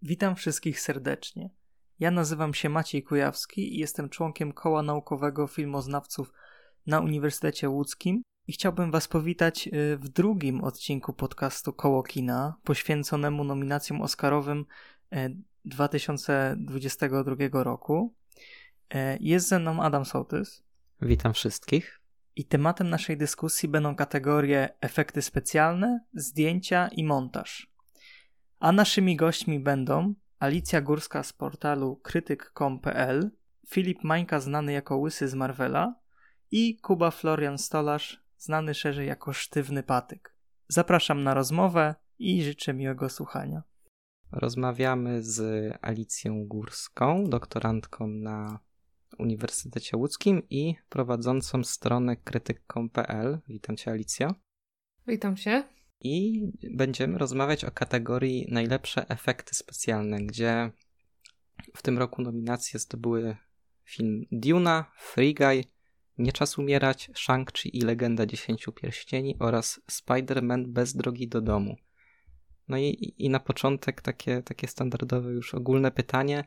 Witam wszystkich serdecznie. Ja nazywam się Maciej Kujawski i jestem członkiem Koła Naukowego Filmoznawców na Uniwersytecie Łódzkim i chciałbym Was powitać w drugim odcinku podcastu Koło Kina poświęconemu nominacjom Oscarowym 2022 roku. Jest ze mną Adam Sołtys. Witam wszystkich. I tematem naszej dyskusji będą kategorie efekty specjalne, zdjęcia i montaż. A naszymi gośćmi będą Alicja Górska z portalu krytyk.com.pl, Filip Mańka znany jako Łysy z Marvela i Kuba Florian Stolarz znany szerzej jako Sztywny Patyk. Zapraszam na rozmowę i życzę miłego słuchania. Rozmawiamy z Alicją Górską, doktorantką na Uniwersytecie Łódzkim i prowadzącą stronę krytyk.com.pl. Witam Cię, Alicjo. Witam się. I będziemy rozmawiać o kategorii najlepsze efekty specjalne, gdzie w tym roku nominacje zdobyły film Duna, Free Guy, Nie czas umierać, Shang-Chi i Legenda 10 Pierścieni oraz Spider-Man bez drogi do domu. No i na początek takie standardowe już ogólne pytanie.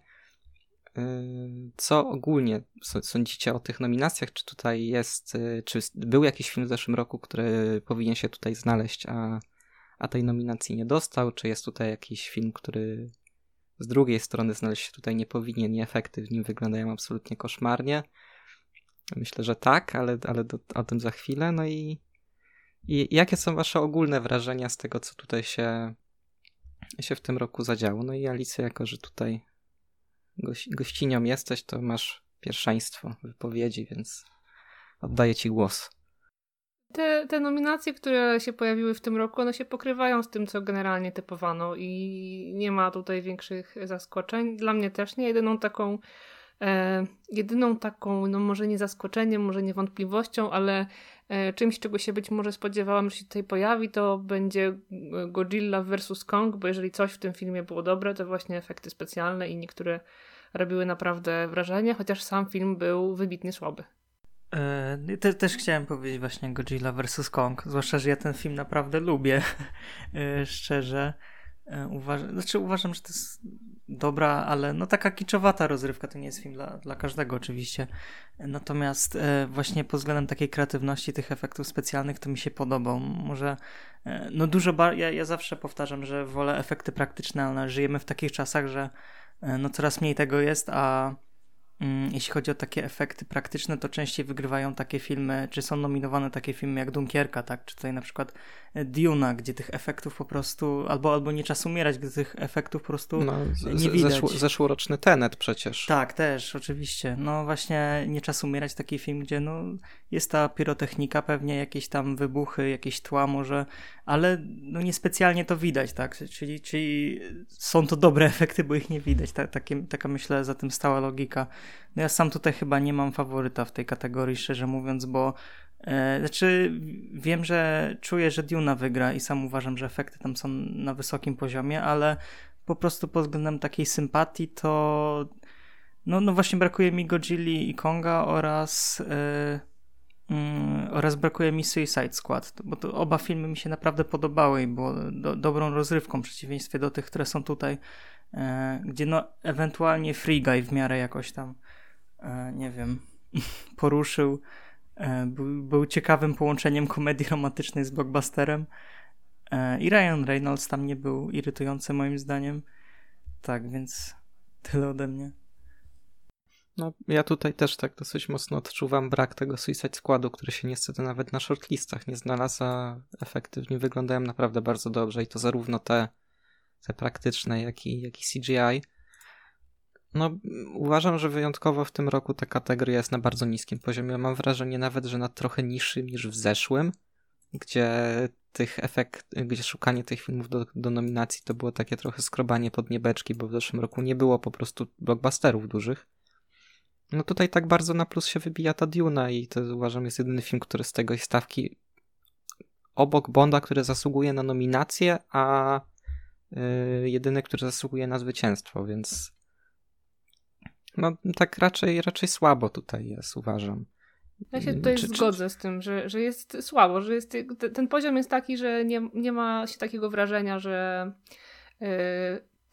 Co ogólnie sądzicie o tych nominacjach? Czy tutaj czy był jakiś film w zeszłym roku, który powinien się tutaj znaleźć, a tej nominacji nie dostał? Czy jest tutaj jakiś film, który z drugiej strony znaleźć się tutaj nie powinien i efekty w nim wyglądają absolutnie koszmarnie? Myślę, że tak, ale o tym za chwilę. No i jakie są wasze ogólne wrażenia z tego, co tutaj się w tym roku zadziało? No i Alicja, jako że tutaj gościnią jesteś, to masz pierwszeństwo wypowiedzi, więc oddaję ci głos. Te nominacje, które się pojawiły w tym roku, one się pokrywają z tym, co generalnie typowano i nie ma tutaj większych zaskoczeń. Dla mnie też nie. Jedyną taką, no może nie zaskoczeniem, może nie wątpliwością, ale czymś, czego się być może spodziewałam, że się tutaj pojawi, to będzie Godzilla vs. Kong, bo jeżeli coś w tym filmie było dobre, to właśnie efekty specjalne i niektóre robiły naprawdę wrażenie, chociaż sam film był wybitnie słaby. Też chciałem powiedzieć właśnie Godzilla vs. Kong, zwłaszcza, że ja ten film naprawdę lubię, szczerze. Uważam, że to jest dobra, ale no taka kiczowata rozrywka, to nie jest film dla każdego oczywiście. Natomiast właśnie pod względem takiej kreatywności tych efektów specjalnych to mi się podobał. Może no ja zawsze powtarzam, że wolę efekty praktyczne, ale żyjemy w takich czasach, że no coraz mniej tego jest, a jeśli chodzi o takie efekty praktyczne, to częściej wygrywają takie filmy, czy są nominowane takie filmy jak Dunkierka, tak? Czy tutaj na przykład Duna, gdzie tych efektów po prostu, albo Nie czas umierać, gdzie tych efektów po prostu nie widać. Zeszłoroczny Tenet przecież. Tak, też, oczywiście. No właśnie Nie czas umierać, taki film, gdzie no jest ta pirotechnika, pewnie jakieś tam wybuchy, jakieś tła może, ale no niespecjalnie to widać, tak? Czyli są to dobre efekty, bo ich nie widać. Taka myślę za tym stała logika. No ja sam tutaj chyba nie mam faworyta w tej kategorii, szczerze mówiąc, bo wiem, że czuję, że Duna wygra i sam uważam, że efekty tam są na wysokim poziomie, ale po prostu pod względem takiej sympatii to no właśnie brakuje mi Godzilli i Konga oraz brakuje mi Suicide Squad, bo to oba filmy mi się naprawdę podobały i było dobrą rozrywką w przeciwieństwie do tych, które są tutaj, gdzie no ewentualnie Free Guy w miarę jakoś tam nie wiem, poruszył, był ciekawym połączeniem komedii romantycznej z blockbusterem i Ryan Reynolds tam nie był irytujący moim zdaniem. Tak, więc tyle ode mnie. No ja tutaj też tak dosyć mocno odczuwam brak tego Suicide Squadu, który się niestety nawet na shortlistach nie znalazł, a efekty w nim wyglądają naprawdę bardzo dobrze i to zarówno te praktyczne, jak i CGI. No, uważam, że wyjątkowo w tym roku ta kategoria jest na bardzo niskim poziomie. Mam wrażenie nawet, że na trochę niższym niż w zeszłym, gdzie szukanie tych filmów do nominacji to było takie trochę skrobanie pod niebeczki, bo w zeszłym roku nie było po prostu blockbusterów dużych. No tutaj tak bardzo na plus się wybija ta Duna i to uważam jest jedyny film, który z tej stawki obok Bonda, który zasługuje na nominację, a jedyny, który zasługuje na zwycięstwo, więc no tak raczej słabo tutaj jest, uważam. Ja się tutaj zgodzę z tym, że jest słabo, że ten poziom jest taki, że nie ma się takiego wrażenia, że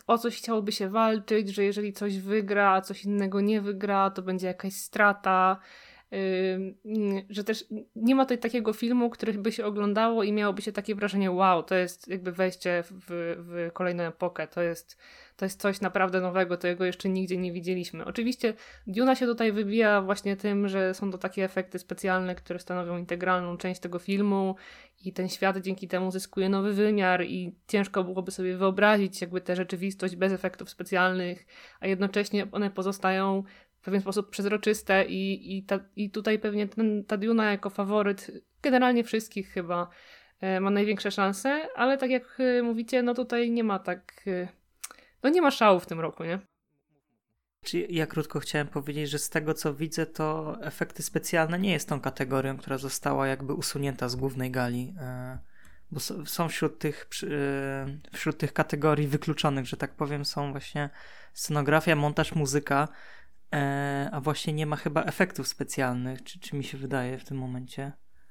o coś chciałoby się walczyć, że jeżeli coś wygra, a coś innego nie wygra, to będzie jakaś strata. Że też nie ma tutaj takiego filmu, który by się oglądało i miałoby się takie wrażenie, wow, to jest jakby wejście w kolejną epokę, to jest coś naprawdę nowego, tego jeszcze nigdzie nie widzieliśmy. Oczywiście Duna się tutaj wybija właśnie tym, że są to takie efekty specjalne, które stanowią integralną część tego filmu i ten świat dzięki temu zyskuje nowy wymiar i ciężko byłoby sobie wyobrazić jakby tę rzeczywistość bez efektów specjalnych, a jednocześnie one pozostają w pewien sposób przezroczyste i tutaj pewnie ta Duna jako faworyt generalnie wszystkich chyba ma największe szanse, ale tak jak mówicie, no tutaj nie ma no nie ma szału w tym roku, nie? Ja krótko chciałem powiedzieć, że z tego co widzę, to efekty specjalne nie jest tą kategorią, która została jakby usunięta z głównej gali, bo są wśród tych kategorii wykluczonych, że tak powiem, są właśnie scenografia, montaż, muzyka, a właśnie nie ma chyba efektów specjalnych, czy mi się wydaje w tym momencie.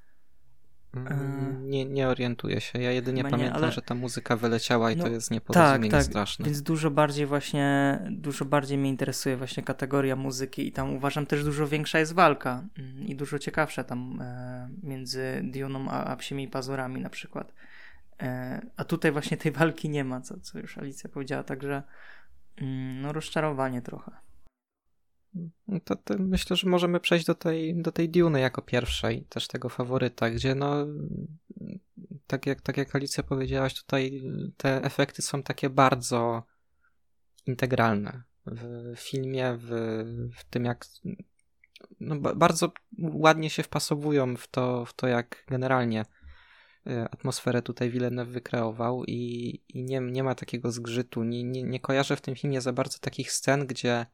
Nie orientuję się. Ja jedynie pamiętam, ale... że ta muzyka wyleciała i to jest nieporozumienie straszne. Więc dużo bardziej mnie interesuje właśnie kategoria muzyki i tam uważam też dużo większa jest walka i dużo ciekawsza tam między Duną a Psimi Pazurami na przykład. A tutaj właśnie tej walki nie ma, co już Alicja powiedziała, także no rozczarowanie trochę. To myślę, że możemy przejść do tej Duny jako pierwszej, też tego faworyta, gdzie no tak jak Alicja powiedziałaś, tutaj te efekty są takie bardzo integralne w filmie, w tym jak no, bardzo ładnie się wpasowują w to jak generalnie atmosferę tutaj Villeneuve wykreował i nie ma takiego zgrzytu, nie kojarzę w tym filmie za bardzo takich scen, gdzie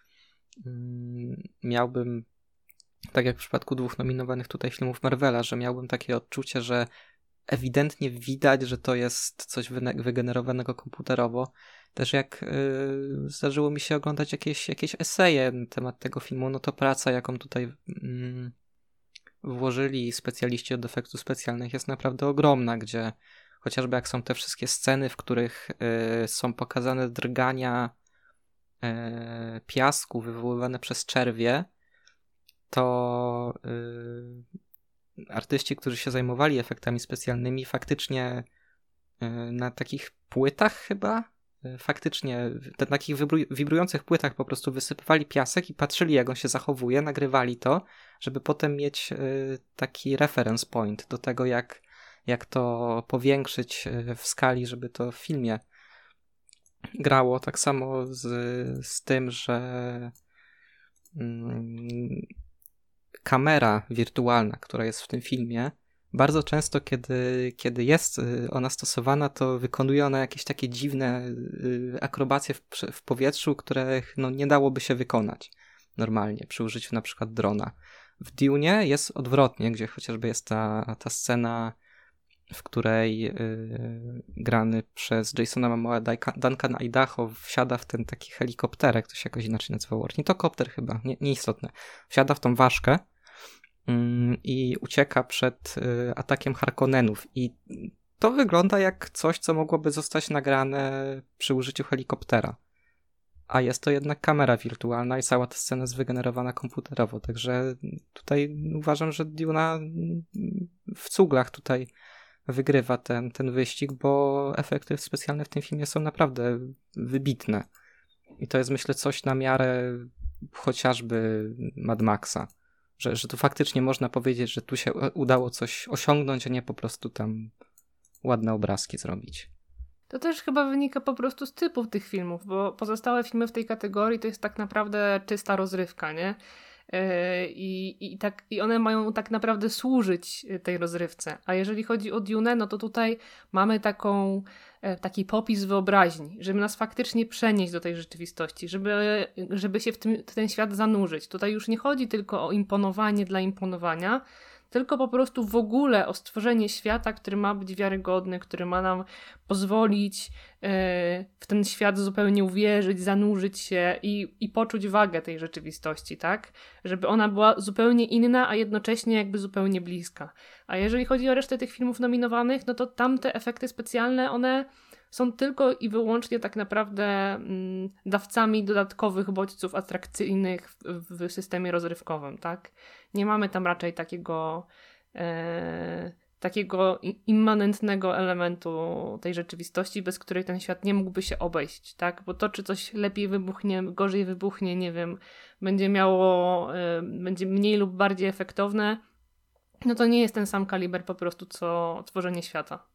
miałbym, tak jak w przypadku 2 nominowanych tutaj filmów Marvela, że miałbym takie odczucie, że ewidentnie widać, że to jest coś wygenerowanego komputerowo. Też jak zdarzyło mi się oglądać jakieś eseje na temat tego filmu, no to praca, jaką tutaj włożyli specjaliści od efektów specjalnych jest naprawdę ogromna, gdzie chociażby jak są te wszystkie sceny, w których są pokazane drgania piasku wywoływane przez czerwie, to artyści, którzy się zajmowali efektami specjalnymi, faktycznie na takich płytach chyba, faktycznie na takich wibrujących płytach po prostu wysypywali piasek i patrzyli, jak on się zachowuje, nagrywali to, żeby potem mieć taki reference point do tego, jak to powiększyć w skali, żeby to w filmie grało. Tak samo z tym, że kamera wirtualna, która jest w tym filmie, bardzo często, kiedy jest ona stosowana, to wykonuje ona jakieś takie dziwne akrobacje w powietrzu, których no, nie dałoby się wykonać normalnie przy użyciu na przykład drona. W Dune jest odwrotnie, gdzie chociażby jest ta scena, w której grany przez Jasona Momoa Duncan Idaho wsiada w ten taki helikopterek, to się jakoś inaczej nazywało, ornitokopter chyba, nieistotne. Wsiada w tą ważkę i ucieka przed atakiem Harkonnenów i to wygląda jak coś, co mogłoby zostać nagrane przy użyciu helikoptera. A jest to jednak kamera wirtualna i cała ta scena jest wygenerowana komputerowo, także tutaj uważam, że Duna w cuglach tutaj wygrywa ten wyścig, bo efekty specjalne w tym filmie są naprawdę wybitne. I to jest, myślę, coś na miarę chociażby Mad Maxa. Że tu faktycznie można powiedzieć, że tu się udało coś osiągnąć, a nie po prostu tam ładne obrazki zrobić. To też chyba wynika po prostu z typów tych filmów, bo pozostałe filmy w tej kategorii to jest tak naprawdę czysta rozrywka, nie? I one mają tak naprawdę służyć tej rozrywce. A jeżeli chodzi o Dune, no to tutaj mamy taki popis wyobraźni, żeby nas faktycznie przenieść do tej rzeczywistości, żeby się w ten świat zanurzyć. Tutaj już nie chodzi tylko o imponowanie dla imponowania, tylko po prostu w ogóle o stworzenie świata, który ma być wiarygodny, który ma nam pozwolić w ten świat zupełnie uwierzyć, zanurzyć się i poczuć wagę tej rzeczywistości, tak? Żeby ona była zupełnie inna, a jednocześnie jakby zupełnie bliska. A jeżeli chodzi o resztę tych filmów nominowanych, no to tamte efekty specjalne, one są tylko i wyłącznie tak naprawdę dawcami dodatkowych bodźców atrakcyjnych w systemie rozrywkowym, tak? Nie mamy tam raczej takiego immanentnego elementu tej rzeczywistości, bez której ten świat nie mógłby się obejść, tak? Bo to, czy coś lepiej wybuchnie, gorzej wybuchnie, nie wiem, będzie mniej lub bardziej efektowne, no to nie jest ten sam kaliber po prostu, co tworzenie świata.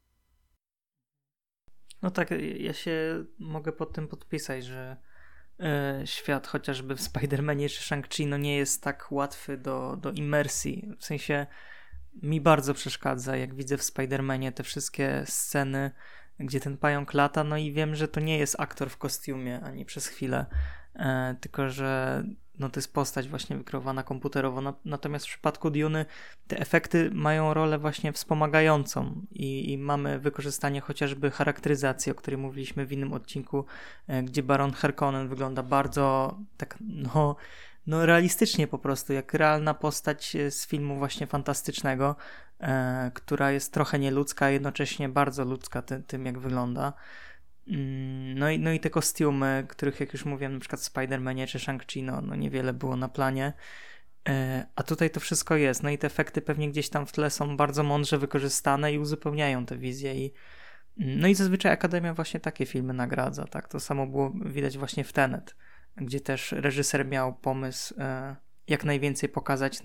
No tak, ja się mogę pod tym podpisać, że świat chociażby w Spider-Manie czy Shang-Chi no nie jest tak łatwy do imersji. W sensie mi bardzo przeszkadza, jak widzę w Spider-Manie te wszystkie sceny, gdzie ten pająk lata, no i wiem, że to nie jest aktor w kostiumie ani przez chwilę, tylko że no to jest postać właśnie wykreowana komputerowo. Natomiast w przypadku Duny te efekty mają rolę właśnie wspomagającą i mamy wykorzystanie chociażby charakteryzacji, o której mówiliśmy w innym odcinku, gdzie Baron Harkonnen wygląda bardzo tak no realistycznie po prostu, jak realna postać z filmu właśnie fantastycznego, która jest trochę nieludzka, a jednocześnie bardzo ludzka tym jak wygląda. No i te kostiumy, których jak już mówiłem, na przykład w Spider-Manie czy Shang-Chi, no niewiele było na planie. A tutaj to wszystko jest. No i te efekty pewnie gdzieś tam w tle są bardzo mądrze wykorzystane i uzupełniają te wizje. No i zazwyczaj Akademia właśnie takie filmy nagradza. Tak? To samo było widać właśnie w Tenet, gdzie też reżyser miał pomysł jak najwięcej pokazać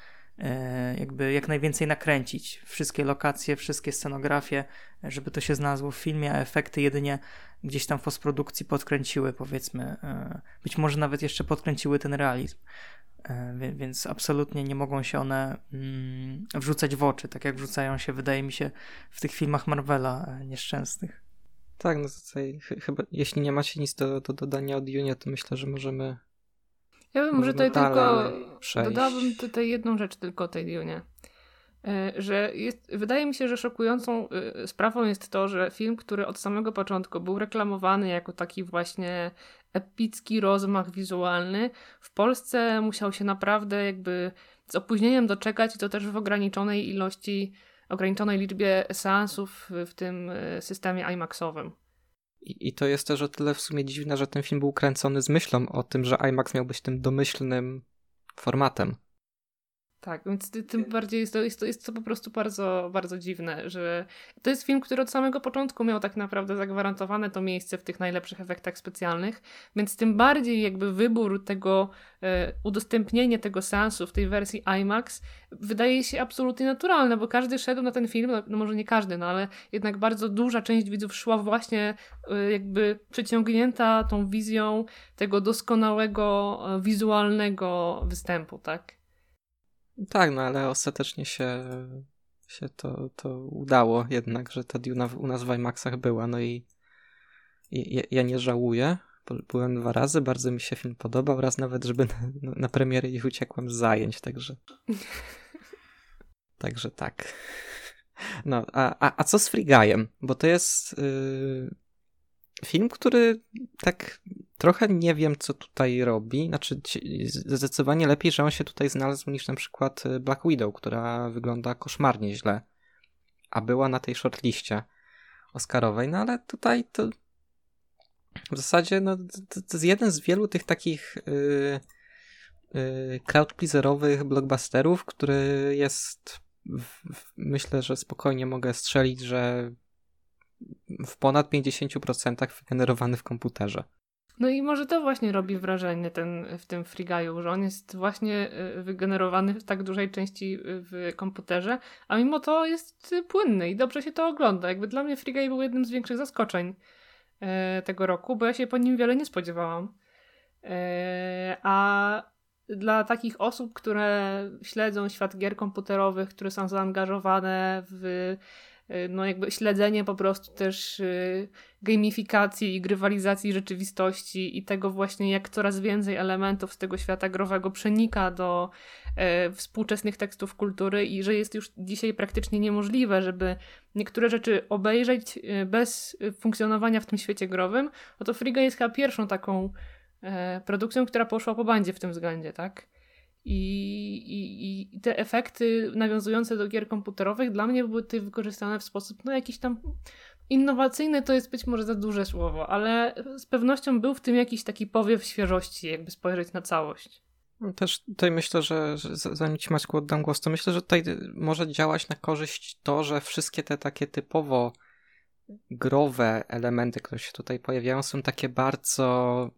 jakby jak najwięcej nakręcić. Wszystkie lokacje, wszystkie scenografie, żeby to się znalazło w filmie, a efekty jedynie gdzieś tam w postprodukcji podkręciły, powiedzmy. Być może nawet jeszcze podkręciły ten realizm. Więc absolutnie nie mogą się one wrzucać w oczy, tak jak wrzucają się, wydaje mi się, w tych filmach Marvela nieszczęsnych. Tak, no tutaj chyba, jeśli nie macie nic do dodania o Dune, to myślę, że możemy. Ja bym może tutaj tylko przejść. dodałabym tutaj jedną rzecz tylko o tej Dunie. Że wydaje mi się, że szokującą sprawą jest to, że film, który od samego początku był reklamowany jako taki właśnie epicki rozmach wizualny, w Polsce musiał się naprawdę jakby z opóźnieniem doczekać i to też w ograniczonej liczbie seansów w tym systemie IMAX-owym. I to jest też o tyle w sumie dziwne, że ten film był kręcony z myślą o tym, że IMAX miał być tym domyślnym formatem. Tak, więc tym bardziej jest to po prostu bardzo, bardzo dziwne, że to jest film, który od samego początku miał tak naprawdę zagwarantowane to miejsce w tych najlepszych efektach specjalnych, więc tym bardziej jakby wybór tego, udostępnienie tego seansu w tej wersji IMAX wydaje się absolutnie naturalne, bo każdy szedł na ten film, no może nie każdy, no ale jednak bardzo duża część widzów szła właśnie jakby przyciągnięta tą wizją tego doskonałego, wizualnego występu, tak? Tak, no ale ostatecznie się to udało jednak, że ta Duna u nas w IMAXach była, no i ja nie żałuję. Byłem 2 razy, bardzo mi się film podobał, raz nawet, żeby na premierę ich uciekłem z zajęć, także tak. No, a co z Free Guyem? Bo to jest film, który tak trochę nie wiem, co tutaj robi. Znaczy, zdecydowanie lepiej, że on się tutaj znalazł niż na przykład Black Widow, która wygląda koszmarnie źle, a była na tej shortliście oscarowej. No ale tutaj to w zasadzie no, to jest jeden z wielu tych takich crowd-pleaserowych blockbusterów, który jest myślę, że spokojnie mogę strzelić, że w ponad 50% wygenerowany w komputerze. No i może to właśnie robi wrażenie w tym Free Guy'u, że on jest właśnie wygenerowany w tak dużej części w komputerze, a mimo to jest płynny i dobrze się to ogląda. Jakby dla mnie Free Guy był jednym z większych zaskoczeń tego roku, bo ja się po nim wiele nie spodziewałam. A dla takich osób, które śledzą świat gier komputerowych, które są zaangażowane w no jakby śledzenie po prostu też gamifikacji i grywalizacji rzeczywistości i tego właśnie, jak coraz więcej elementów z tego świata growego przenika do współczesnych tekstów kultury i że jest już dzisiaj praktycznie niemożliwe, żeby niektóre rzeczy obejrzeć bez funkcjonowania w tym świecie growym, no to Free Guy jest chyba pierwszą taką produkcją, która poszła po bandzie w tym względzie, tak? I te efekty nawiązujące do gier komputerowych dla mnie były tutaj wykorzystane w sposób no jakiś tam innowacyjny to jest być może za duże słowo, ale z pewnością był w tym jakiś taki powiew świeżości, jakby spojrzeć na całość. Też tutaj myślę, że zanim ci Maćku oddam głos, to myślę, że tutaj może działać na korzyść to, że wszystkie te takie typowo growe elementy, które się tutaj pojawiają, są takie bardzo...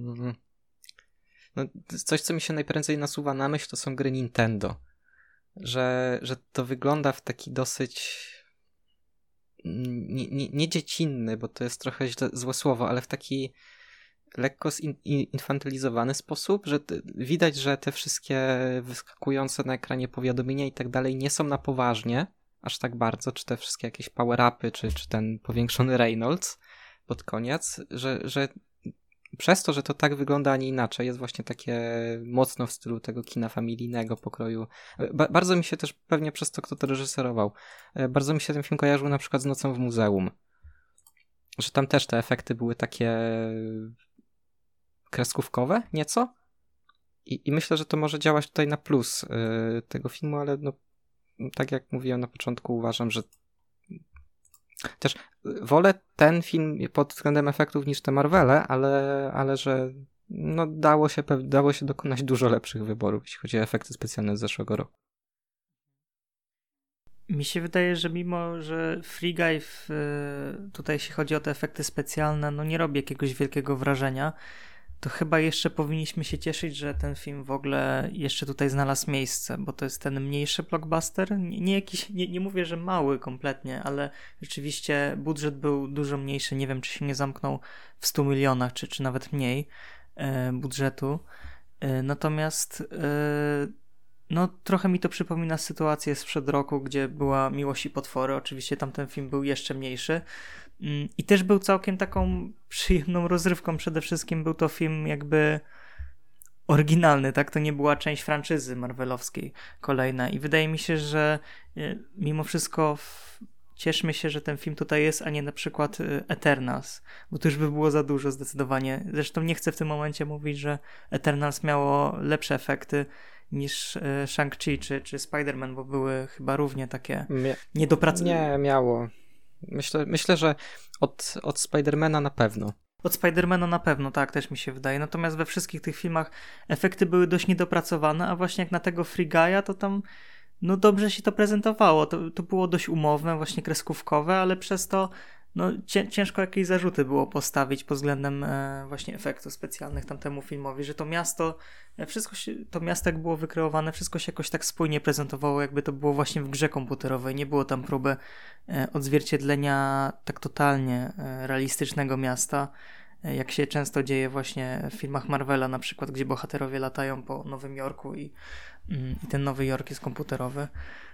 No, coś, co mi się najprędzej nasuwa na myśl, to są gry Nintendo. Że to wygląda w taki dosyć nie dziecinny, bo to jest trochę złe słowo, ale w taki lekko zinfantylizowany sposób, że widać, że te wszystkie wyskakujące na ekranie powiadomienia i tak dalej nie są na poważnie, aż tak bardzo, czy te wszystkie jakieś power-upy, czy ten powiększony Reynolds pod koniec, że przez to, że to tak wygląda, a nie inaczej, jest właśnie takie mocno w stylu tego kina familijnego pokroju. Bardzo mi się też, pewnie przez to, kto to reżyserował, bardzo mi się ten film kojarzył na przykład z Nocą w muzeum. Że tam też te efekty były takie kreskówkowe nieco. I myślę, że to może działać tutaj na plus tego filmu, ale no, tak jak mówiłem na początku, uważam, że też wolę ten film pod względem efektów niż te Marvele, ale że no dało się dokonać dużo lepszych wyborów, jeśli chodzi o efekty specjalne z zeszłego roku. Mi się wydaje, że mimo, że Free Guy tutaj jeśli chodzi o te efekty specjalne, no nie robi jakiegoś wielkiego wrażenia, to chyba jeszcze powinniśmy się cieszyć, że ten film w ogóle jeszcze tutaj znalazł miejsce, bo to jest ten mniejszy blockbuster, nie mówię, że mały kompletnie, ale rzeczywiście budżet był dużo mniejszy, nie wiem, czy się nie zamknął w 100 milionach, czy nawet mniej budżetu, natomiast no trochę mi to przypomina sytuację sprzed roku, gdzie była Miłość i potwory, oczywiście tamten film był jeszcze mniejszy, i też był całkiem taką przyjemną rozrywką. Przede wszystkim był to film jakby oryginalny, tak? To nie była część franczyzy marvelowskiej kolejna. I wydaje mi się, że mimo wszystko cieszmy się, że ten film tutaj jest, a nie na przykład Eternals, bo to już by było za dużo zdecydowanie. Zresztą nie chcę w tym momencie mówić, że Eternals miało lepsze efekty niż Shang-Chi czy Spider-Man, bo były chyba równie takie niedopracowane. Nie, miało. Myślę, że od Spidermana na pewno. Od Spidermana na pewno, tak, też mi się wydaje. Natomiast we wszystkich tych filmach efekty były dość niedopracowane, a właśnie jak na tego Free Guy'a, to tam no dobrze się to prezentowało. To było dość umowne, właśnie kreskówkowe, ale przez to no ciężko jakieś zarzuty było postawić pod względem właśnie efektów specjalnych tamtemu filmowi, że to miasto, to miasto jak było wykreowane, wszystko się jakoś tak spójnie prezentowało, jakby to było właśnie w grze komputerowej. Nie było tam próby odzwierciedlenia tak totalnie realistycznego miasta, jak się często dzieje właśnie w filmach Marvela na przykład, gdzie bohaterowie latają po Nowym Jorku i ten Nowy Jork jest komputerowy.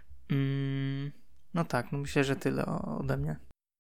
No tak, no myślę, że tyle ode mnie.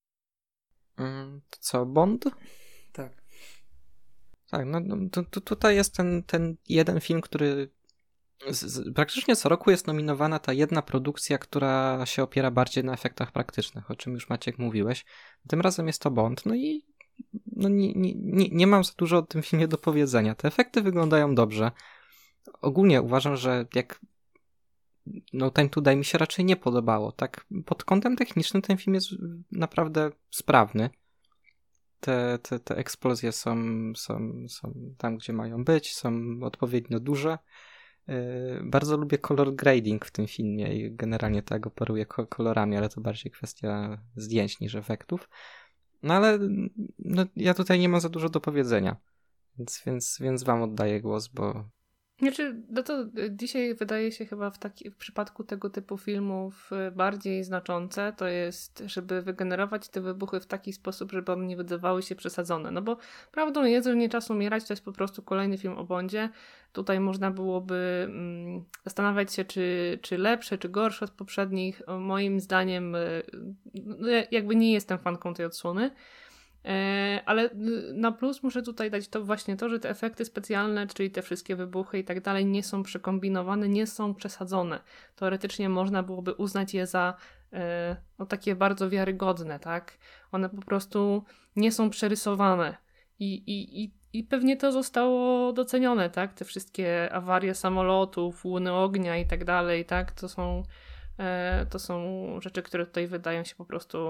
To co, Bond? Tak. Tak, no tutaj jest ten jeden film, który praktycznie co roku jest nominowana ta jedna produkcja, która się opiera bardziej na efektach praktycznych, o czym już Maciek mówiłeś. Tym razem jest to Bond, no i no nie mam za dużo o tym filmie do powiedzenia. Te efekty wyglądają dobrze. Ogólnie uważam, że jak No Time to Die mi się raczej nie podobało. Tak pod kątem technicznym ten film jest naprawdę sprawny. Te eksplozje są tam, gdzie mają być, są odpowiednio duże. Bardzo lubię color grading w tym filmie i generalnie tak operuję kolorami, ale to bardziej kwestia zdjęć niż efektów. No ale no, ja tutaj nie mam za dużo do powiedzenia, więc wam oddaję głos, bo... Znaczy, no to dzisiaj wydaje się chyba w przypadku tego typu filmów bardziej znaczące to jest, żeby wygenerować te wybuchy w taki sposób, żeby one nie wydawały się przesadzone. No bo prawdą jest, że Nie czas umierać to jest po prostu kolejny film o Bondzie. Tutaj można byłoby zastanawiać się, czy lepsze, czy gorsze od poprzednich. Moim zdaniem jakby nie jestem fanką tej odsłony. Ale na plus muszę tutaj dać to właśnie to, że te efekty specjalne, czyli te wszystkie wybuchy i tak dalej nie są przekombinowane, nie są przesadzone. Teoretycznie można byłoby uznać je za no, takie bardzo wiarygodne, tak? One po prostu nie są przerysowane i pewnie to zostało docenione, tak? Te wszystkie awarie samolotów, łuny ognia i tak dalej, tak? To są rzeczy, które tutaj wydają się po prostu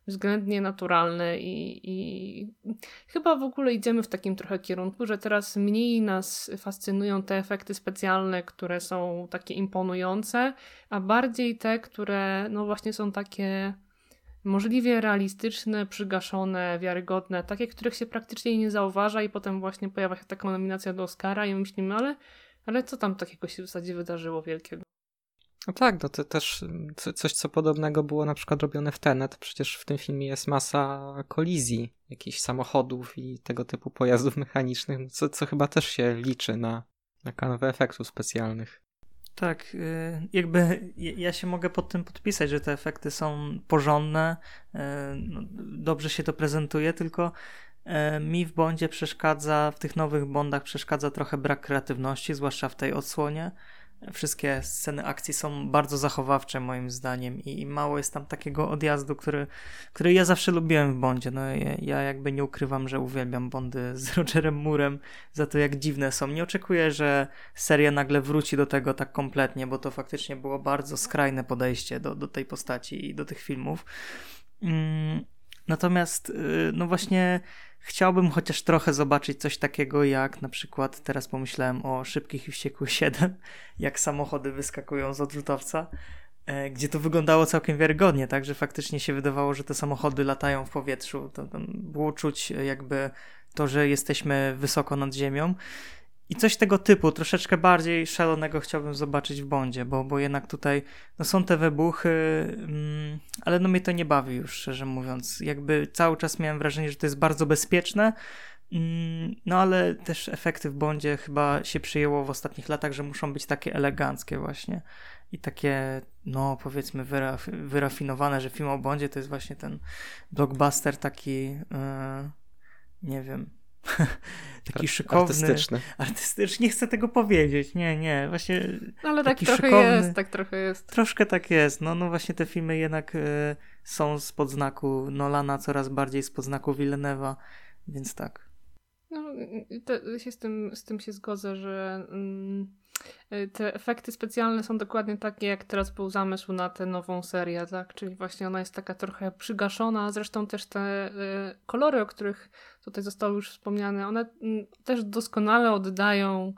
względnie naturalne i chyba w ogóle idziemy w takim trochę kierunku, że teraz mniej nas fascynują te efekty specjalne, które są takie imponujące, a bardziej te, które no właśnie są takie możliwie realistyczne, przygaszone, wiarygodne, takie, których się praktycznie nie zauważa i potem właśnie pojawia się taka nominacja do Oscara i myślimy, ale co tam takiego się w zasadzie wydarzyło wielkiego? No tak, no to też coś, co podobnego było na przykład robione w Tenet. Przecież w tym filmie jest masa kolizji jakichś samochodów i tego typu pojazdów mechanicznych, co chyba też się liczy na kanwę efektów specjalnych. Tak, jakby ja się mogę pod tym podpisać, że te efekty są porządne, no, dobrze się to prezentuje, tylko mi w Bondzie w tych nowych Bondach przeszkadza trochę brak kreatywności, zwłaszcza w tej odsłonie. Wszystkie sceny akcji są bardzo zachowawcze moim zdaniem i mało jest tam takiego odjazdu, który ja zawsze lubiłem w Bondzie. No, ja jakby nie ukrywam, że uwielbiam Bondy z Rogerem Moorem za to, jak dziwne są. Nie oczekuję, że seria nagle wróci do tego tak kompletnie, bo to faktycznie było bardzo skrajne podejście do tej postaci i do tych filmów. Natomiast no właśnie chciałbym chociaż trochę zobaczyć coś takiego jak na przykład, teraz pomyślałem o Szybkich i Wściekłych 7, jak samochody wyskakują z odrzutowca, gdzie to wyglądało całkiem wiarygodnie, tak, że faktycznie się wydawało, że te samochody latają w powietrzu, to było czuć jakby to, że jesteśmy wysoko nad ziemią. I coś tego typu, troszeczkę bardziej szalonego chciałbym zobaczyć w Bondzie, bo jednak tutaj no są te wybuchy, ale no mnie to nie bawi już, szczerze mówiąc. Jakby cały czas miałem wrażenie, że to jest bardzo bezpieczne, no ale też efekty w Bondzie chyba się przyjęło w ostatnich latach, że muszą być takie eleganckie właśnie i takie, no powiedzmy wyrafinowane, że film o Bondzie to jest właśnie ten blockbuster taki, nie wiem... taki szykowny, artystyczny, nie chcę tego powiedzieć, nie, właśnie ale taki tak trochę szykowny, jest, tak trochę jest. Troszkę tak jest, no właśnie te filmy jednak są spod znaku Nolana, coraz bardziej spod znaku Villeneuve'a, więc tak. No, z tym się zgodzę, że te efekty specjalne są dokładnie takie, jak teraz był zamysł na tę nową serię, tak? Czyli właśnie ona jest taka trochę przygaszona, zresztą też te kolory, o których tutaj zostało już wspomniane, one też doskonale oddają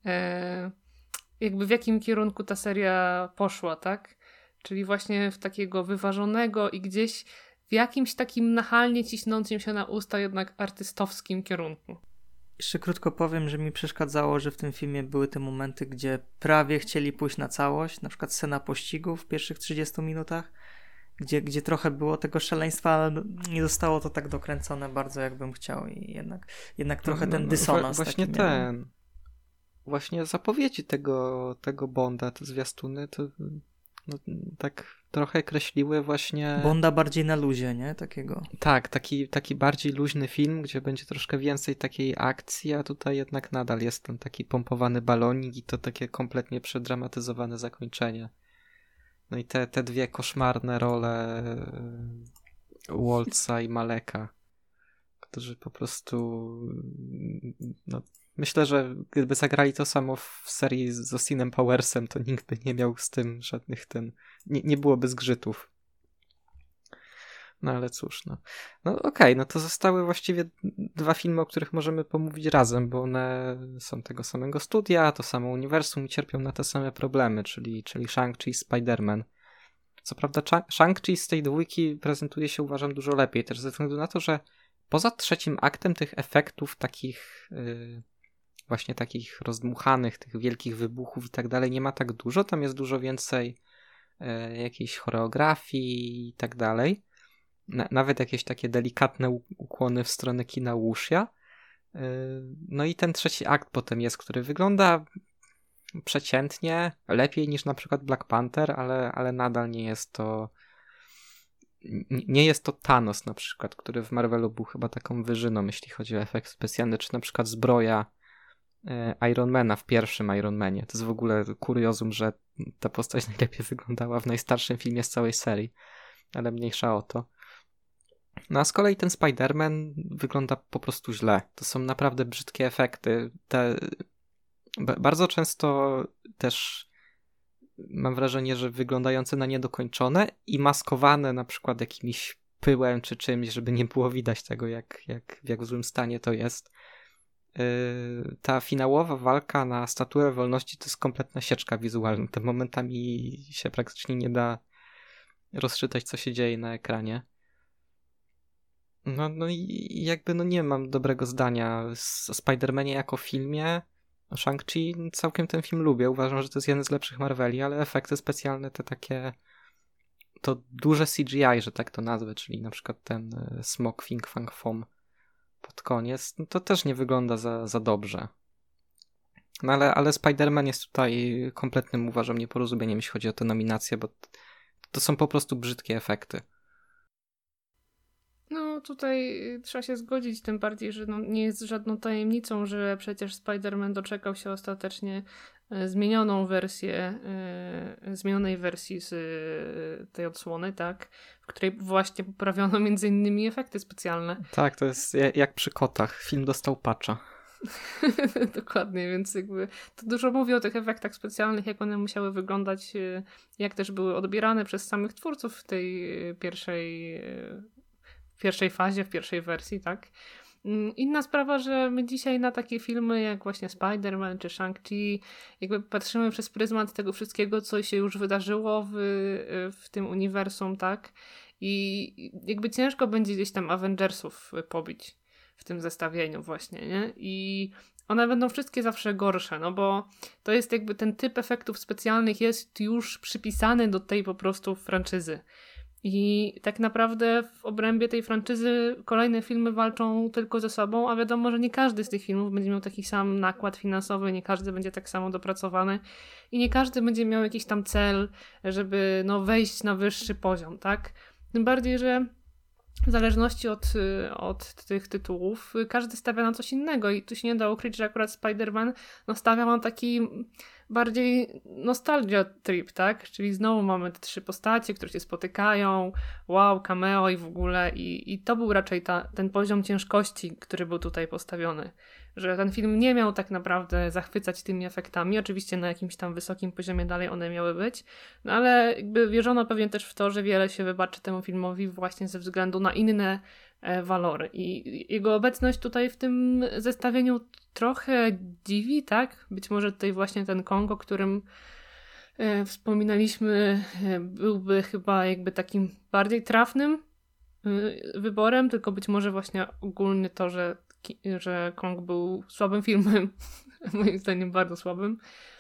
jakby w jakim kierunku ta seria poszła, tak? Czyli właśnie w takiego wyważonego i gdzieś w jakimś takim nachalnie cisnącym się na usta jednak artystowskim kierunku. Jeszcze krótko powiem, że mi przeszkadzało, że w tym filmie były te momenty, gdzie prawie chcieli pójść na całość, na przykład scena pościgu w pierwszych 30 minutach, gdzie trochę było tego szaleństwa, ale nie zostało to tak dokręcone bardzo, jakbym chciał i jednak trochę ten dysonans. Właśnie właśnie zapowiedzi tego Bonda, te zwiastuny, to no, tak trochę kreśliły właśnie... Bonda bardziej na luzie, nie? Takiego. Tak, taki bardziej luźny film, gdzie będzie troszkę więcej takiej akcji, a tutaj jednak nadal jest ten taki pompowany balonik i to takie kompletnie przedramatyzowane zakończenie. No i te dwie koszmarne role Waltza i Maleka, którzy po prostu... No, myślę, że gdyby zagrali to samo w serii z Austinem Powersem, to nikt by nie miał z tym żadnych nie byłoby zgrzytów. No ale cóż, no okej, no to zostały właściwie dwa filmy, o których możemy pomówić razem, bo one są tego samego studia, to samo uniwersum i cierpią na te same problemy, czyli Shang-Chi i Spider-Man. Co prawda Shang-Chi z tej dwójki prezentuje się, uważam, dużo lepiej, też ze względu na to, że poza trzecim aktem tych efektów takich właśnie takich rozdmuchanych, tych wielkich wybuchów i tak dalej nie ma tak dużo, tam jest dużo więcej jakiejś choreografii i tak dalej. Nawet jakieś takie delikatne ukłony w stronę kina Wuxia. No i ten trzeci akt potem jest, który wygląda przeciętnie, lepiej niż na przykład Black Panther, ale nadal nie jest to Thanos na przykład, który w Marvelu był chyba taką wyżyną, jeśli chodzi o efekt specjalny, czy na przykład zbroja Ironmana w pierwszym Ironmanie. To jest w ogóle kuriozum, że ta postać najlepiej wyglądała w najstarszym filmie z całej serii, ale mniejsza o to. No a z kolei ten Spider-Man wygląda po prostu źle. To są naprawdę brzydkie efekty. Bardzo często też mam wrażenie, że wyglądające na niedokończone i maskowane na przykład jakimiś pyłem czy czymś, żeby nie było widać tego, jak w złym stanie to jest. Ta finałowa walka na Statuę Wolności to jest kompletna sieczka wizualna. Te momentami się praktycznie nie da rozczytać, co się dzieje na ekranie. No i jakby nie mam dobrego zdania o Spider-Manie jako filmie. O Shang-Chi całkiem ten film lubię. Uważam, że to jest jeden z lepszych Marveli, ale efekty specjalne te takie to duże CGI, że tak to nazwę, czyli na przykład ten smok Fing Fang Fom pod koniec, no to też nie wygląda za dobrze. No ale Spider-Man jest tutaj kompletnym, uważam, nieporozumieniem, jeśli chodzi o te nominacje, bo to są po prostu brzydkie efekty. No tutaj trzeba się zgodzić, tym bardziej, że nie jest żadną tajemnicą, że przecież Spider-Man doczekał się ostatecznie zmienionej wersji z tej odsłony, tak? W której właśnie poprawiono między innymi efekty specjalne. Tak, to jest jak przy kotach. Film dostał patcha. Dokładnie, więc jakby to dużo mówi o tych efektach specjalnych, jak one musiały wyglądać, jak też były odbierane przez samych twórców w tej pierwszej fazie, w pierwszej wersji, tak? Inna sprawa, że my dzisiaj na takie filmy jak właśnie Spider-Man czy Shang-Chi jakby patrzymy przez pryzmat tego wszystkiego, co się już wydarzyło w tym uniwersum, tak? I jakby ciężko będzie gdzieś tam Avengersów pobić w tym zestawieniu właśnie, nie? I one będą wszystkie zawsze gorsze, no bo to jest jakby ten typ efektów specjalnych jest już przypisany do tej po prostu franczyzy. I tak naprawdę w obrębie tej franczyzy kolejne filmy walczą tylko ze sobą, a wiadomo, że nie każdy z tych filmów będzie miał taki sam nakład finansowy, nie każdy będzie tak samo dopracowany i nie każdy będzie miał jakiś tam cel, żeby wejść na wyższy poziom, tak? Tym bardziej, że w zależności od tych tytułów każdy stawia na coś innego i tu się nie da ukryć, że akurat Spider-Man stawia na taki bardziej nostalgia trip, tak? Czyli znowu mamy te 3 postacie, które się spotykają, wow, cameo i w ogóle i to był raczej ten poziom ciężkości, który był tutaj postawiony. Że ten film nie miał tak naprawdę zachwycać tymi efektami, oczywiście na jakimś tam wysokim poziomie dalej one miały być, no ale jakby wierzono pewnie też w to, że wiele się wybaczy temu filmowi właśnie ze względu na inne walory i jego obecność tutaj w tym zestawieniu trochę dziwi, tak? Być może tutaj właśnie ten Kong, o którym wspominaliśmy, byłby chyba jakby takim bardziej trafnym wyborem, tylko być może właśnie ogólnie to, że Kong był słabym filmem, moim zdaniem bardzo słabym,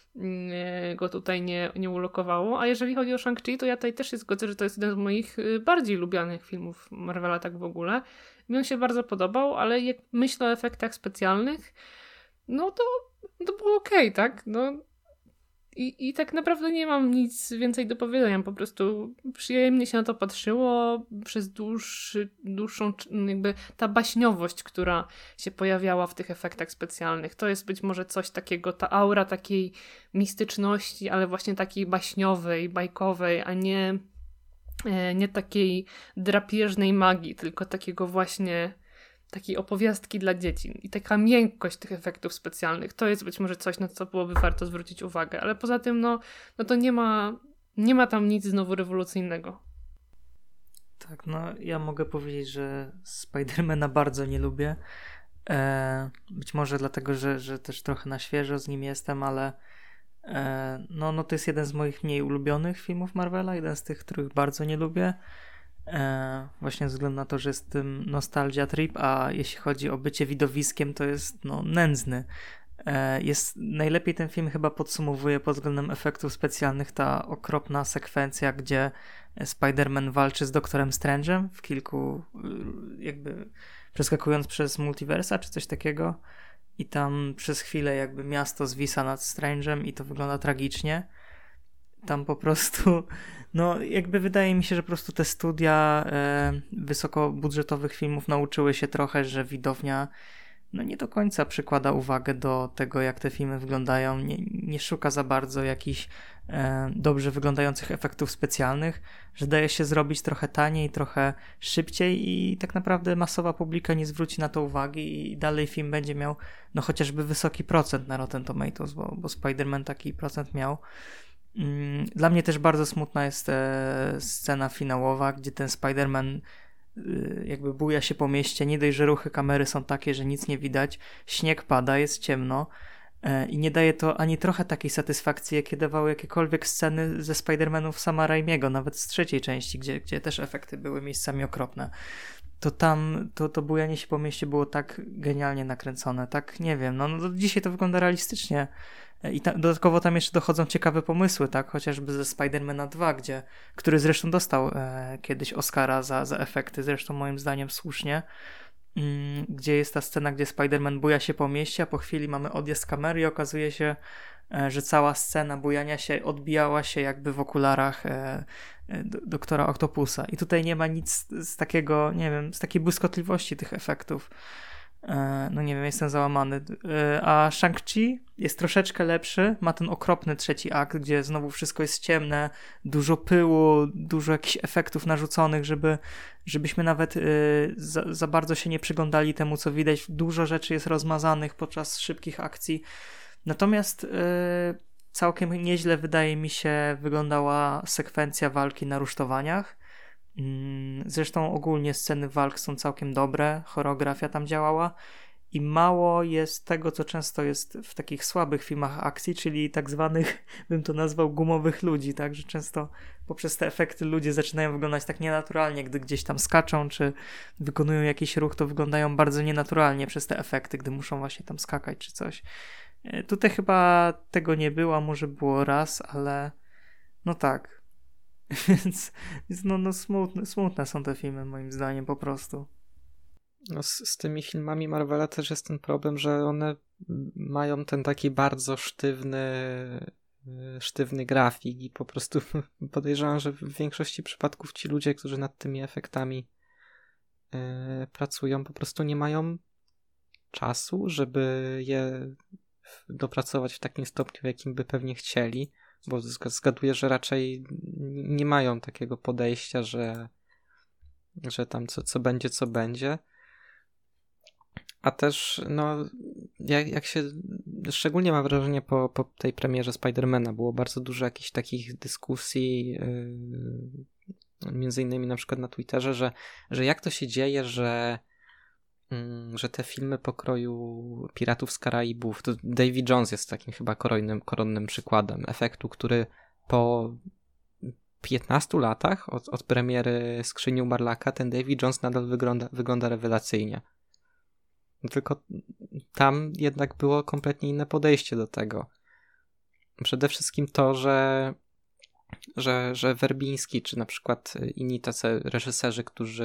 go tutaj nie ulokowało. A jeżeli chodzi o Shang-Chi, to ja tutaj też się zgodzę, że to jest jeden z moich bardziej lubianych filmów Marvela tak w ogóle. Mi on się bardzo podobał, ale jak myślę o efektach specjalnych, no to było okej, tak? I tak naprawdę nie mam nic więcej do powiedzenia, po prostu przyjemnie się na to patrzyło przez dłuższą jakby ta baśniowość, która się pojawiała w tych efektach specjalnych. To jest być może coś takiego, ta aura takiej mistyczności, ale właśnie takiej baśniowej, bajkowej, a nie takiej drapieżnej magii, tylko takiego właśnie takiej opowiastki dla dzieci i taka miękkość tych efektów specjalnych, to jest być może coś, na co byłoby warto zwrócić uwagę, ale poza tym no to nie ma tam nic znowu rewolucyjnego. Tak, ja mogę powiedzieć, że Spidermana bardzo nie lubię. Być może dlatego, że też trochę na świeżo z nim jestem, ale to jest jeden z moich mniej ulubionych filmów Marvela, jeden z tych, których bardzo nie lubię. Właśnie ze względu na to, że jest tym nostalgia trip, a jeśli chodzi o bycie widowiskiem, to jest nędzny. Najlepiej ten film chyba podsumowuje pod względem efektów specjalnych ta okropna sekwencja, gdzie Spider-Man walczy z Doktorem Strange'em w kilku, jakby przeskakując przez multiversa czy coś takiego i tam przez chwilę jakby miasto zwisa nad Strange'em i to wygląda tragicznie. Tam po prostu jakby wydaje mi się, że po prostu te studia wysokobudżetowych filmów nauczyły się trochę, że widownia nie do końca przykłada uwagę do tego, jak te filmy wyglądają, nie szuka za bardzo jakichś dobrze wyglądających efektów specjalnych, że daje się zrobić trochę taniej, trochę szybciej i tak naprawdę masowa publika nie zwróci na to uwagi i dalej film będzie miał chociażby wysoki procent na Rotten Tomatoes, bo Spider-Man taki procent miał. Dla mnie też bardzo smutna jest scena finałowa, gdzie ten Spider-Man jakby buja się po mieście, nie dość, że ruchy kamery są takie, że nic nie widać, śnieg pada, jest ciemno i nie daje to ani trochę takiej satysfakcji, jakie dawały jakiekolwiek sceny ze Spider-Manów Sama Raimiego, nawet z trzeciej części, gdzie też efekty były miejscami okropne. To tam, to bujanie się po mieście było tak genialnie nakręcone, tak, nie wiem, no dzisiaj to wygląda realistycznie i dodatkowo tam jeszcze dochodzą ciekawe pomysły, tak, chociażby ze Spider-Mana 2, który zresztą dostał kiedyś Oscara za efekty, zresztą moim zdaniem słusznie, gdzie jest ta scena, gdzie Spider-Man buja się po mieście, a po chwili mamy odjazd kamery i okazuje się, że cała scena bujania się odbijała się jakby w okularach doktora Octopusa. I tutaj nie ma nic z takiego, nie wiem, z takiej błyskotliwości tych efektów. No nie wiem, jestem załamany. A Shang-Chi jest troszeczkę lepszy, ma ten okropny trzeci akt, gdzie znowu wszystko jest ciemne, dużo pyłu, dużo jakichś efektów narzuconych, żebyśmy nawet za bardzo się nie przyglądali temu, co widać. Dużo rzeczy jest rozmazanych podczas szybkich akcji. Natomiast całkiem nieźle, wydaje mi się, wyglądała sekwencja walki na rusztowaniach. Zresztą ogólnie sceny walk są całkiem dobre, choreografia tam działała i mało jest tego, co często jest w takich słabych filmach akcji, czyli tak zwanych, bym to nazwał, gumowych ludzi, tak, że często poprzez te efekty ludzie zaczynają wyglądać tak nienaturalnie, gdy gdzieś tam skaczą, czy wykonują jakiś ruch, to wyglądają bardzo nienaturalnie przez te efekty, gdy muszą właśnie tam skakać czy coś. Tutaj chyba tego nie było, może było raz, ale no tak. Więc no smutne są te filmy moim zdaniem po prostu. No z tymi filmami Marvela też jest ten problem, że one mają ten taki bardzo sztywny grafik i po prostu podejrzewam, że w większości przypadków ci ludzie, którzy nad tymi efektami pracują, po prostu nie mają czasu, żeby je dopracować w takim stopniu, w jakim by pewnie chcieli, bo zgaduję, że raczej nie mają takiego podejścia, że tam co będzie. A też, no, jak się, szczególnie mam wrażenie po tej premierze Spidermana, było bardzo dużo jakichś takich dyskusji, między innymi na przykład na Twitterze, że jak to się dzieje, że te filmy pokroju Piratów z Karaibów, to Davy Jones jest takim chyba koronnym przykładem efektu, który po 15 latach od premiery Skrzyni Umarlaka ten Davy Jones nadal wygląda rewelacyjnie. Tylko tam jednak było kompletnie inne podejście do tego. Przede wszystkim to, że Werbiński, czy na przykład inni tacy reżyserzy,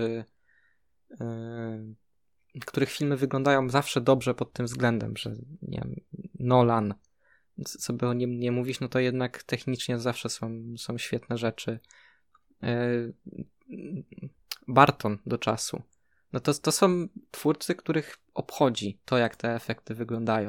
których filmy wyglądają zawsze dobrze pod tym względem, że nie wiem, Nolan, co by o nim nie mówić, no to jednak technicznie zawsze są świetne rzeczy. Barton do czasu. No to są twórcy, których obchodzi to, jak te efekty wyglądają.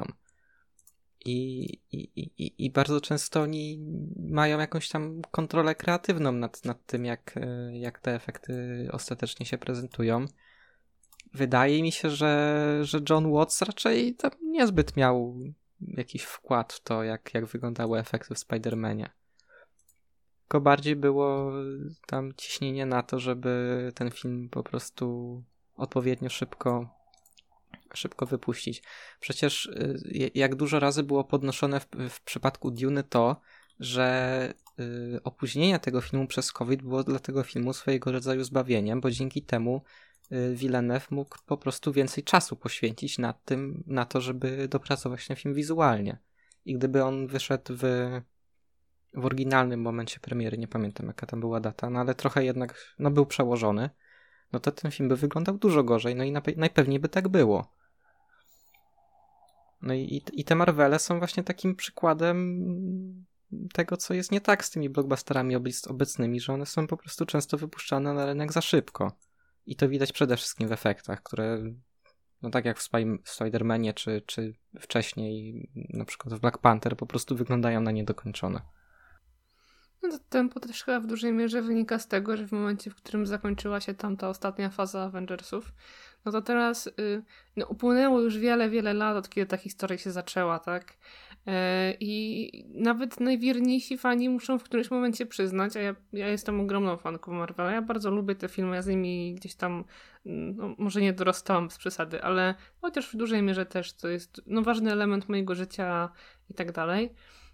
I bardzo często oni mają jakąś tam kontrolę kreatywną nad tym, jak te efekty ostatecznie się prezentują. Wydaje mi się, że John Watts raczej tam niezbyt miał jakiś wkład w to, jak wyglądały efekty w Spider-Manie. Tylko bardziej było tam ciśnienie na to, żeby ten film po prostu odpowiednio szybko wypuścić. Przecież jak dużo razy było podnoszone w przypadku Duny to, że opóźnienie tego filmu przez COVID było dla tego filmu swojego rodzaju zbawieniem, bo dzięki temu Villeneuve mógł po prostu więcej czasu poświęcić na to, żeby dopracować ten film wizualnie. I gdyby on wyszedł w oryginalnym momencie premiery, nie pamiętam jaka tam była data, no ale trochę jednak był przełożony, no to ten film by wyglądał dużo gorzej, no i najpewniej by tak było. No i te Marvele są właśnie takim przykładem tego, co jest nie tak z tymi blockbusterami obecnymi, że one są po prostu często wypuszczane na rynek za szybko. I to widać przede wszystkim w efektach, które, no tak jak w Spider-Manie, czy wcześniej na przykład w Black Panther, po prostu wyglądają na niedokończone. No to tempo też chyba w dużej mierze wynika z tego, że w momencie, w którym zakończyła się tamta ostatnia faza Avengersów, no to teraz no, upłynęło już wiele, wiele lat, od kiedy ta historia się zaczęła, tak? I nawet najwierniejsi fani muszą w którymś momencie przyznać, a ja jestem ogromną fanką Marvela, ja bardzo lubię te filmy, ja z nimi gdzieś tam, no, może nie dorastałam z przesady, ale chociaż w dużej mierze też to jest no, ważny element mojego życia i tak dalej.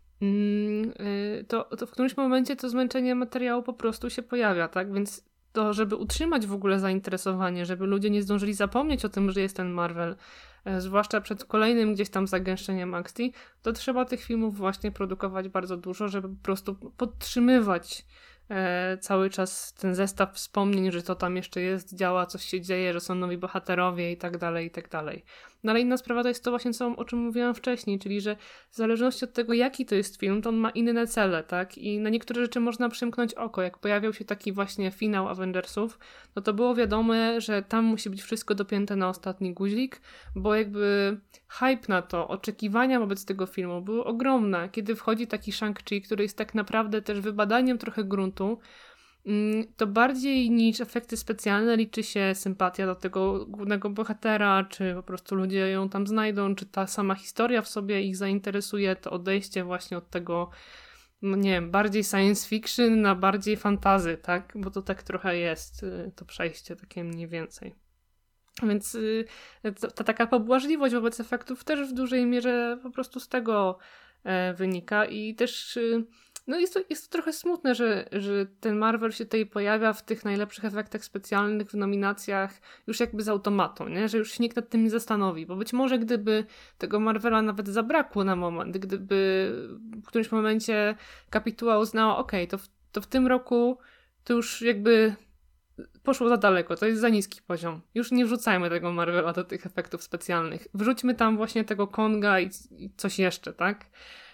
To w którymś momencie to zmęczenie materiału po prostu się pojawia, tak? Więc to, żeby utrzymać w ogóle zainteresowanie, żeby ludzie nie zdążyli zapomnieć o tym, że jest ten Marvel, zwłaszcza przed kolejnym gdzieś tam zagęszczeniem akcji, to trzeba tych filmów właśnie produkować bardzo dużo, żeby po prostu podtrzymywać cały czas ten zestaw wspomnień, że to tam jeszcze jest, działa, coś się dzieje, że są nowi bohaterowie i tak dalej, i tak dalej. No ale inna sprawa to jest to właśnie, o czym mówiłam wcześniej, czyli że w zależności od tego, jaki to jest film, to on ma inne cele, tak? I na niektóre rzeczy można przymknąć oko. Jak pojawiał się taki właśnie finał Avengersów, no to było wiadome, że tam musi być wszystko dopięte na ostatni guzik, bo jakby hype na to, oczekiwania wobec tego filmu były ogromne. Kiedy wchodzi taki Shang-Chi, który jest tak naprawdę też wybadaniem trochę gruntu, to bardziej niż efekty specjalne liczy się sympatia do tego głównego bohatera, czy po prostu ludzie ją tam znajdą, czy ta sama historia w sobie ich zainteresuje, to odejście właśnie od tego, no nie wiem, bardziej science fiction na bardziej fantazy, tak? Bo to tak trochę jest, to przejście takie mniej więcej. Więc ta taka pobłażliwość wobec efektów też w dużej mierze po prostu z tego wynika i też no jest to trochę smutne, że ten Marvel się tutaj pojawia w tych najlepszych efektach specjalnych w nominacjach już jakby z automatu, nie? Że już się nikt nad tym nie zastanowi, bo być może gdyby tego Marvela nawet zabrakło na moment, gdyby w którymś momencie kapituła uznała, okej, to w tym roku to już jakby poszło za daleko, to jest za niski poziom. Już nie wrzucajmy tego Marvela do tych efektów specjalnych. Wrzućmy tam właśnie tego Konga i coś jeszcze, tak?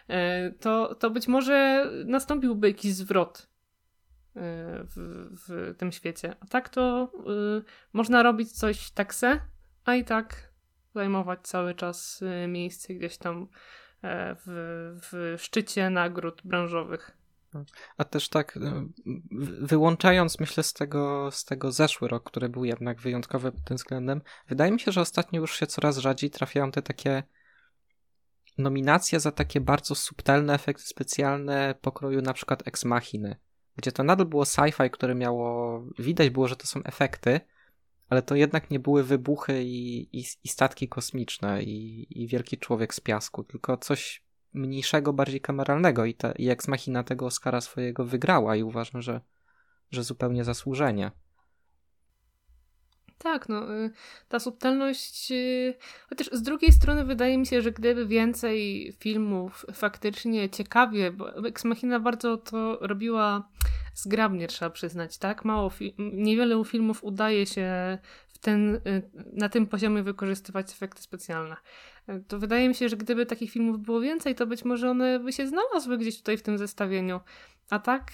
To być może nastąpiłby jakiś zwrot w tym świecie. A tak to można robić coś tak se, a i tak zajmować cały czas miejsce gdzieś tam w szczycie nagród branżowych. A też tak, wyłączając myślę z tego zeszły rok, który był jednak wyjątkowy pod tym względem, wydaje mi się, że ostatnio już się coraz rzadziej trafiają te takie nominacje za takie bardzo subtelne efekty specjalne pokroju na przykład Ex Machiny, gdzie to nadal było sci-fi, które miało, widać było, że to są efekty, ale to jednak nie były wybuchy i statki kosmiczne i wielki człowiek z piasku, tylko coś mniejszego, bardziej kameralnego i Ex Machina tego Oscara swojego wygrała i uważam, że zupełnie zasłużenie. Tak, no ta subtelność, chociaż z drugiej strony wydaje mi się, że gdyby więcej filmów faktycznie ciekawie, bo Ex Machina bardzo to robiła zgrabnie, trzeba przyznać, tak? Niewiele filmów udaje się na tym poziomie wykorzystywać efekty specjalne. To wydaje mi się, że gdyby takich filmów było więcej, to być może one by się znalazły gdzieś tutaj w tym zestawieniu. A tak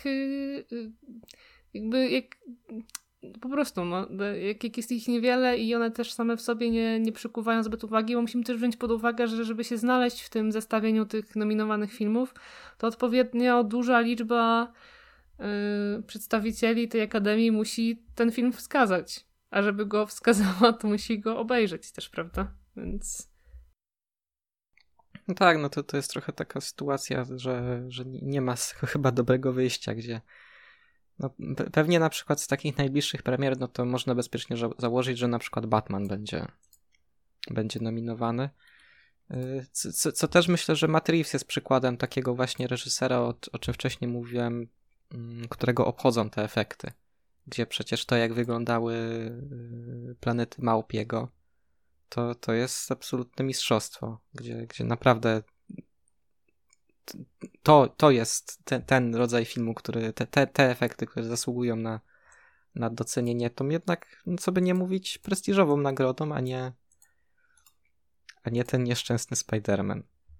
jakby po prostu, no, jak jest ich niewiele i one też same w sobie nie przykuwają zbyt uwagi, bo musimy też wziąć pod uwagę, że żeby się znaleźć w tym zestawieniu tych nominowanych filmów, to odpowiednio duża liczba przedstawicieli tej akademii musi ten film wskazać. A żeby go wskazała, to musi go obejrzeć też, prawda? Więc... No tak, no to jest trochę taka sytuacja, że nie ma chyba dobrego wyjścia, gdzie no, pewnie na przykład z takich najbliższych premier, no to można bezpiecznie założyć, że na przykład Batman będzie nominowany. Co też myślę, że Matt Reeves jest przykładem takiego właśnie reżysera, o czym wcześniej mówiłem, którego obchodzą te efekty. Gdzie przecież to, jak wyglądały Planety Małpiego, to jest absolutne mistrzostwo. Gdzie naprawdę to jest ten rodzaj filmu, który te efekty, które zasługują na docenienie, to jednak, no co by nie mówić, prestiżową nagrodą, a nie ten nieszczęsny Spider-Man.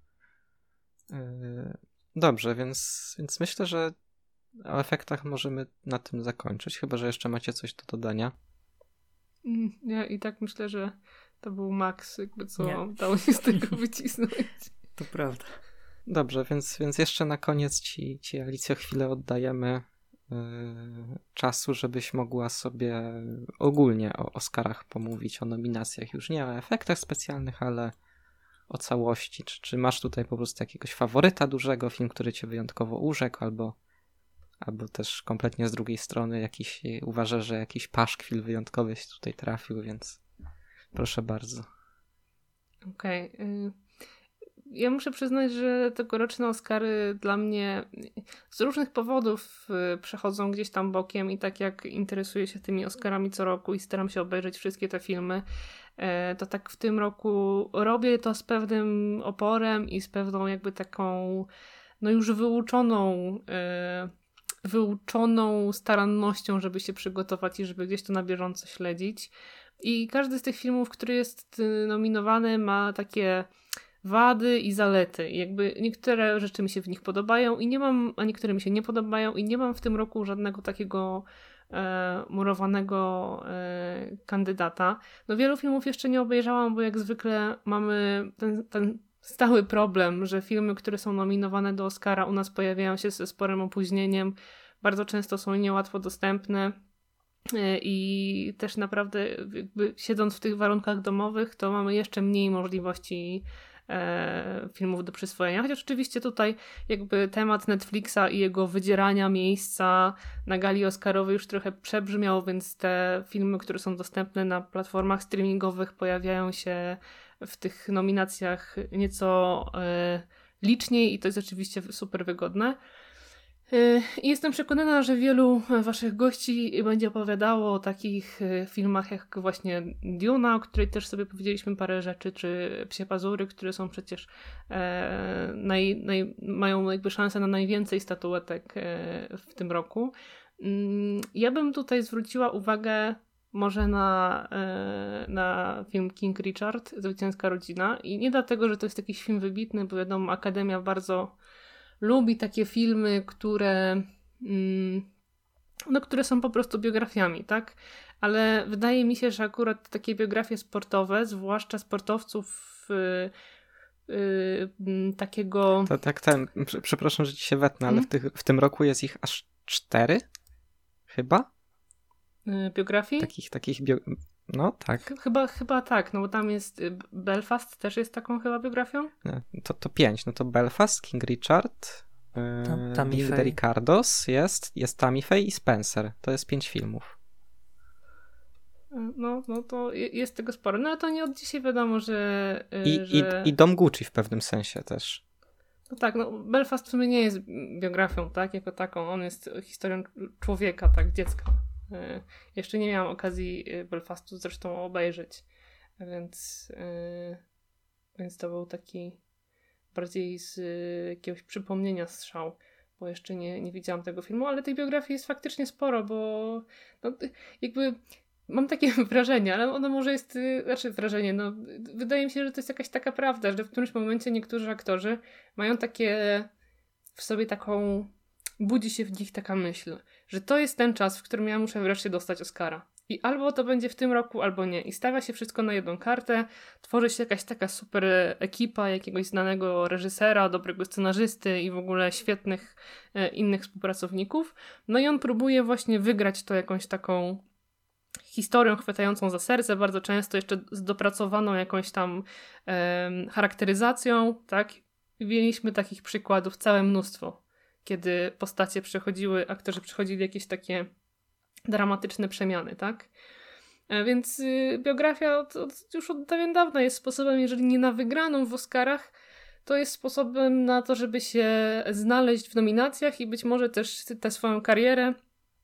Dobrze, więc myślę, że o efektach możemy na tym zakończyć, chyba że jeszcze macie coś do dodania. Ja i tak myślę, że to był maks, jakby co dało się z tego wycisnąć. To prawda. Dobrze, więc jeszcze na koniec ci Alicjo chwilę oddajemy czasu, żebyś mogła sobie ogólnie o Oscarach pomówić, o nominacjach, już nie o efektach specjalnych, ale o całości. Czy masz tutaj po prostu jakiegoś faworyta dużego, film, który cię wyjątkowo urzekł, albo też kompletnie z drugiej strony uważasz, że jakiś paszkwil wyjątkowy się tutaj trafił, więc proszę bardzo. Okej. Ja muszę przyznać, że tegoroczne Oscary dla mnie z różnych powodów przechodzą gdzieś tam bokiem i tak jak interesuję się tymi Oscarami co roku i staram się obejrzeć wszystkie te filmy, to tak w tym roku robię to z pewnym oporem i z pewną jakby taką no już wyuczoną starannością, żeby się przygotować i żeby gdzieś to na bieżąco śledzić. I każdy z tych filmów, który jest nominowany, ma takie wady i zalety. Jakby niektóre rzeczy mi się w nich podobają a niektóre mi się nie podobają i nie mam w tym roku żadnego takiego murowanego kandydata. No wielu filmów jeszcze nie obejrzałam, bo jak zwykle mamy ten stały problem, że filmy, które są nominowane do Oscara u nas pojawiają się ze sporym opóźnieniem. Bardzo często są niełatwo dostępne. I też naprawdę jakby siedząc w tych warunkach domowych, to mamy jeszcze mniej możliwości filmów do przyswojenia. Chociaż oczywiście tutaj jakby temat Netflixa i jego wydzierania miejsca na gali Oscarowej już trochę przebrzmiał, więc te filmy, które są dostępne na platformach streamingowych pojawiają się w tych nominacjach nieco liczniej i to jest oczywiście super wygodne. I jestem przekonana, że wielu waszych gości będzie opowiadało o takich filmach jak właśnie Duna, o której też sobie powiedzieliśmy parę rzeczy, czy Psie Pazury, które są przecież mają jakby szansę na najwięcej statuetek w tym roku. Ja bym tutaj zwróciła uwagę może na film King Richard, Zwycięska rodzina i nie dlatego, że to jest jakiś film wybitny, bo wiadomo, Akademia bardzo lubi takie filmy, które są po prostu biografiami, tak? Ale wydaje mi się, że akurat takie biografie sportowe, zwłaszcza sportowców takiego... Przepraszam, że ci się wetnę, ale w tym roku jest ich aż 4? Chyba? Biografii? No tak. Chyba tak, no bo tam jest Belfast też jest taką chyba biografią? Nie, to 5, no to Belfast, King Richard, Bill de Ricardos jest Tammy Faye i Spencer. To jest 5 filmów. No to jest tego sporo. No ale to nie od dzisiaj wiadomo, że... I Dom Gucci w pewnym sensie też. No tak, no Belfast w sumie nie jest biografią, tak, jako taką. On jest historią człowieka, tak, dziecka. Jeszcze nie miałam okazji Belfastu zresztą obejrzeć, więc to był taki bardziej z jakiegoś przypomnienia strzał, bo jeszcze nie widziałam tego filmu, ale tej biografii jest faktycznie sporo, bo no, jakby mam takie wrażenie, ale ono może jest, wrażenie, no wydaje mi się, że to jest jakaś taka prawda, że w którymś momencie niektórzy aktorzy mają takie w sobie taką, budzi się w nich taka myśl, że to jest ten czas, w którym ja muszę wreszcie dostać Oscara. I albo to będzie w tym roku, albo nie. I stawia się wszystko na jedną kartę, tworzy się jakaś taka super ekipa jakiegoś znanego reżysera, dobrego scenarzysty i w ogóle świetnych innych współpracowników. No i on próbuje właśnie wygrać to jakąś taką historią chwytającą za serce, bardzo często jeszcze z dopracowaną jakąś tam charakteryzacją, tak? I mieliśmy takich przykładów całe mnóstwo, kiedy aktorzy przechodzili jakieś takie dramatyczne przemiany, tak? Więc biografia już od dawien dawna jest sposobem, jeżeli nie na wygraną w Oscarach, to jest sposobem na to, żeby się znaleźć w nominacjach i być może też tę swoją karierę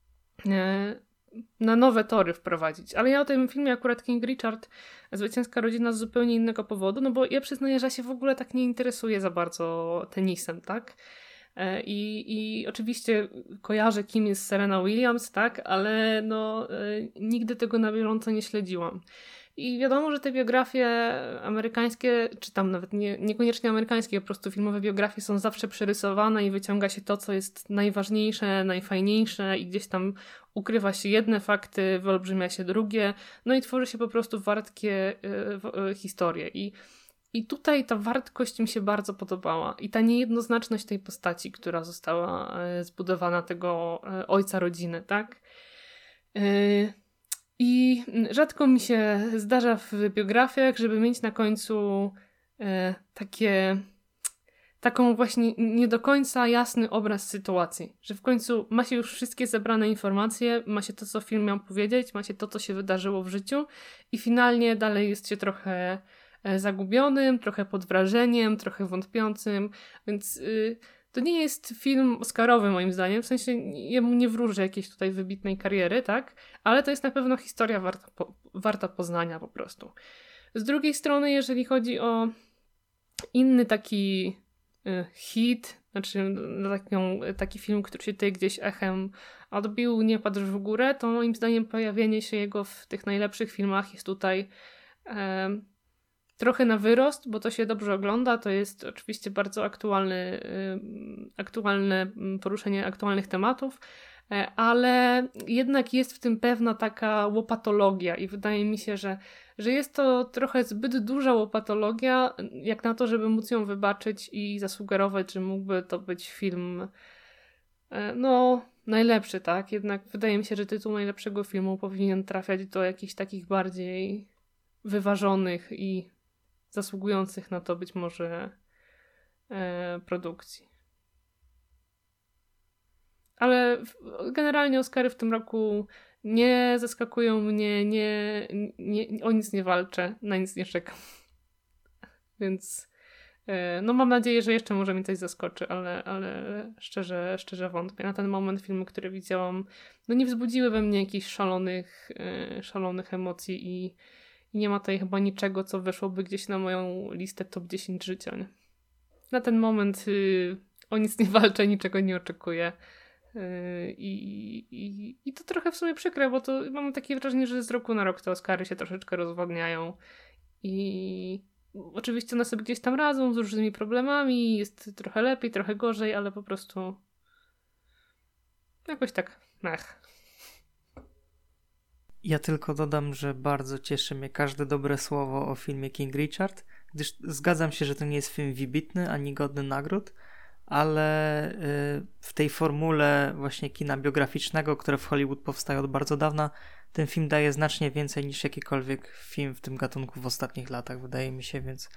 na nowe tory wprowadzić. Ale ja o tym filmie akurat King Richard, Zwycięska rodzina z zupełnie innego powodu, no bo ja przyznaję, że ja się w ogóle tak nie interesuję za bardzo tenisem, tak? I oczywiście kojarzę, kim jest Serena Williams, tak, ale nigdy tego na bieżąco nie śledziłam. I wiadomo, że te biografie amerykańskie, czy tam nawet niekoniecznie amerykańskie, po prostu filmowe biografie są zawsze przerysowane i wyciąga się to, co jest najważniejsze, najfajniejsze i gdzieś tam ukrywa się jedne fakty, wyolbrzymia się drugie, no i tworzy się po prostu wartkie historie. I I tutaj ta wartość mi się bardzo podobała. I ta niejednoznaczność tej postaci, która została zbudowana, tego ojca rodziny, tak? I rzadko mi się zdarza w biografiach, żeby mieć na końcu taką właśnie nie do końca jasny obraz sytuacji. Że w końcu ma się już wszystkie zebrane informacje, ma się to, co film miał powiedzieć, ma się to, co się wydarzyło w życiu i finalnie dalej jest się trochę zagubionym, trochę pod wrażeniem, trochę wątpiącym, więc to nie jest film oscarowy moim zdaniem, w sensie jemu nie wróżę jakiejś tutaj wybitnej kariery, tak? Ale to jest na pewno historia warta poznania po prostu. Z drugiej strony, jeżeli chodzi o inny taki hit, znaczy taki film, który się tutaj gdzieś echem odbił, Nie patrz w górę, to moim zdaniem pojawienie się jego w tych najlepszych filmach jest tutaj trochę na wyrost, bo to się dobrze ogląda, to jest oczywiście bardzo aktualne poruszenie aktualnych tematów, ale jednak jest w tym pewna taka łopatologia i wydaje mi się, że jest to trochę zbyt duża łopatologia, jak na to, żeby móc ją wybaczyć i zasugerować, że mógłby to być film najlepszy, tak? Jednak wydaje mi się, że tytuł najlepszego filmu powinien trafiać do jakichś takich bardziej wyważonych i zasługujących na to być może produkcji. Ale generalnie Oscary w tym roku nie zaskakują mnie, o nic nie walczę, na nic nie czekam. Więc mam nadzieję, że jeszcze może mi coś zaskoczy, ale szczerze wątpię. Na ten moment filmy, które widziałam, nie wzbudziły we mnie jakichś szalonych emocji i nie ma tutaj chyba niczego, co weszłoby gdzieś na moją listę top 10 życia. Nie? Na ten moment o nic nie walczę, niczego nie oczekuję. I to trochę w sumie przykre, bo to mam takie wrażenie, że z roku na rok te Oscary się troszeczkę rozwadniają i oczywiście one sobie gdzieś tam radzą z różnymi problemami, jest trochę lepiej, trochę gorzej, ale po prostu jakoś tak Ja tylko dodam, że bardzo cieszy mnie każde dobre słowo o filmie King Richard, gdyż zgadzam się, że to nie jest film wybitny ani godny nagród, ale w tej formule właśnie kina biograficznego, które w Hollywood powstaje od bardzo dawna, ten film daje znacznie więcej niż jakikolwiek film w tym gatunku w ostatnich latach, wydaje mi się, więc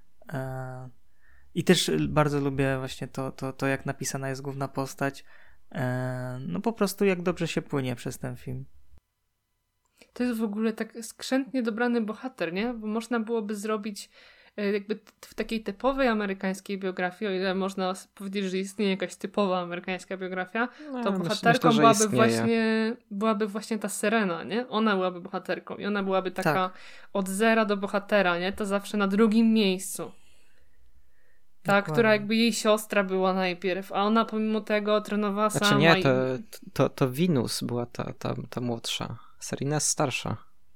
i też bardzo lubię właśnie to jak napisana jest główna postać, po prostu jak dobrze się płynie przez ten film. To jest w ogóle tak skrzętnie dobrany bohater, nie? Bo można byłoby zrobić jakby w takiej typowej amerykańskiej biografii, o ile można powiedzieć, że istnieje jakaś typowa amerykańska biografia, to bohaterką byłaby właśnie ta Serena, nie? Ona byłaby bohaterką i ona byłaby taka od zera do bohatera, nie? To zawsze na drugim miejscu. Ta, która jakby jej siostra była najpierw, a ona pomimo tego trenowała sama. Nie, to Venus była ta młodsza. Serena jest starsza.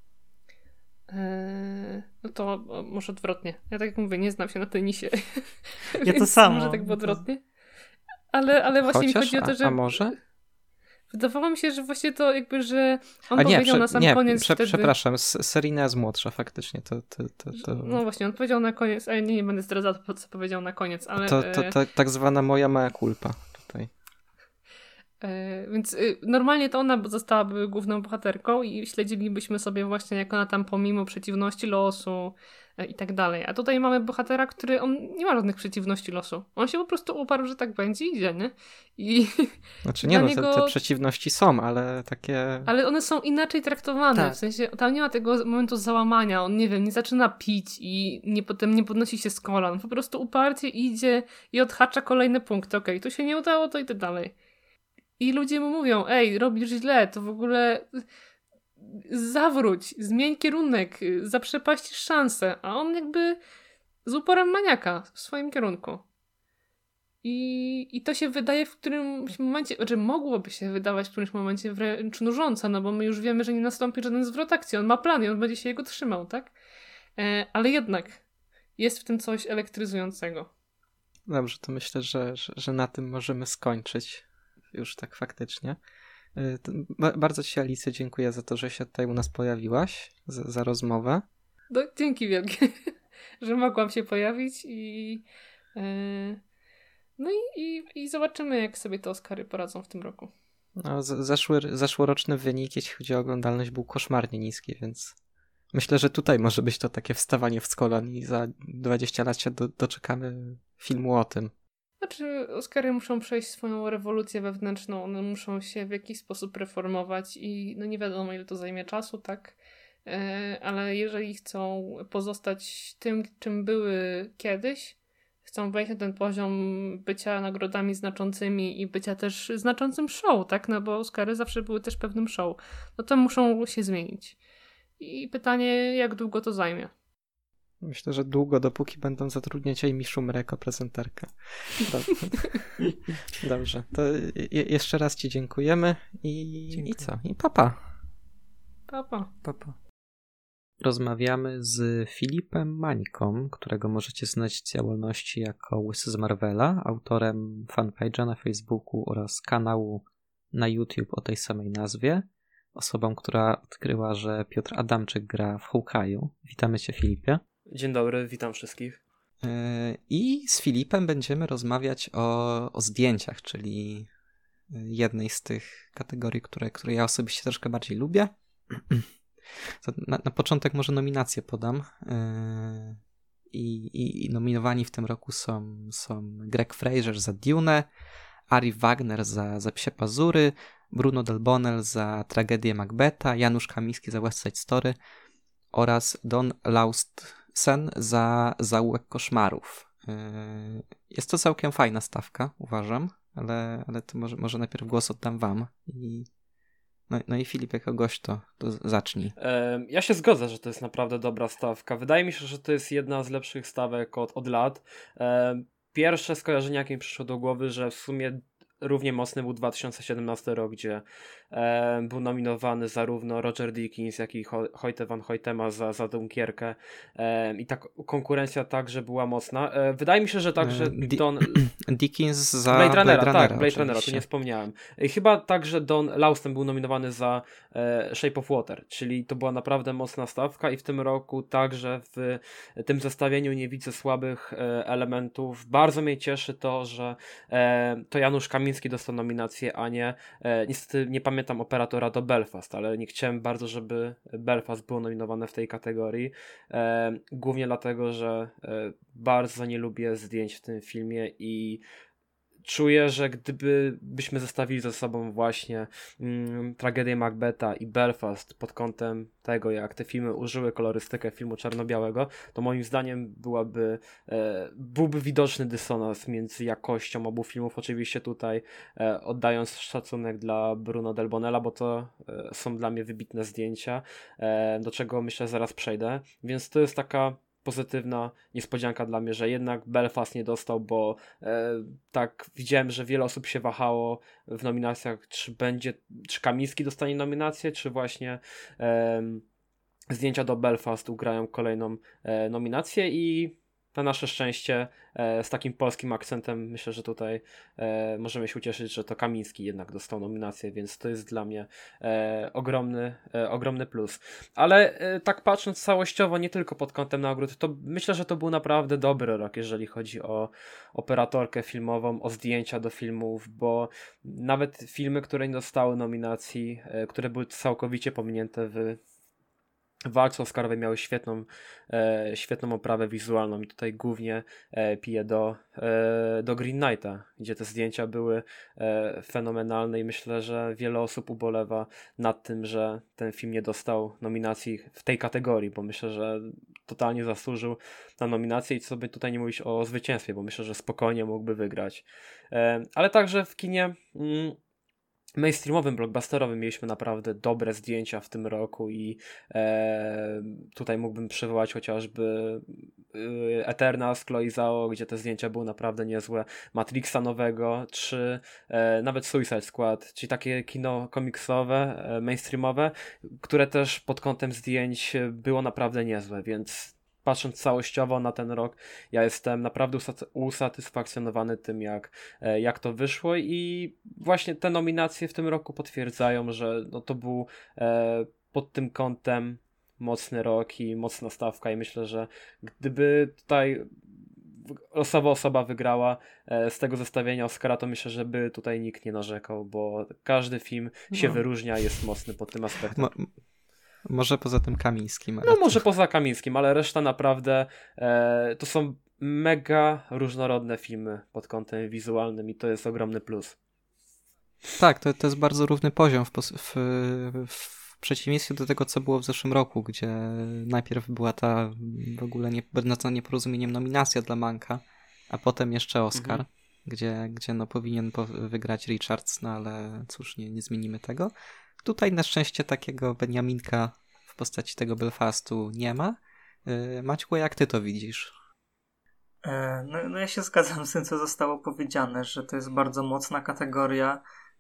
No to może odwrotnie. Ja tak jak mówię, nie znam się na tenisie. Ja to samo. Może tak było odwrotnie. Ale właśnie mi chodzi o to, że... A może? Wydawało mi się, że właśnie to jakby, że on powiedział na sam koniec wtedy... Przepraszam, Serena jest młodsza faktycznie. To... No właśnie, on powiedział na koniec, ale nie będę zdradzał, co powiedział na koniec, ale... To tak zwana moja mea culpa tutaj. Więc normalnie to ona zostałaby główną bohaterką i śledzilibyśmy sobie właśnie, jak ona tam pomimo przeciwności losu i tak dalej. A tutaj mamy bohatera, który on nie ma żadnych przeciwności losu. On się po prostu uparł, że tak będzie i idzie, nie? I znaczy nie, te przeciwności są, ale takie... Ale one są inaczej traktowane, tak. W sensie tam nie ma tego momentu załamania, on nie zaczyna pić i potem nie podnosi się z kolan. Po prostu uparcie idzie i odhacza kolejne punkty. Okej, tu się nie udało, to idę dalej. I ludzie mu mówią, ej, robisz źle, to w ogóle zawróć, zmień kierunek, zaprzepaścisz szansę. A on jakby z uporem maniaka w swoim kierunku. I to się wydaje w którymś momencie, znaczy mogłoby się wydawać w którymś momencie wręcz nużące, no bo my już wiemy, że nie nastąpi żaden zwrot akcji. On ma plan i on będzie się jego trzymał, tak? Ale jednak jest w tym coś elektryzującego. Dobrze, to myślę, że na tym możemy skończyć. Już tak faktycznie. Bardzo ci, Alicja, dziękuję za to, że się tutaj u nas pojawiłaś, za rozmowę. No, dzięki wielkie. że mogłam się pojawić no i zobaczymy, jak sobie te Oscary poradzą w tym roku. No, zeszłoroczny wynik, jeśli chodzi o oglądalność, był koszmarnie niski, więc myślę, że tutaj może być to takie wstawanie w kolan i za 20 lat się doczekamy filmu o tym. Znaczy, Oscary muszą przejść swoją rewolucję wewnętrzną, one muszą się w jakiś sposób reformować i no nie wiadomo, ile to zajmie czasu, tak? Ale jeżeli chcą pozostać tym, czym były kiedyś, chcą wejść na ten poziom bycia nagrodami znaczącymi i bycia też znaczącym show, tak? No bo Oscary zawsze były też pewnym show. No to muszą się zmienić. I pytanie, jak długo to zajmie? Myślę, że długo, dopóki będą zatrudniać Amy Schumer jako prezenterkę. Dobrze, to jeszcze raz ci dziękujemy i co? I papa. Papa. Rozmawiamy z Filipem Mańką, którego możecie znać z działalności jako Łysy z Marvela, autorem fanpage'a na Facebooku oraz kanału na YouTube o tej samej nazwie. Osobą, która odkryła, że Piotr Adamczyk gra w Hawkeye'u. Witamy cię, Filipie. Dzień dobry, witam wszystkich. I z Filipem będziemy rozmawiać o zdjęciach, czyli jednej z tych kategorii, które ja osobiście troszkę bardziej lubię. To na początek może nominacje podam. I nominowani w tym roku są Greg Fraser za Dune, Ari Wagner za Psie Pazury, Bruno Del Bonel za Tragedię Macbetha, Janusz Kamiński za West Side Story oraz Don Laustsen za Zaułek koszmarów. Jest to całkiem fajna stawka, uważam, ale to może najpierw głos oddam wam. No i Filip, jako gość, to zacznij. Ja się zgodzę, że to jest naprawdę dobra stawka. Wydaje mi się, że to jest jedna z lepszych stawek od lat. Pierwsze skojarzenie, jakie mi przyszło do głowy, że w sumie równie mocny był 2017 rok, gdzie był nominowany zarówno Roger Deakins, jak i Hoyte van Hoytema za Dunkierkę. I ta konkurencja także była mocna. Wydaje mi się, że także Deakins za Blade Runnera, tak, Blade Runnera, to nie wspomniałem. I chyba także Don Lausten był nominowany za Shape of Water, czyli to była naprawdę mocna stawka i w tym roku także w tym zestawieniu nie widzę słabych elementów. Bardzo mnie cieszy to, że to Janusz Kamiński dostał nominację, a nie niestety nie pamiętam operatora do Belfast, ale nie chciałem bardzo, żeby Belfast było nominowane w tej kategorii. Głównie dlatego, że bardzo nie lubię zdjęć w tym filmie i czuję, że gdybyśmy zestawili ze sobą właśnie Tragedię Macbetha i Belfast pod kątem tego, jak te filmy użyły kolorystykę filmu czarno-białego, to moim zdaniem byłby widoczny dysonans między jakością obu filmów. Oczywiście tutaj oddając szacunek dla Bruno Del Bonella, bo to są dla mnie wybitne zdjęcia, do czego myślę zaraz przejdę, więc to jest taka pozytywna niespodzianka dla mnie, że jednak Belfast nie dostał, bo tak widziałem, że wiele osób się wahało w nominacjach, czy Kamiński dostanie nominację, czy właśnie zdjęcia do Belfast ugrają kolejną nominację i na nasze szczęście z takim polskim akcentem myślę, że tutaj możemy się ucieszyć, że to Kamiński jednak dostał nominację, więc to jest dla mnie ogromny plus. Ale tak patrząc całościowo, nie tylko pod kątem nagród, to myślę, że to był naprawdę dobry rok, jeżeli chodzi o operatorkę filmową, o zdjęcia do filmów, bo nawet filmy, które nie dostały nominacji, które były całkowicie pominięte w walce Oscarowej, miały świetną oprawę wizualną i tutaj głównie piję do Green Knighta, gdzie te zdjęcia były fenomenalne i myślę, że wiele osób ubolewa nad tym, że ten film nie dostał nominacji w tej kategorii, bo myślę, że totalnie zasłużył na nominację i co by tutaj nie mówić o zwycięstwie, bo myślę, że spokojnie mógłby wygrać. Ale także w kinie mainstreamowym, blockbusterowym mieliśmy naprawdę dobre zdjęcia w tym roku i tutaj mógłbym przywołać chociażby Eternals, Chloe Zhao, gdzie te zdjęcia były naprawdę niezłe, Matrixa nowego, czy nawet Suicide Squad, czyli takie kino komiksowe, mainstreamowe, które też pod kątem zdjęć było naprawdę niezłe, więc patrząc całościowo na ten rok, ja jestem naprawdę usatysfakcjonowany tym, jak to wyszło i właśnie te nominacje w tym roku potwierdzają, że no to był pod tym kątem mocny rok i mocna stawka i myślę, że gdyby tutaj losowa osoba wygrała z tego zestawienia Oscara, to myślę, że by tutaj nikt nie narzekał, bo każdy film się wyróżnia i jest mocny pod tym aspektem. Może poza tym Kamińskim. No może poza Kamińskim, ale reszta naprawdę to są mega różnorodne filmy pod kątem wizualnym i to jest ogromny plus. Tak, to jest bardzo równy poziom w przeciwieństwie do tego, co było w zeszłym roku, gdzie najpierw była ta w ogóle będąca nieporozumieniem nominacja dla Manka, a potem jeszcze Oscar, gdzie no powinien wygrać Richards, no ale cóż, nie zmienimy tego. Tutaj na szczęście takiego Beniaminka w postaci tego Belfastu nie ma. Maćku, jak ty to widzisz? No ja się zgadzam z tym, co zostało powiedziane, że to jest bardzo mocna kategoria,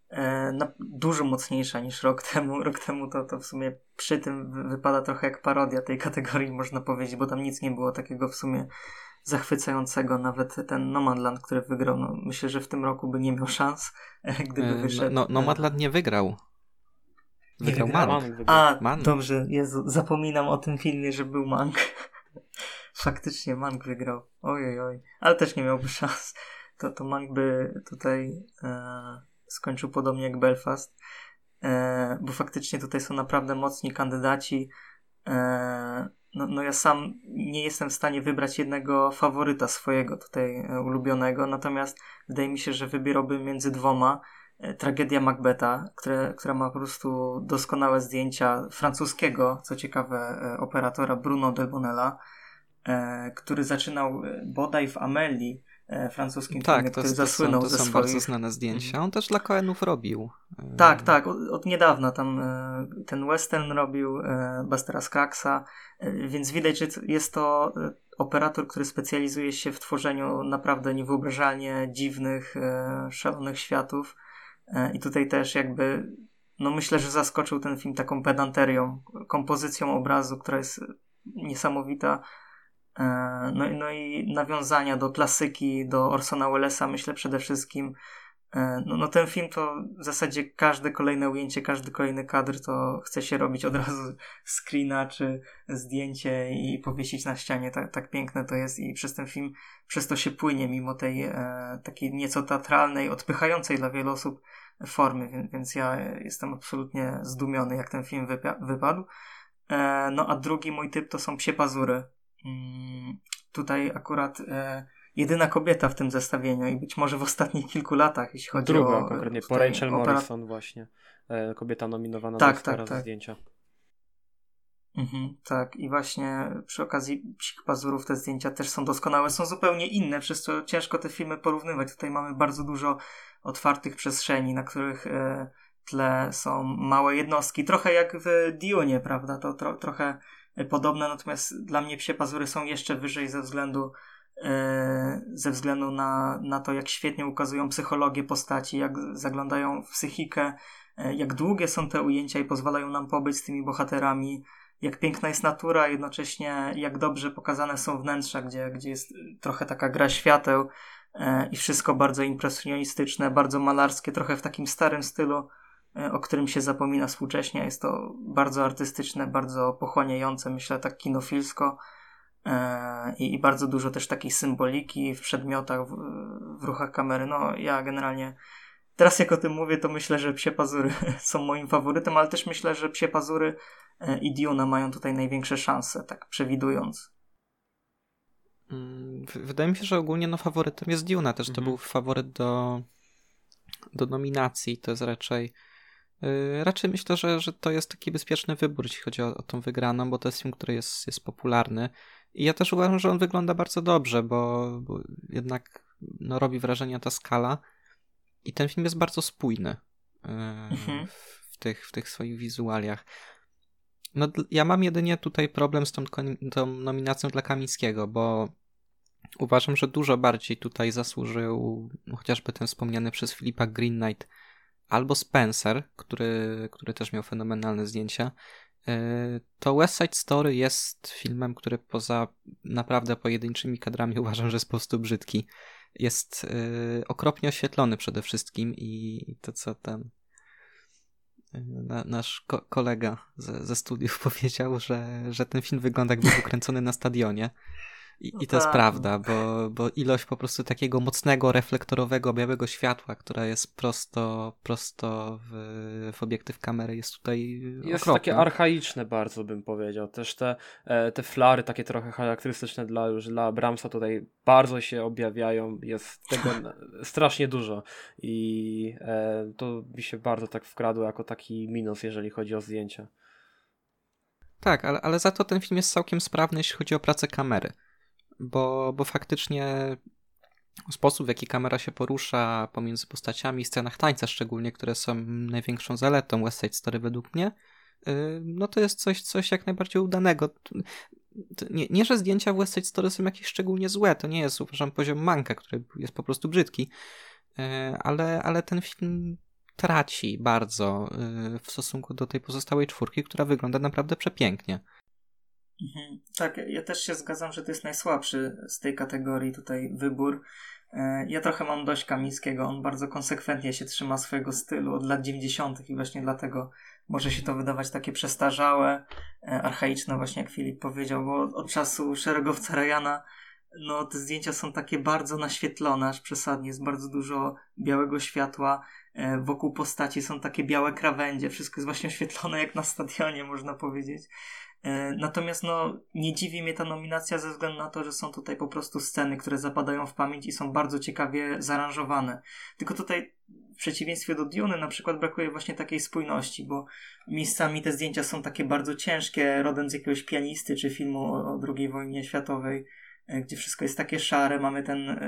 dużo mocniejsza niż rok temu. Rok temu to w sumie przy tym wypada trochę jak parodia tej kategorii, można powiedzieć, bo tam nic nie było takiego w sumie zachwycającego. Nawet ten Nomadland, który wygrał, no myślę, że w tym roku by nie miał szans, gdyby wyszedł. Nomadland nie wygrał. Wygrał Mank. Dobrze, Jezu, zapominam o tym filmie, że był Mank. Faktycznie Mank wygrał. Oj. Ale też nie miałby szans. To Mank by tutaj skończył podobnie jak Belfast. Bo faktycznie tutaj są naprawdę mocni kandydaci. No ja sam nie jestem w stanie wybrać jednego faworyta swojego tutaj ulubionego. Natomiast wydaje mi się, że wybierałbym między dwoma. Tragedia Macbetha, która ma po prostu doskonałe zdjęcia francuskiego, co ciekawe, operatora Bruno Delbonnela, który zaczynał bodaj w Amelii, francuskim filmie, który zasłynął ze swoich... To są bardzo znane zdjęcia. On też dla Coenów robił. Tak, od niedawna tam ten western robił, Bustera Scruggs'a, więc widać, że jest to operator, który specjalizuje się w tworzeniu naprawdę niewyobrażalnie dziwnych, szalonych światów. I tutaj też jakby, no myślę, że zaskoczył ten film taką pedanterią, kompozycją obrazu, która jest niesamowita. No i nawiązania do klasyki, do Orsona Wellesa, myślę przede wszystkim. No ten film to w zasadzie każde kolejne ujęcie, każdy kolejny kadr to chce się robić od razu screena czy zdjęcie i powiesić na ścianie. Tak piękne to jest i przez ten film przez to się płynie mimo tej takiej nieco teatralnej, odpychającej dla wielu osób formy, więc ja jestem absolutnie zdumiony, jak ten film wypadł. No a drugi mój typ to są Psie pazury. Tutaj akurat jedyna kobieta w tym zestawieniu i być może w ostatnich kilku latach, jeśli chodzi Druga, o... konkretnie, po Rachel Morrison właśnie. Kobieta nominowana do Oscara za zdjęcia. Tak, i właśnie przy okazji Psich pazurów te zdjęcia też są doskonałe, są zupełnie inne, przez co ciężko te filmy porównywać. Tutaj mamy bardzo dużo otwartych przestrzeni, na których tle są małe jednostki, trochę jak w Dune, prawda? To trochę podobne, natomiast dla mnie Psie pazury są jeszcze wyżej ze względu na to, jak świetnie ukazują psychologię postaci, jak zaglądają w psychikę, jak długie są te ujęcia i pozwalają nam pobyć z tymi bohaterami, jak piękna jest natura, jednocześnie jak dobrze pokazane są wnętrza, gdzie jest trochę taka gra świateł i wszystko bardzo impresjonistyczne, bardzo malarskie, trochę w takim starym stylu, o którym się zapomina współcześnie. Jest to bardzo artystyczne, bardzo pochłaniające, myślę, tak kinofilsko i bardzo dużo też takiej symboliki w przedmiotach, w ruchach kamery. No ja generalnie teraz jak o tym mówię, to myślę, że Psie pazury są moim faworytem, ale też myślę, że Psie pazury i Duna mają tutaj największe szanse, tak przewidując. Wydaje mi się, że ogólnie faworytem jest Duna. Też to był faworyt do nominacji. To jest raczej myślę, że to jest taki bezpieczny wybór, jeśli chodzi o tą wygraną, bo to jest film, który jest popularny. I ja też uważam, że on wygląda bardzo dobrze, bo jednak robi wrażenie ta skala. I ten film jest bardzo spójny w tych swoich wizualiach. No, ja mam jedynie tutaj problem z tą nominacją dla Kamińskiego, bo uważam, że dużo bardziej tutaj zasłużył chociażby ten wspomniany przez Filipa Green Knight albo Spencer, który też miał fenomenalne zdjęcia. To West Side Story jest filmem, który poza naprawdę pojedynczymi kadrami uważam, że jest po prostu brzydki. Jest okropnie oświetlony przede wszystkim i to co tam nasz kolega ze studiów powiedział, że ten film wygląda jakby był kręcony na stadionie. I to jest prawda, bo ilość po prostu takiego mocnego, reflektorowego, białego światła, która jest prosto w obiektyw kamery, jest tutaj jest okropna. takie archaiczne bardzo, bym powiedział. Też te flary takie trochę charakterystyczne dla Bramsa tutaj bardzo się objawiają. Jest tego strasznie dużo i to mi się bardzo tak wkradło jako taki minus, jeżeli chodzi o zdjęcia. Tak, ale za to ten film jest całkiem sprawny, jeśli chodzi o pracę kamery. Bo faktycznie sposób, w jaki kamera się porusza pomiędzy postaciami, scenach tańca szczególnie, które są największą zaletą West Side Story według mnie, no to jest coś jak najbardziej udanego. Nie, że zdjęcia w West Side Story są jakieś szczególnie złe, to nie jest, uważam, poziom manka, który jest po prostu brzydki, ale ten film traci bardzo w stosunku do tej pozostałej czwórki, która wygląda naprawdę przepięknie. Tak, ja też się zgadzam, że to jest najsłabszy z tej kategorii tutaj wybór. Ja trochę mam dość Kamińskiego, on bardzo konsekwentnie się trzyma swojego stylu od lat 90. i właśnie dlatego może się to wydawać takie przestarzałe, archaiczne właśnie jak Filip powiedział, bo od czasu Szeregowca Ryana no te zdjęcia są takie bardzo naświetlone, aż przesadnie, jest bardzo dużo białego światła, wokół postaci są takie białe krawędzie, wszystko jest właśnie oświetlone jak na stadionie, można powiedzieć. Natomiast no nie dziwi mnie ta nominacja ze względu na to, że są tutaj po prostu sceny, które zapadają w pamięć i są bardzo ciekawie zaaranżowane. Tylko tutaj w przeciwieństwie do Duny na przykład brakuje właśnie takiej spójności, bo miejscami te zdjęcia są takie bardzo ciężkie, rodem z jakiegoś pianisty czy filmu o II wojnie światowej, gdzie wszystko jest takie szare, mamy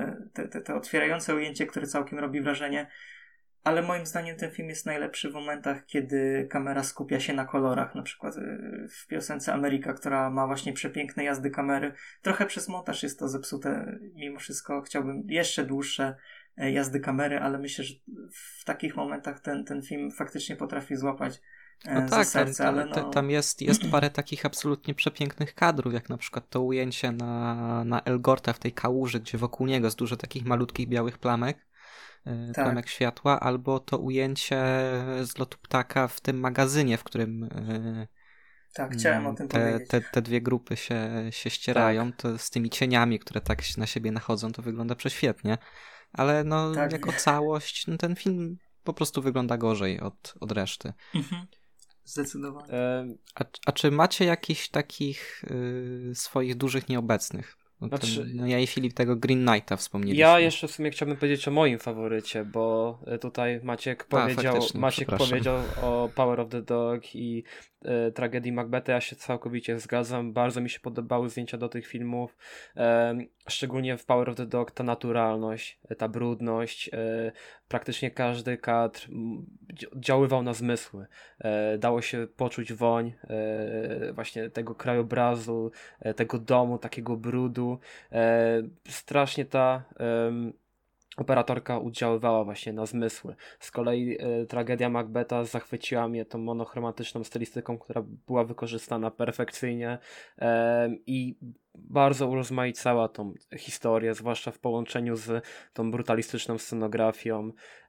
te otwierające ujęcie, które całkiem robi wrażenie. Ale moim zdaniem ten film jest najlepszy w momentach, kiedy kamera skupia się na kolorach. Na przykład w piosence Ameryka, która ma właśnie przepiękne jazdy kamery. Trochę przez montaż jest to zepsute. Mimo wszystko chciałbym jeszcze dłuższe jazdy kamery, ale myślę, że w takich momentach ten film faktycznie potrafi złapać za serce. Tam jest parę takich absolutnie przepięknych kadrów, jak na przykład to ujęcie na El Gorta w tej kałuży, gdzie wokół niego jest dużo takich malutkich białych plamek. Plamek światła, albo to ujęcie z lotu ptaka w tym magazynie, w którym chciałem o tym powiedzieć. Te dwie grupy się ścierają, to z tymi cieniami, które tak na siebie nachodzą, to wygląda prześwietnie, ale jako całość ten film po prostu wygląda gorzej od reszty. Zdecydowanie. A czy macie jakichś takich swoich dużych nieobecnych? Ja i Filip tego Green Knighta wspomnieliśmy. Ja jeszcze w sumie chciałbym powiedzieć o moim faworycie, bo tutaj Maciek powiedział o Power of the Dog i tragedii Macbetha. Ja się całkowicie zgadzam. Bardzo mi się podobały zdjęcia do tych filmów. Szczególnie w Power of the Dog ta naturalność, ta brudność. Praktycznie każdy kadr działywał na zmysły. Dało się poczuć woń właśnie tego krajobrazu, tego domu, takiego brudu. Strasznie ta operatorka oddziaływała właśnie na zmysły. Z kolei tragedia Macbetha zachwyciła mnie tą monochromatyczną stylistyką, która była wykorzystana perfekcyjnie i bardzo urozmaicała tą historię, zwłaszcza w połączeniu z tą brutalistyczną scenografią,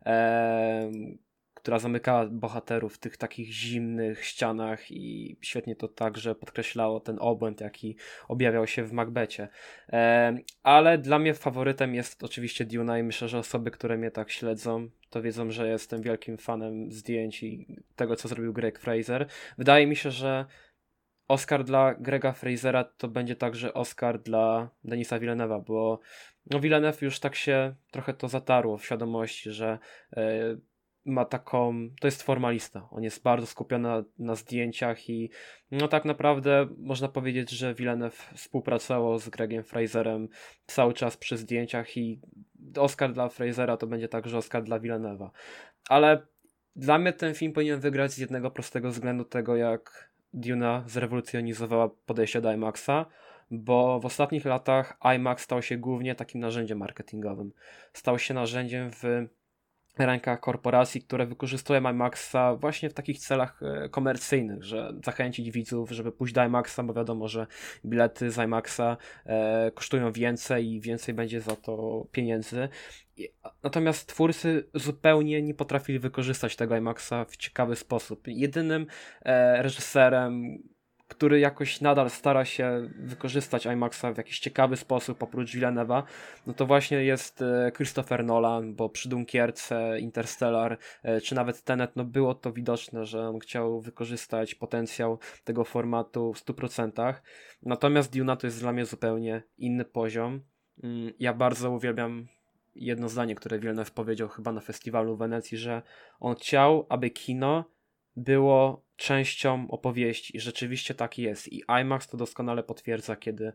która zamykała bohaterów w tych takich zimnych ścianach i świetnie to także podkreślało ten obłęd, jaki objawiał się w Macbecie. Ale dla mnie faworytem jest oczywiście Duna i myślę, że osoby, które mnie tak śledzą, to wiedzą, że jestem wielkim fanem zdjęć i tego, co zrobił Greg Fraser. Wydaje mi się, że Oscar dla Grega Frasera to będzie także Oscar dla Denisa Villeneuve'a, bo Villeneuve już tak się trochę to zatarło w świadomości, że ma taką, to jest formalista, on jest bardzo skupiony na zdjęciach i tak naprawdę można powiedzieć, że Villeneuve współpracował z Gregiem Fraserem cały czas przy zdjęciach i Oscar dla Frasera to będzie także Oscar dla Villeneuve'a. Ale dla mnie ten film powinien wygrać z jednego prostego względu tego, jak Duna zrewolucjonizowała podejście do IMAXa, bo w ostatnich latach IMAX stał się głównie takim narzędziem marketingowym. Stał się narzędziem w rękach korporacji, które wykorzystują IMAXa właśnie w takich celach komercyjnych, że zachęcić widzów, żeby pójść do IMAXa, bo wiadomo, że bilety z IMAXa kosztują więcej i więcej będzie za to pieniędzy. Natomiast twórcy zupełnie nie potrafili wykorzystać tego IMAXa w ciekawy sposób. Jedynym reżyserem, który jakoś nadal stara się wykorzystać IMAXa w jakiś ciekawy sposób, oprócz Villeneuve'a, no to właśnie jest Christopher Nolan, bo przy Dunkierce, Interstellar, czy nawet Tenet, no było to widoczne, że on chciał wykorzystać potencjał tego formatu w 100%. Natomiast Duna to jest dla mnie zupełnie inny poziom. Ja bardzo uwielbiam jedno zdanie, które Villeneuve powiedział chyba na festiwalu w Wenecji, że on chciał, aby kino było częścią opowieści i rzeczywiście tak jest. I IMAX to doskonale potwierdza, kiedy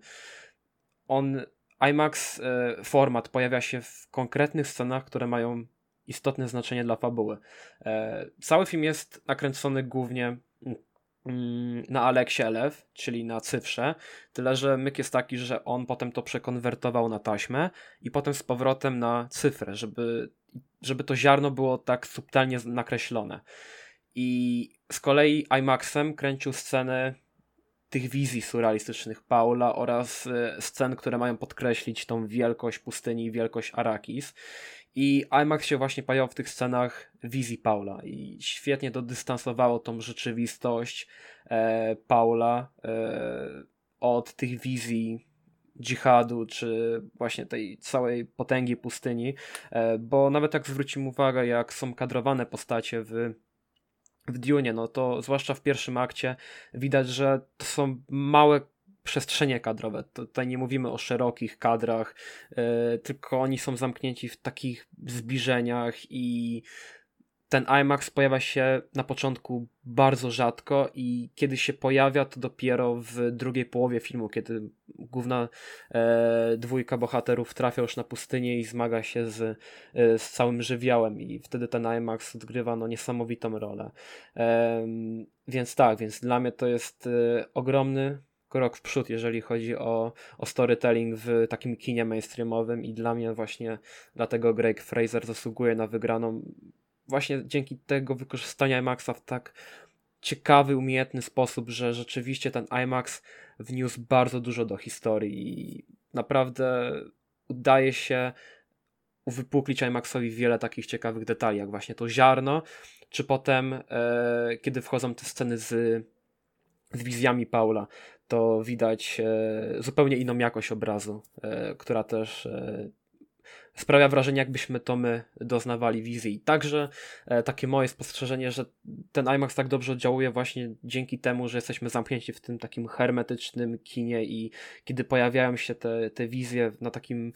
IMAX format pojawia się w konkretnych scenach, które mają istotne znaczenie dla fabuły. Cały film jest nakręcony głównie na Alexie LF, czyli na cyfrze, tyle że myk jest taki, że on potem to przekonwertował na taśmę i potem z powrotem na cyfrę, żeby to ziarno było tak subtelnie nakreślone. I z kolei IMAX-em kręcił sceny tych wizji surrealistycznych Paula oraz scen, które mają podkreślić tą wielkość pustyni, wielkość Arrakis. I IMAX się właśnie pojawiał w tych scenach wizji Paula i świetnie to dystansowało tą rzeczywistość Paula od tych wizji dżihadu, czy właśnie tej całej potęgi pustyni, bo nawet jak zwrócimy uwagę, jak są kadrowane postacie w Dune, no to zwłaszcza w pierwszym akcie widać, że to są małe przestrzenie kadrowe. Tutaj nie mówimy o szerokich kadrach, tylko oni są zamknięci w takich zbliżeniach i ten IMAX pojawia się na początku bardzo rzadko i kiedy się pojawia, to dopiero w drugiej połowie filmu, kiedy główna dwójka bohaterów trafia już na pustynię i zmaga się z całym żywiołem i wtedy ten IMAX odgrywa niesamowitą rolę. Więc dla mnie to jest ogromny krok w przód, jeżeli chodzi o storytelling w takim kinie mainstreamowym i dla mnie właśnie dlatego Greig Fraser zasługuje na wygraną właśnie dzięki tego wykorzystania IMAXa w tak ciekawy, umiejętny sposób, że rzeczywiście ten IMAX wniósł bardzo dużo do historii i naprawdę udaje się uwypuklić IMAXowi wiele takich ciekawych detali, jak właśnie to ziarno, czy potem kiedy wchodzą te sceny z wizjami Paula, to widać zupełnie inną jakość obrazu, która też sprawia wrażenie, jakbyśmy to my doznawali wizji. Także takie moje spostrzeżenie, że ten IMAX tak dobrze oddziałuje właśnie dzięki temu, że jesteśmy zamknięci w tym takim hermetycznym kinie i kiedy pojawiają się te wizje na takim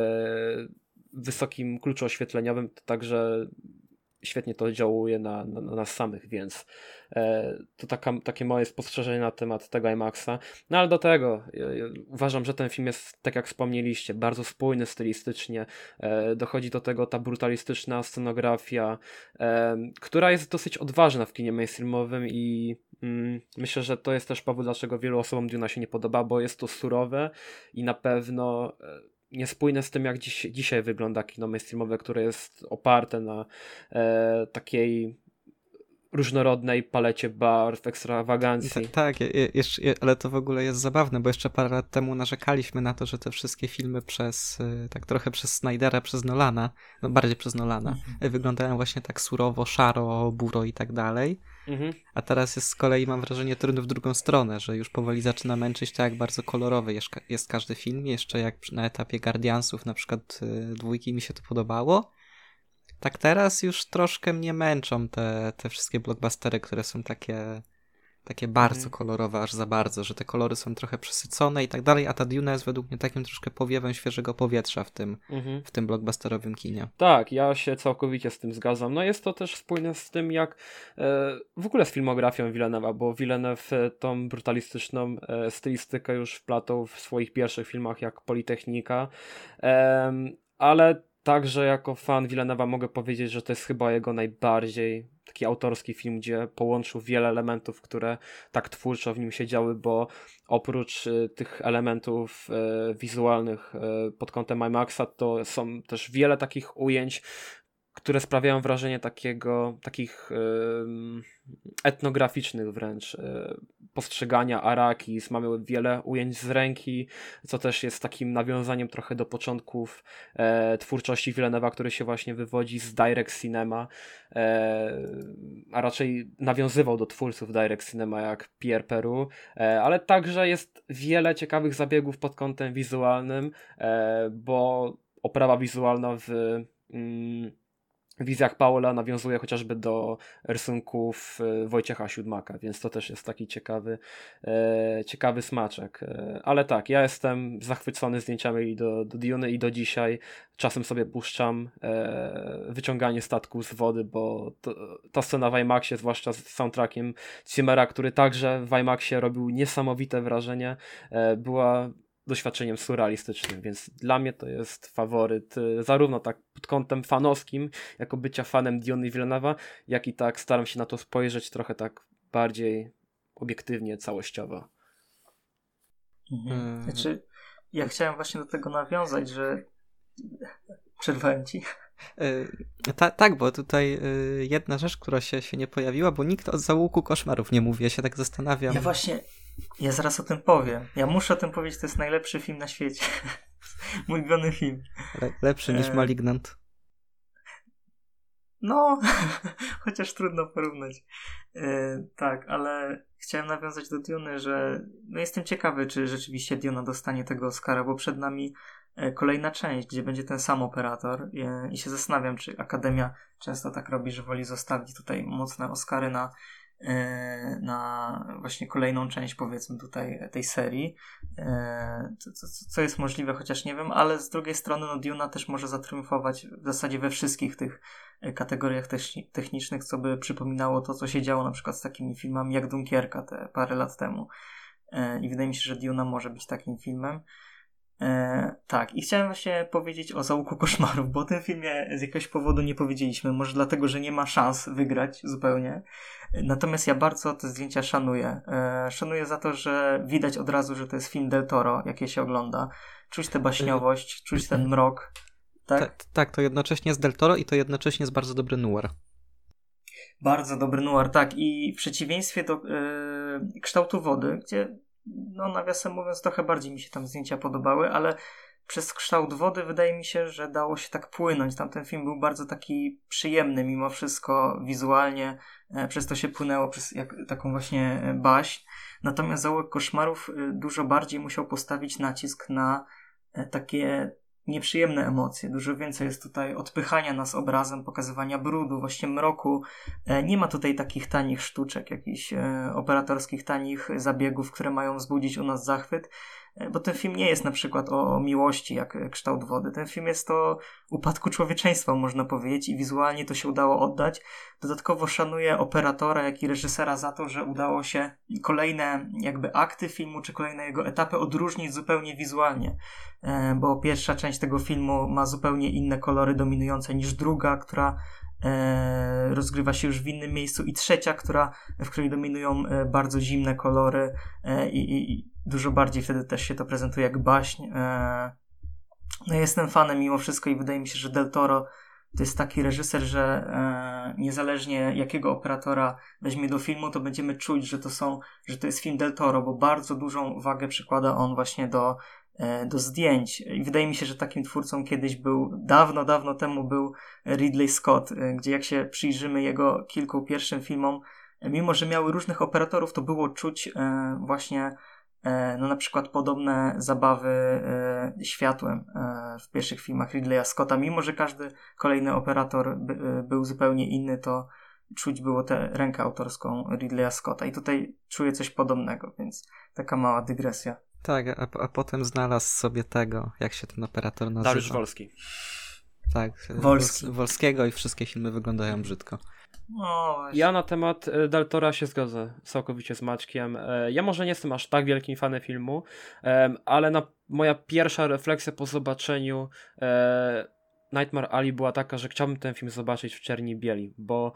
wysokim kluczu oświetleniowym, to także świetnie to oddziałuje na nas samych, więc to takie moje spostrzeżenie na temat tego IMAXa. No ale do tego uważam, że ten film jest, tak jak wspomnieliście, bardzo spójny stylistycznie. Dochodzi do tego ta brutalistyczna scenografia, która jest dosyć odważna w kinie mainstreamowym i myślę, że to jest też powód, dlaczego wielu osobom Duna się nie podoba, bo jest to surowe i na pewno niespójne z tym, jak dzisiaj wygląda kino mainstreamowe, które jest oparte na takiej różnorodnej palecie barw, ekstrawagancji. Tak, ale to w ogóle jest zabawne, bo jeszcze parę lat temu narzekaliśmy na to, że te wszystkie filmy tak trochę przez Snydera, przez Nolana, no bardziej przez Nolana, wyglądają właśnie tak surowo, szaro, buro i tak dalej. A teraz jest z kolei, mam wrażenie, trend w drugą stronę, że już powoli zaczyna męczyć to, jak bardzo kolorowy jest każdy film. Jeszcze jak na etapie Guardiansów, na przykład 2 mi się to podobało. Tak teraz już troszkę mnie męczą te wszystkie blockbustery, które są takie bardzo kolorowe, aż za bardzo, że te kolory są trochę przesycone i tak dalej, a ta Duna jest według mnie takim troszkę powiewem świeżego powietrza w tym blockbusterowym kinie. Tak, ja się całkowicie z tym zgadzam. No jest to też spójne z tym, jak w ogóle z filmografią Villeneuve'a, bo Villeneuve tą brutalistyczną stylistykę już wplatał w swoich pierwszych filmach, jak Politechnika, ale także jako fan Villeneuve'a mogę powiedzieć, że to jest chyba jego najbardziej taki autorski film, gdzie połączył wiele elementów, które tak twórczo w nim się działy, bo oprócz tych elementów wizualnych pod kątem IMAXa, to są też wiele takich ujęć, które sprawiają wrażenie takich etnograficznych wręcz. postrzegania Arrakis, mamy wiele ujęć z ręki, co też jest takim nawiązaniem trochę do początków twórczości Villeneuve'a, który się właśnie wywodzi z Direct Cinema, a raczej nawiązywał do twórców Direct Cinema jak Pierre Peru, ale także jest wiele ciekawych zabiegów pod kątem wizualnym, bo oprawa wizualna w wizjach Paula nawiązuje chociażby do rysunków Wojciecha Siódmaka, więc to też jest taki ciekawy smaczek. Ale tak, ja jestem zachwycony zdjęciami do Duny i do dzisiaj czasem sobie puszczam wyciąganie statku z wody, bo ta scena w IMAXie, zwłaszcza z soundtrackiem Zimmera, który także w IMAXie robił niesamowite wrażenie, była doświadczeniem surrealistycznym, więc dla mnie to jest faworyt, zarówno tak pod kątem fanowskim, jako bycia fanem Duny i Villeneuve'a, jak i tak staram się na to spojrzeć trochę tak bardziej obiektywnie, całościowo. Znaczy, ja chciałem właśnie do tego nawiązać, że przerwałem ci. Tak, bo tutaj jedna rzecz, która się nie pojawiła, bo nikt o Załuku Koszmarów nie mówi, ja się tak zastanawiam. Ja zaraz o tym powiem. Ja muszę o tym powiedzieć, to jest najlepszy film na świecie. Mój ulubiony film. Lepszy niż Malignant. No, chociaż trudno porównać. Tak, ale chciałem nawiązać do Duny, że jestem ciekawy, czy rzeczywiście Duna dostanie tego Oscara, bo przed nami kolejna część, gdzie będzie ten sam operator i się zastanawiam, czy Akademia często tak robi, że woli zostawić tutaj mocne Oscary na właśnie kolejną część, powiedzmy tutaj tej serii, co jest możliwe, chociaż nie wiem, ale z drugiej strony Duna też może zatriumfować w zasadzie we wszystkich tych kategoriach technicznych, co by przypominało to, co się działo na przykład z takimi filmami jak Dunkierka te parę lat temu, i wydaje mi się, że Duna może być takim filmem. Tak, i chciałem właśnie powiedzieć o Załuku Koszmarów, bo o tym filmie z jakiegoś powodu nie powiedzieliśmy, może dlatego, że nie ma szans wygrać zupełnie. Natomiast ja bardzo te zdjęcia szanuję. Szanuję za to, że widać od razu, że to jest film Del Toro, jak je się ogląda. Czuć tę baśniowość, czuć ten mrok. Tak, to jednocześnie jest Del Toro i to jednocześnie jest bardzo dobry noir. Bardzo dobry noir, tak. I w przeciwieństwie do Kształtu wody, gdzie nawiasem mówiąc trochę bardziej mi się tam zdjęcia podobały, ale przez Kształt wody wydaje mi się, że dało się tak płynąć. Tamten film był bardzo taki przyjemny mimo wszystko wizualnie, przez to się płynęło przez taką właśnie baśń. Natomiast Zaułek Koszmarów dużo bardziej musiał postawić nacisk na takie nieprzyjemne emocje. Dużo więcej jest tutaj odpychania nas obrazem, pokazywania brudu, właśnie mroku. Nie ma tutaj takich tanich sztuczek, jakichś operatorskich tanich zabiegów, które mają wzbudzić u nas zachwyt, bo ten film nie jest na przykład o miłości jak Kształt wody. Ten film jest o upadku człowieczeństwa, można powiedzieć, i wizualnie to się udało oddać. Dodatkowo szanuję operatora, jak i reżysera za to, że udało się kolejne jakby akty filmu, czy kolejne jego etapy odróżnić zupełnie wizualnie, bo pierwsza część tego filmu ma zupełnie inne kolory dominujące niż druga, która rozgrywa się już w innym miejscu, i trzecia, w której dominują bardzo zimne kolory i dużo bardziej wtedy też się to prezentuje jak baśń. Jestem fanem mimo wszystko i wydaje mi się, że Del Toro to jest taki reżyser, że niezależnie jakiego operatora weźmie do filmu, to będziemy czuć, że to jest film Del Toro, bo bardzo dużą wagę przykłada on właśnie do zdjęć. I wydaje mi się, że takim twórcą kiedyś był, dawno temu był Ridley Scott, gdzie jak się przyjrzymy jego kilku pierwszym filmom, mimo że miały różnych operatorów, to było czuć właśnie na przykład podobne zabawy światłem w pierwszych filmach Ridleya Scotta. Mimo że każdy kolejny operator był zupełnie inny, to czuć było tę rękę autorską Ridleya Scotta. I tutaj czuję coś podobnego, więc taka mała dygresja. Tak, a potem znalazł sobie tego, jak się ten operator nazywa. Dariusz Wolski. Tak, Wolskiego, i wszystkie filmy wyglądają brzydko. Ja na temat Del Tora się zgodzę całkowicie z Maćkiem. Ja może nie jestem aż tak wielkim fanem filmu, ale moja pierwsza refleksja po zobaczeniu Nightmare Alley była taka, że chciałbym ten film zobaczyć w czerni i bieli, bo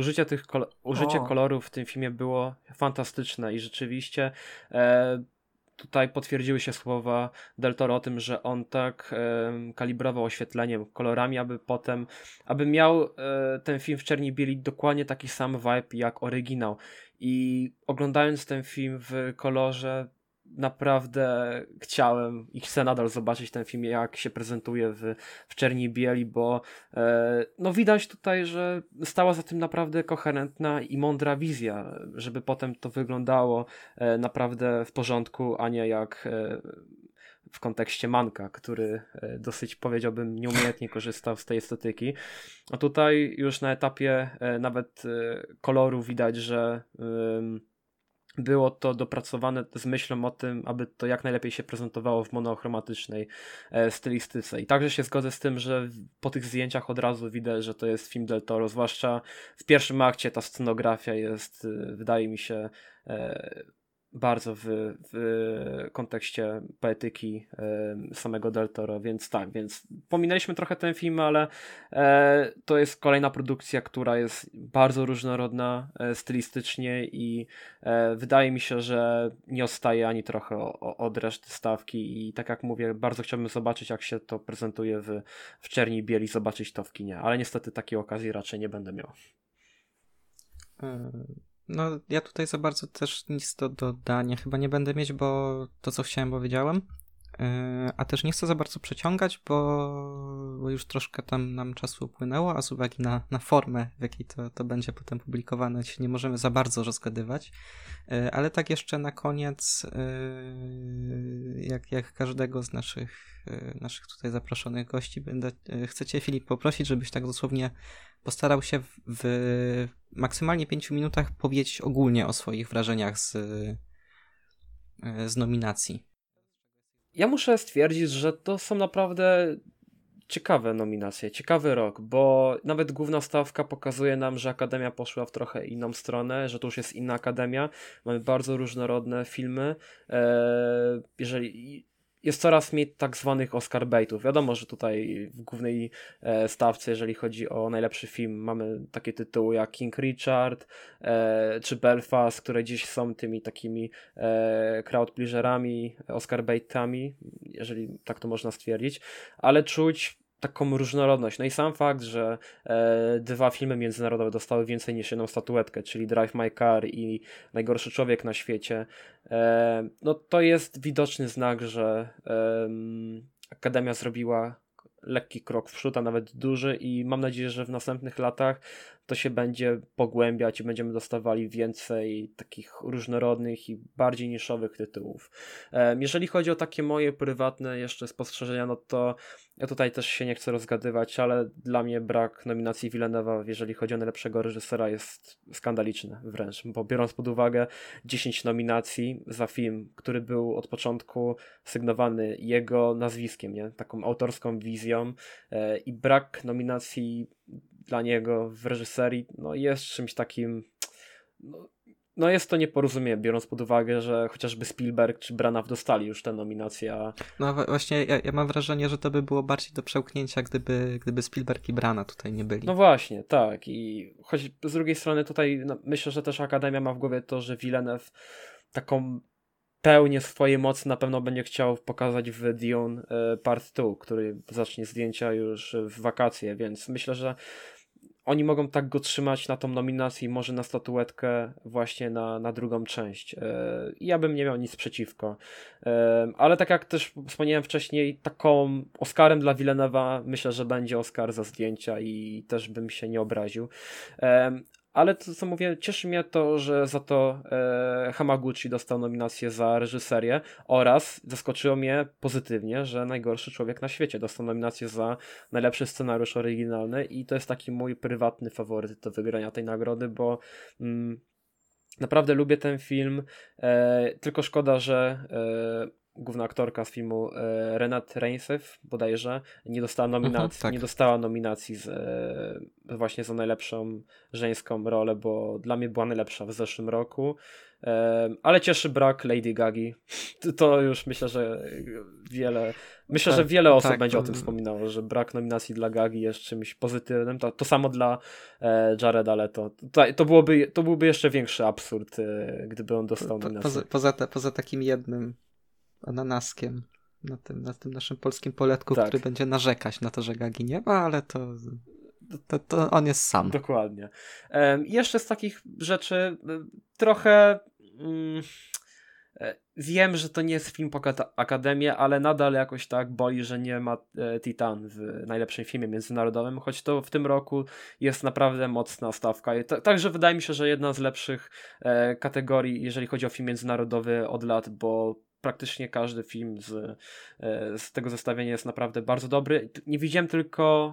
użycie kolorów w tym filmie było fantastyczne i rzeczywiście tutaj potwierdziły się słowa Del Toro o tym, że on tak kalibrował oświetleniem, kolorami, aby miał ten film w czerni i bieli dokładnie taki sam vibe jak oryginał. I oglądając ten film w kolorze, naprawdę chciałem i chcę nadal zobaczyć ten film, jak się prezentuje w czerni i bieli, bo no widać tutaj, że stała za tym naprawdę koherentna i mądra wizja, żeby potem to wyglądało naprawdę w porządku, a nie jak w kontekście Manka, który dosyć, powiedziałbym, nieumiejętnie korzystał z tej estetyki. A tutaj już na etapie nawet koloru widać, że było to dopracowane z myślą o tym, aby to jak najlepiej się prezentowało w monochromatycznej stylistyce. I także się zgodzę z tym, że po tych zdjęciach od razu widać, że to jest film Del Toro, zwłaszcza w pierwszym akcie ta scenografia jest, wydaje mi się, bardzo w kontekście poetyki samego Del Toro, więc tak, więc pominęliśmy trochę ten film, ale to jest kolejna produkcja, która jest bardzo różnorodna stylistycznie i wydaje mi się, że nie odstaje ani trochę od reszty stawki i tak jak mówię, bardzo chciałbym zobaczyć, jak się to prezentuje w czerni i bieli, zobaczyć to w kinie, ale niestety takiej okazji raczej nie będę miał. No, ja tutaj za bardzo też nic do dodania chyba nie będę mieć, bo to, co chciałem, powiedziałem. A też nie chcę za bardzo przeciągać, bo już troszkę tam nam czasu upłynęło, a z uwagi na formę, w jakiej to będzie potem publikowane, nie możemy za bardzo rozgadywać. Ale tak jeszcze na koniec, jak każdego z naszych tutaj zaproszonych gości, chcę cię, Filip, poprosić, żebyś tak dosłownie postarał się w maksymalnie 5 minutach powiedzieć ogólnie o swoich wrażeniach z nominacji. Ja muszę stwierdzić, że to są naprawdę ciekawe nominacje, ciekawy rok, bo nawet główna stawka pokazuje nam, że Akademia poszła w trochę inną stronę, że to już jest inna Akademia. Mamy bardzo różnorodne filmy. Jeżeli jest coraz mniej tak zwanych Oscar baitów. Wiadomo, że tutaj w głównej stawce, jeżeli chodzi o najlepszy film, mamy takie tytuły jak King Richard czy Belfast, które gdzieś są tymi takimi crowd pleaserami, Oscar baitami, jeżeli tak to można stwierdzić, ale czuć taką różnorodność. No i sam fakt, że 2 filmy międzynarodowe dostały więcej niż jedną statuetkę, czyli Drive My Car i Najgorszy Człowiek na świecie, no to jest widoczny znak, że Akademia zrobiła lekki krok w przód, a nawet duży i mam nadzieję, że w następnych latach to się będzie pogłębiać i będziemy dostawali więcej takich różnorodnych i bardziej niszowych tytułów. Jeżeli chodzi o takie moje prywatne jeszcze spostrzeżenia, no to ja tutaj też się nie chcę rozgadywać, ale dla mnie brak nominacji Villeneuve'a, jeżeli chodzi o najlepszego reżysera, jest skandaliczny wręcz, bo biorąc pod uwagę 10 nominacji za film, który był od początku sygnowany jego nazwiskiem, nie? Taką autorską wizją i brak nominacji dla niego w reżyserii, no jest czymś takim, no jest to nieporozumienie, biorąc pod uwagę, że chociażby Spielberg czy Branagh dostali już te nominacje. No właśnie, ja mam wrażenie, że to by było bardziej do przełknięcia, gdyby Spielberg i Branagh tutaj nie byli. No właśnie, tak. I choć z drugiej strony tutaj myślę, że też Akademia ma w głowie to, że Villeneuve taką pełnię swojej mocy na pewno będzie chciał pokazać w Dune Part 2, który zacznie zdjęcia już w wakacje, więc myślę, że oni mogą tak go trzymać na tą nominację i może na statuetkę właśnie na drugą część. Ja bym nie miał nic przeciwko. Ale tak jak też wspomniałem wcześniej, taką Oscarem dla Villeneuve'a myślę, że będzie Oscar za zdjęcia i też bym się nie obraził. Ale to, co mówię, cieszy mnie to, że za to Hamaguchi dostał nominację za reżyserię oraz zaskoczyło mnie pozytywnie, że Najgorszy Człowiek na świecie dostał nominację za najlepszy scenariusz oryginalny i to jest taki mój prywatny faworyt do wygrania tej nagrody, bo naprawdę lubię ten film, tylko szkoda, że główna aktorka z filmu Renate Reinsve bodajże nie dostała nominacji, tak. nie dostała nominacji właśnie za najlepszą żeńską rolę, bo dla mnie była najlepsza w zeszłym roku, ale cieszy brak Lady Gagi. To już myślę, że wiele osób będzie o tym wspominało, że brak nominacji dla Gagi jest czymś pozytywnym. To samo dla Jareda Leto. To byłby jeszcze większy absurd, gdyby on dostał nominację. Poza takim jednym ananaskiem na tym naszym polskim poletku, Tak. który będzie narzekać na to, że Gagi nie ma, ale to on jest sam. Dokładnie. Jeszcze z takich rzeczy trochę wiem, że to nie jest film po Akademię, ale nadal jakoś tak boli, że nie ma Titan w najlepszym filmie międzynarodowym, choć to w tym roku jest naprawdę mocna stawka. Także wydaje mi się, że jedna z lepszych kategorii, jeżeli chodzi o film międzynarodowy od lat, bo praktycznie każdy film z tego zestawienia jest naprawdę bardzo dobry. Nie widziałem tylko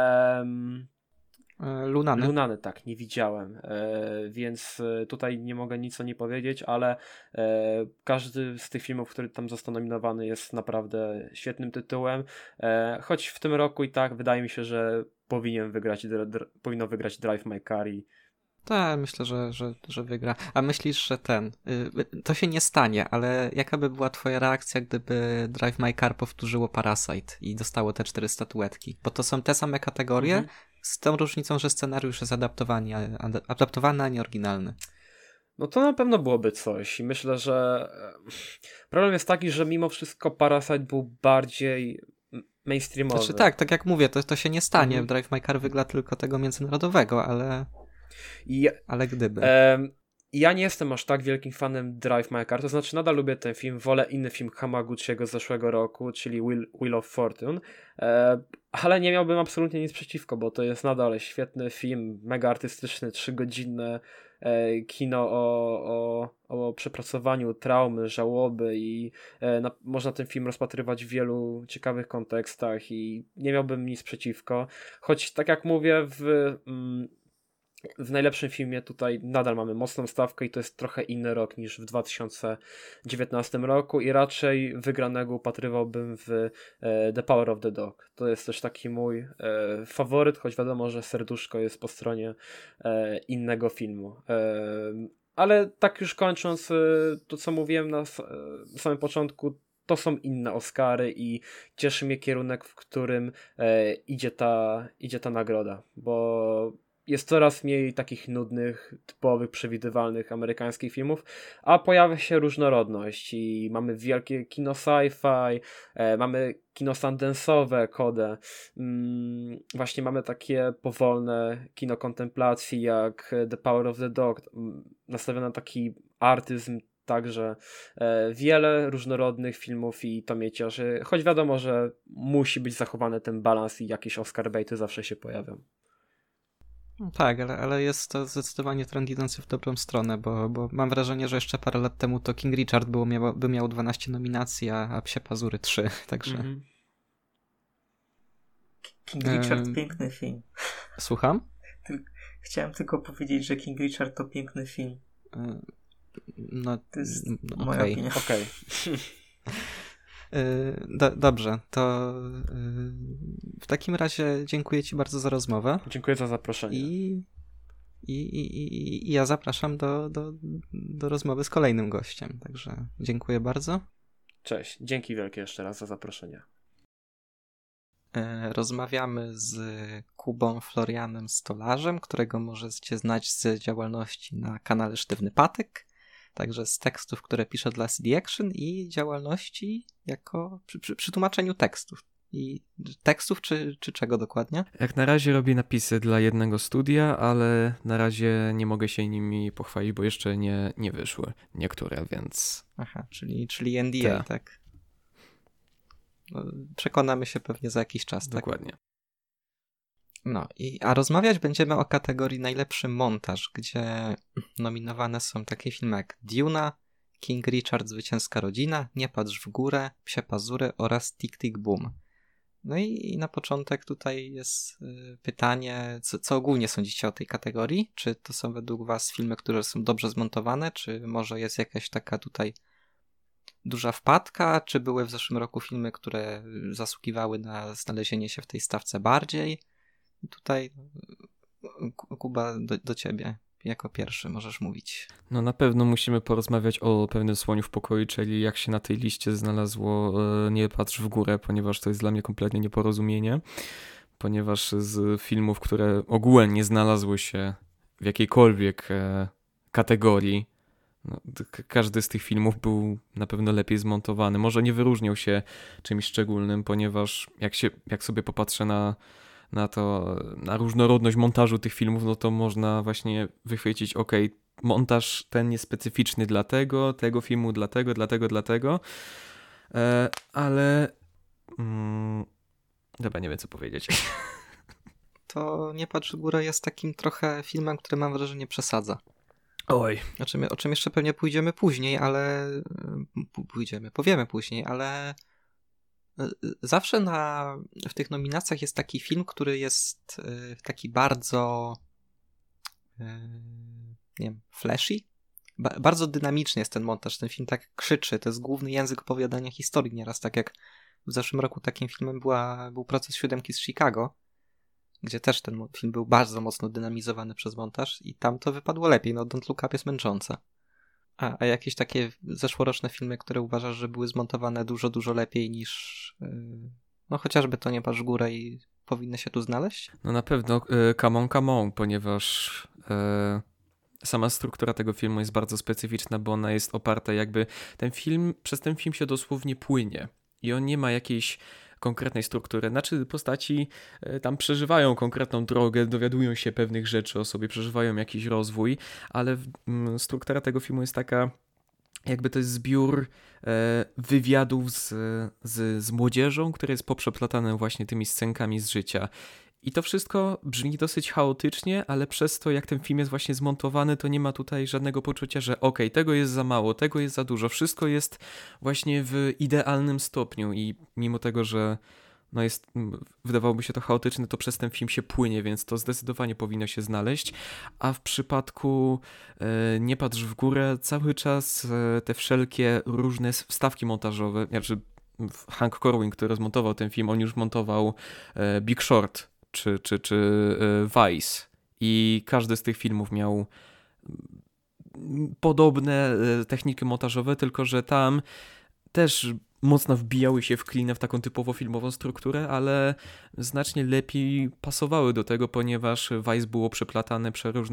Lunany, tak, nie widziałem, więc tutaj nie mogę nic o niej powiedzieć, ale każdy z tych filmów, który tam został nominowany, jest naprawdę świetnym tytułem, choć w tym roku i tak wydaje mi się, że powinno wygrać Drive My Car i Tak, myślę, że wygra. A myślisz, że to się nie stanie, ale jaka by była twoja reakcja, gdyby Drive My Car powtórzyło Parasite i dostało te 4 statuetki? Bo to są te same kategorie, z tą różnicą, że scenariusz jest adaptowany, a nie oryginalny. No to na pewno byłoby coś i myślę, że problem jest taki, że mimo wszystko Parasite był bardziej mainstreamowy. Znaczy tak jak mówię, to się nie stanie. Drive My Car wygra tylko tego międzynarodowego, ale gdyby. Ja nie jestem aż tak wielkim fanem Drive My Car, to znaczy nadal lubię ten film, wolę inny film Hamaguchiego z zeszłego roku, czyli Wheel of Fortune, ale nie miałbym absolutnie nic przeciwko, bo to jest nadal świetny film, mega artystyczny, 3-godzinne kino o przepracowaniu traumy, żałoby i można ten film rozpatrywać w wielu ciekawych kontekstach i nie miałbym nic przeciwko, choć tak jak mówię, w najlepszym filmie tutaj nadal mamy mocną stawkę i to jest trochę inny rok niż w 2019 roku i raczej wygranego upatrywałbym w The Power of the Dog. To jest też taki mój faworyt, choć wiadomo, że serduszko jest po stronie innego filmu. Ale tak już kończąc to, co mówiłem na samym początku, to są inne Oscary i cieszy mnie kierunek, w którym idzie ta nagroda, bo jest coraz mniej takich nudnych, typowych, przewidywalnych amerykańskich filmów, a pojawia się różnorodność i mamy wielkie kino sci-fi, mamy kino sundance'owe, kodę, właśnie mamy takie powolne kino kontemplacji jak The Power of the Dog, nastawione na taki artyzm, także wiele różnorodnych filmów i to mnie cieszy, choć wiadomo, że musi być zachowany ten balans i jakieś Oscar baity zawsze się pojawią. Tak, ale jest to zdecydowanie trend idący w dobrą stronę, bo mam wrażenie, że jeszcze parę lat temu to King Richard by miał 12 nominacji, a Psie Pazury 3, także... King Richard piękny film. Słucham? Chciałem tylko powiedzieć, że King Richard to piękny film. No, to jest moja opinia. Okej. Dobrze, to w takim razie dziękuję ci bardzo za rozmowę. Dziękuję za zaproszenie. I ja zapraszam do rozmowy z kolejnym gościem, także dziękuję bardzo. Cześć, dzięki wielkie jeszcze raz za zaproszenie. Rozmawiamy z Kubą Florianem Stolarzem, którego możecie znać z działalności na kanale Sztywny Patyk, także z tekstów, które pisze dla CD Action i działalności jako przy tłumaczeniu tekstów. I tekstów czy czego dokładnie? Jak na razie robię napisy dla jednego studia, ale na razie nie mogę się nimi pochwalić, bo jeszcze nie wyszły niektóre, więc... Aha, czyli NDA, tak? No, przekonamy się pewnie za jakiś czas. Dokładnie. Tak? No, a rozmawiać będziemy o kategorii najlepszy montaż, gdzie nominowane są takie filmy jak Duna, King Richard Zwycięska Rodzina, Nie patrz w górę, Psie Pazury oraz Tick Tick Boom. No i na początek tutaj jest pytanie, co ogólnie sądzicie o tej kategorii? Czy to są według was filmy, które są dobrze zmontowane, czy może jest jakaś taka tutaj duża wpadka, czy były w zeszłym roku filmy, które zasługiwały na znalezienie się w tej stawce bardziej? I tutaj Kuba, do ciebie jako pierwszy możesz mówić. No na pewno musimy porozmawiać o pewnym słoniu w pokoju, czyli jak się na tej liście znalazło Nie patrz w górę, ponieważ to jest dla mnie kompletnie nieporozumienie, ponieważ z filmów, które ogółem nie znalazły się w jakiejkolwiek kategorii No, każdy z tych filmów był na pewno lepiej zmontowany. Może nie wyróżniał się czymś szczególnym, ponieważ jak sobie popatrzę na różnorodność montażu tych filmów, no to można właśnie wychwycić, montaż ten jest specyficzny dla tego filmu, dlatego, ale dobra, nie wiem co powiedzieć. To Nie patrz w górę jest takim trochę filmem, który mam wrażenie przesadza. Oj. O czym jeszcze pewnie pójdziemy później, ale powiemy później, ale zawsze w tych nominacjach jest taki film, który jest taki bardzo nie wiem, flashy. Bardzo dynamiczny jest ten montaż. Ten film tak krzyczy. To jest główny język opowiadania historii nieraz. Tak jak w zeszłym roku takim filmem był Proces Siódemki z Chicago, gdzie też ten film był bardzo mocno dynamizowany przez montaż i tam to wypadło lepiej. No Don't Look Up jest męczące. A jakieś takie zeszłoroczne filmy, które uważasz, że były zmontowane dużo, dużo lepiej niż no chociażby To Nie patrz w górę i powinny się tu znaleźć? No na pewno Come On, ponieważ sama struktura tego filmu jest bardzo specyficzna, bo ona jest oparta jakby przez ten film się dosłownie płynie i on nie ma jakiejś konkretnej struktury. Znaczy postaci tam przeżywają konkretną drogę, dowiadują się pewnych rzeczy o sobie, przeżywają jakiś rozwój, ale struktura tego filmu jest taka, jakby to jest zbiór wywiadów z młodzieżą, które jest poprzeplatane właśnie tymi scenkami z życia. I to wszystko brzmi dosyć chaotycznie, ale przez to, jak ten film jest właśnie zmontowany, to nie ma tutaj żadnego poczucia, że tego jest za mało, tego jest za dużo. Wszystko jest właśnie w idealnym stopniu i mimo tego, że wydawałoby się to chaotyczne, to przez ten film się płynie, więc to zdecydowanie powinno się znaleźć. A w przypadku Nie patrz w górę, cały czas te wszelkie różne wstawki montażowe, Hank Corwin, który zmontował ten film, on już montował Big Short, czy Vice i każdy z tych filmów miał podobne techniki montażowe, tylko że tam też mocno wbijały się w klinę w taką typowo filmową strukturę, ale znacznie lepiej pasowały do tego, ponieważ Vice było przeplatane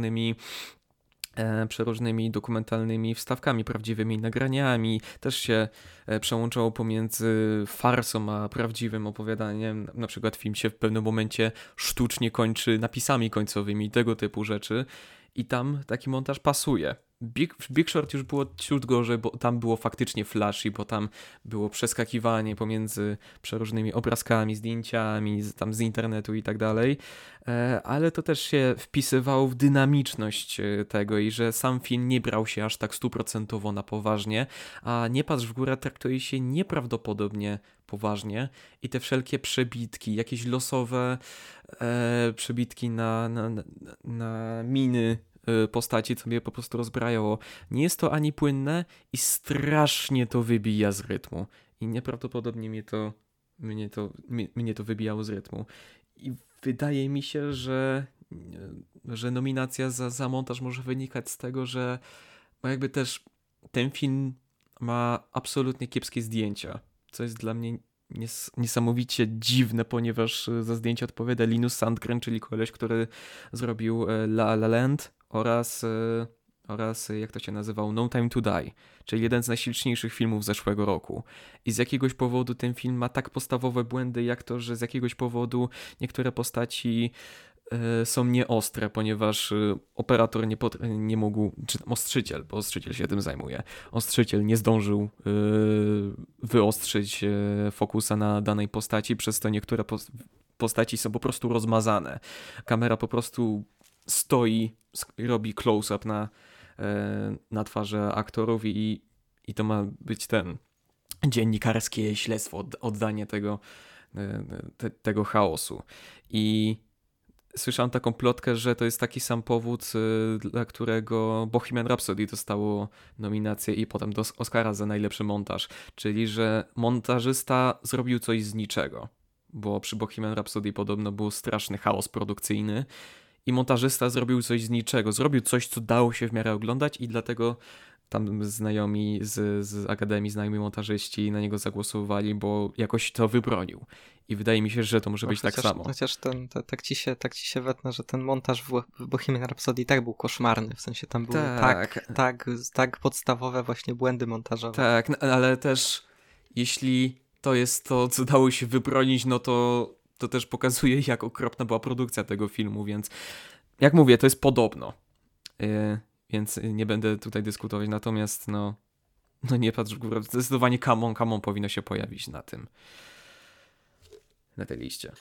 przeróżnymi dokumentalnymi wstawkami, prawdziwymi nagraniami. Też się przełączało pomiędzy farsą a prawdziwym opowiadaniem. Na przykład film się w pewnym momencie sztucznie kończy napisami końcowymi, tego typu rzeczy. I tam taki montaż pasuje. Big Short już było ciut gorzej, bo tam było faktycznie flashy, bo tam było przeskakiwanie pomiędzy przeróżnymi obrazkami, zdjęciami, tam z internetu i tak dalej, ale to też się wpisywało w dynamiczność tego i że sam film nie brał się aż tak 100% na poważnie, a Nie patrz w górę traktuje się nieprawdopodobnie poważnie i te wszelkie przebitki, jakieś losowe przebitki na miny postaci, co mnie po prostu rozbrajało. Nie jest to ani płynne i strasznie to wybija z rytmu. I nieprawdopodobnie mnie to wybijało z rytmu. I wydaje mi się, że nominacja za montaż może wynikać z tego, że jakby też ten film ma absolutnie kiepskie zdjęcia, co jest dla mnie niesamowicie dziwne, ponieważ za zdjęcie odpowiada Linus Sandgren, czyli koleś, który zrobił La La Land oraz jak to się nazywał, No Time to Die, czyli jeden z najśliczniejszych filmów zeszłego roku. I z jakiegoś powodu ten film ma tak podstawowe błędy, jak to, że z jakiegoś powodu niektóre postaci są nieostre, ponieważ operator nie mógł, czy ostrzyciel, bo ostrzyciel się tym zajmuje, ostrzyciel nie zdążył wyostrzyć fokusa na danej postaci, przez to niektóre postaci są po prostu rozmazane. Kamera po prostu stoi, robi close-up na twarzy aktorów i to ma być dziennikarskie śledztwo, oddanie tego chaosu. I słyszałem taką plotkę, że to jest taki sam powód, dla którego Bohemian Rhapsody dostało nominację i potem do Oscara za najlepszy montaż. Czyli, że montażysta zrobił coś z niczego. Bo przy Bohemian Rhapsody podobno był straszny chaos produkcyjny i montażysta zrobił coś z niczego. Zrobił coś, co dało się w miarę oglądać i dlatego tam znajomi z Akademii, znajomi montażyści na niego zagłosowali, bo jakoś to wybronił. I wydaje mi się, że to może być tak samo. Chociaż tak ci się wetnę, że ten montaż w Bohemian Rhapsody tak był koszmarny, w sensie tam były tak podstawowe właśnie błędy montażowe. Tak, no, ale też jeśli to jest to, co dało się wybronić, no to też pokazuje, jak okropna była produkcja tego filmu, więc jak mówię, to jest podobno. Więc nie będę tutaj dyskutować, natomiast no nie patrz w górę, zdecydowanie Come On powinno się pojawić na tej liście.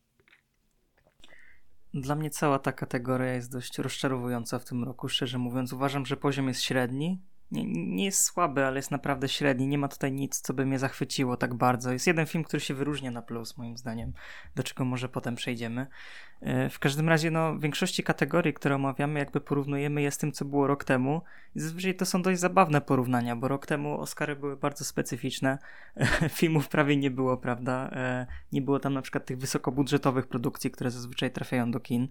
Dla mnie cała ta kategoria jest dość rozczarowująca w tym roku, szczerze mówiąc. Uważam, że poziom jest średni. Nie jest słaby, ale jest naprawdę średni. Nie ma tutaj nic, co by mnie zachwyciło tak bardzo. Jest jeden film, który się wyróżnia na plus, moim zdaniem, do czego może potem przejdziemy. W każdym razie, w większości kategorii, które omawiamy, jakby porównujemy je z tym, co było rok temu. I zazwyczaj to są dość zabawne porównania, bo rok temu Oscary były bardzo specyficzne. Filmów prawie nie było, prawda? Nie było tam na przykład tych wysokobudżetowych produkcji, które zazwyczaj trafiają do kin.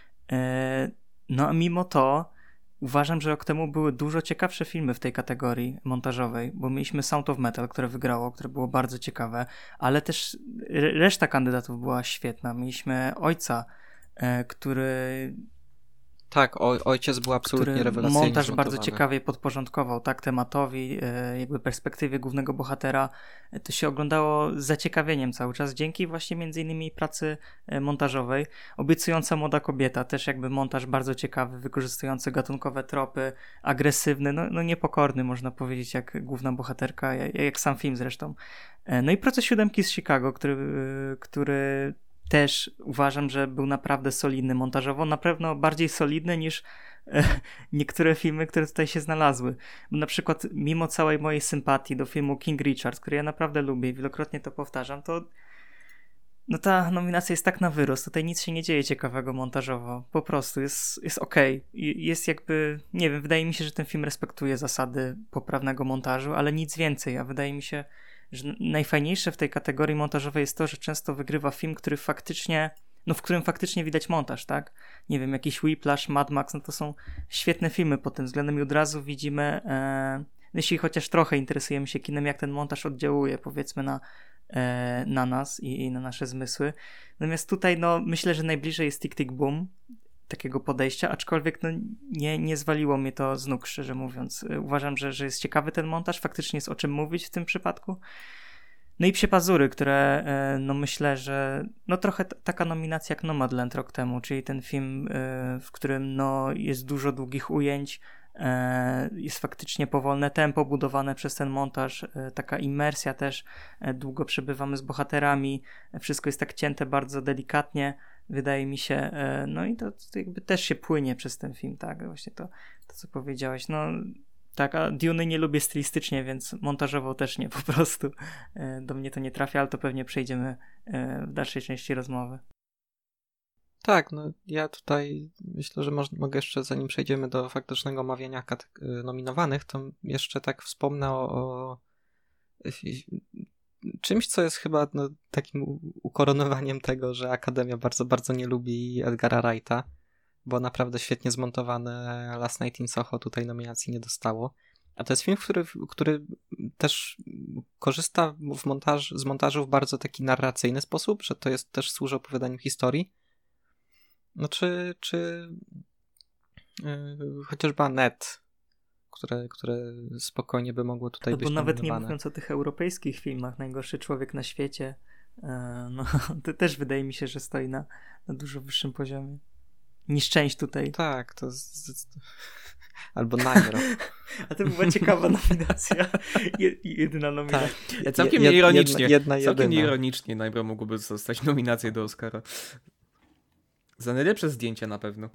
A mimo to uważam, że rok temu były dużo ciekawsze filmy w tej kategorii montażowej, bo mieliśmy Sound of Metal, które wygrało, które było bardzo ciekawe, ale też reszta kandydatów była świetna. Mieliśmy Ojca, który... Tak, Ojciec był absolutnie rewelacyjnie montaż zmontowany. bardzo ciekawie podporządkował tematowi, jakby perspektywie głównego bohatera. To się oglądało z zaciekawieniem cały czas, dzięki właśnie między innymi pracy montażowej. Obiecująca młoda kobieta, też jakby montaż bardzo ciekawy, wykorzystujący gatunkowe tropy, agresywny, niepokorny można powiedzieć, jak główna bohaterka, jak sam film zresztą. I Proces Siódemki z Chicago, który też uważam, że był naprawdę solidny montażowo, na pewno bardziej solidny niż niektóre filmy, które tutaj się znalazły. Bo na przykład mimo całej mojej sympatii do filmu King Richard, który ja naprawdę lubię i wielokrotnie to powtarzam, to ta nominacja jest tak na wyrost, tutaj nic się nie dzieje ciekawego montażowo, po prostu jest okej. Jest jakby, nie wiem, wydaje mi się, że ten film respektuje zasady poprawnego montażu, ale nic więcej, a wydaje mi się, że najfajniejsze w tej kategorii montażowej jest to, że często wygrywa film, który faktycznie, w którym faktycznie widać montaż, tak? Nie wiem, jakiś Whiplash, Mad Max, to są świetne filmy pod tym względem i od razu widzimy, jeśli chociaż trochę interesujemy się kinem, jak ten montaż oddziałuje, powiedzmy, na nas i na nasze zmysły. Natomiast tutaj, myślę, że najbliżej jest Tick Tick Boom, takiego podejścia, aczkolwiek nie zwaliło mnie to z nóg, szczerze mówiąc. Uważam, że jest ciekawy ten montaż, faktycznie jest o czym mówić w tym przypadku. I Psie Pazury, które myślę, że trochę taka nominacja jak Nomadland rok temu, czyli ten film, w którym jest dużo długich ujęć, jest faktycznie powolne tempo budowane przez ten montaż, taka imersja też, długo przebywamy z bohaterami, wszystko jest tak cięte bardzo delikatnie, wydaje mi się, i to jakby też się płynie przez ten film, tak, właśnie to co powiedziałeś, tak, a Duny nie lubię stylistycznie, więc montażowo też nie, po prostu do mnie to nie trafia, ale to pewnie przejdziemy w dalszej części rozmowy. Tak, ja tutaj myślę, że mogę jeszcze, zanim przejdziemy do faktycznego omawiania nominowanych, to jeszcze tak wspomnę o czymś, co jest chyba takim ukoronowaniem tego, że Akademia bardzo, bardzo nie lubi Edgara Wrighta, bo naprawdę świetnie zmontowane Last Night in Soho tutaj nominacji nie dostało. A to jest film, który też korzysta z montażu w bardzo taki narracyjny sposób, że to jest też służy opowiadaniu historii. Czy chociażby Annette, które spokojnie by mogło tutaj być nawet nominowane. Nie mówiąc o tych europejskich filmach, Najgorszy Człowiek na świecie, to też wydaje mi się, że stoi na dużo wyższym poziomie. Niż część tutaj. Tak, to albo Nairo. A to była ciekawa nominacja. Jedyna nominacja. Tak. Całkiem ironicznie. Całkiem ironicznie Nairo mógłby dostać nominację do Oscara. Za najlepsze zdjęcia na pewno.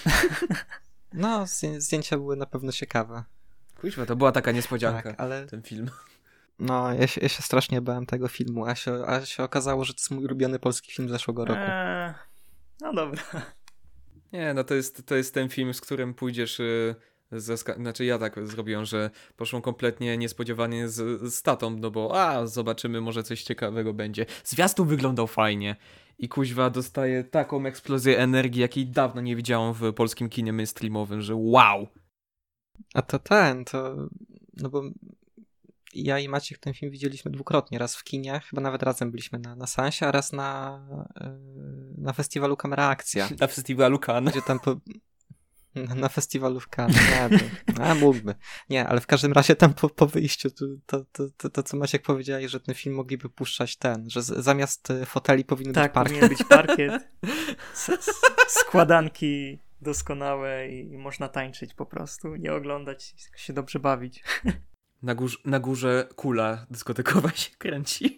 Zdjęcia były na pewno ciekawe. Kuźwa, to była taka niespodzianka, tak, ale... ten film. Ja się strasznie bałem tego filmu, a się okazało, że to jest mój ulubiony polski film zeszłego roku. Dobra. Nie, to jest ten film, z którym pójdziesz znaczy ja tak zrobiłem, że poszłam kompletnie niespodziewanie z tatą, bo zobaczymy, może coś ciekawego będzie. Zwiastun wyglądał fajnie i kuźwa dostaje taką eksplozję energii, jakiej dawno nie widziałam w polskim kinie mainstreamowym, że wow! A to no bo ja i Maciek ten film widzieliśmy dwukrotnie. Raz w kinie, chyba nawet razem byliśmy na seansie, a raz na festiwalu Kamera Akcja. Na festiwalu Cannes. Gdzie tam na festiwalu w Cannes. Mógłby. Nie, ale w każdym razie tam po wyjściu to co Maciek powiedziałeś, że ten film mogliby puszczać że zamiast foteli powinien być parkiet. powinien być parkiet. Składanki doskonałe i można tańczyć po prostu, nie oglądać, się dobrze bawić. Na górze kula dyskotekowa się kręci.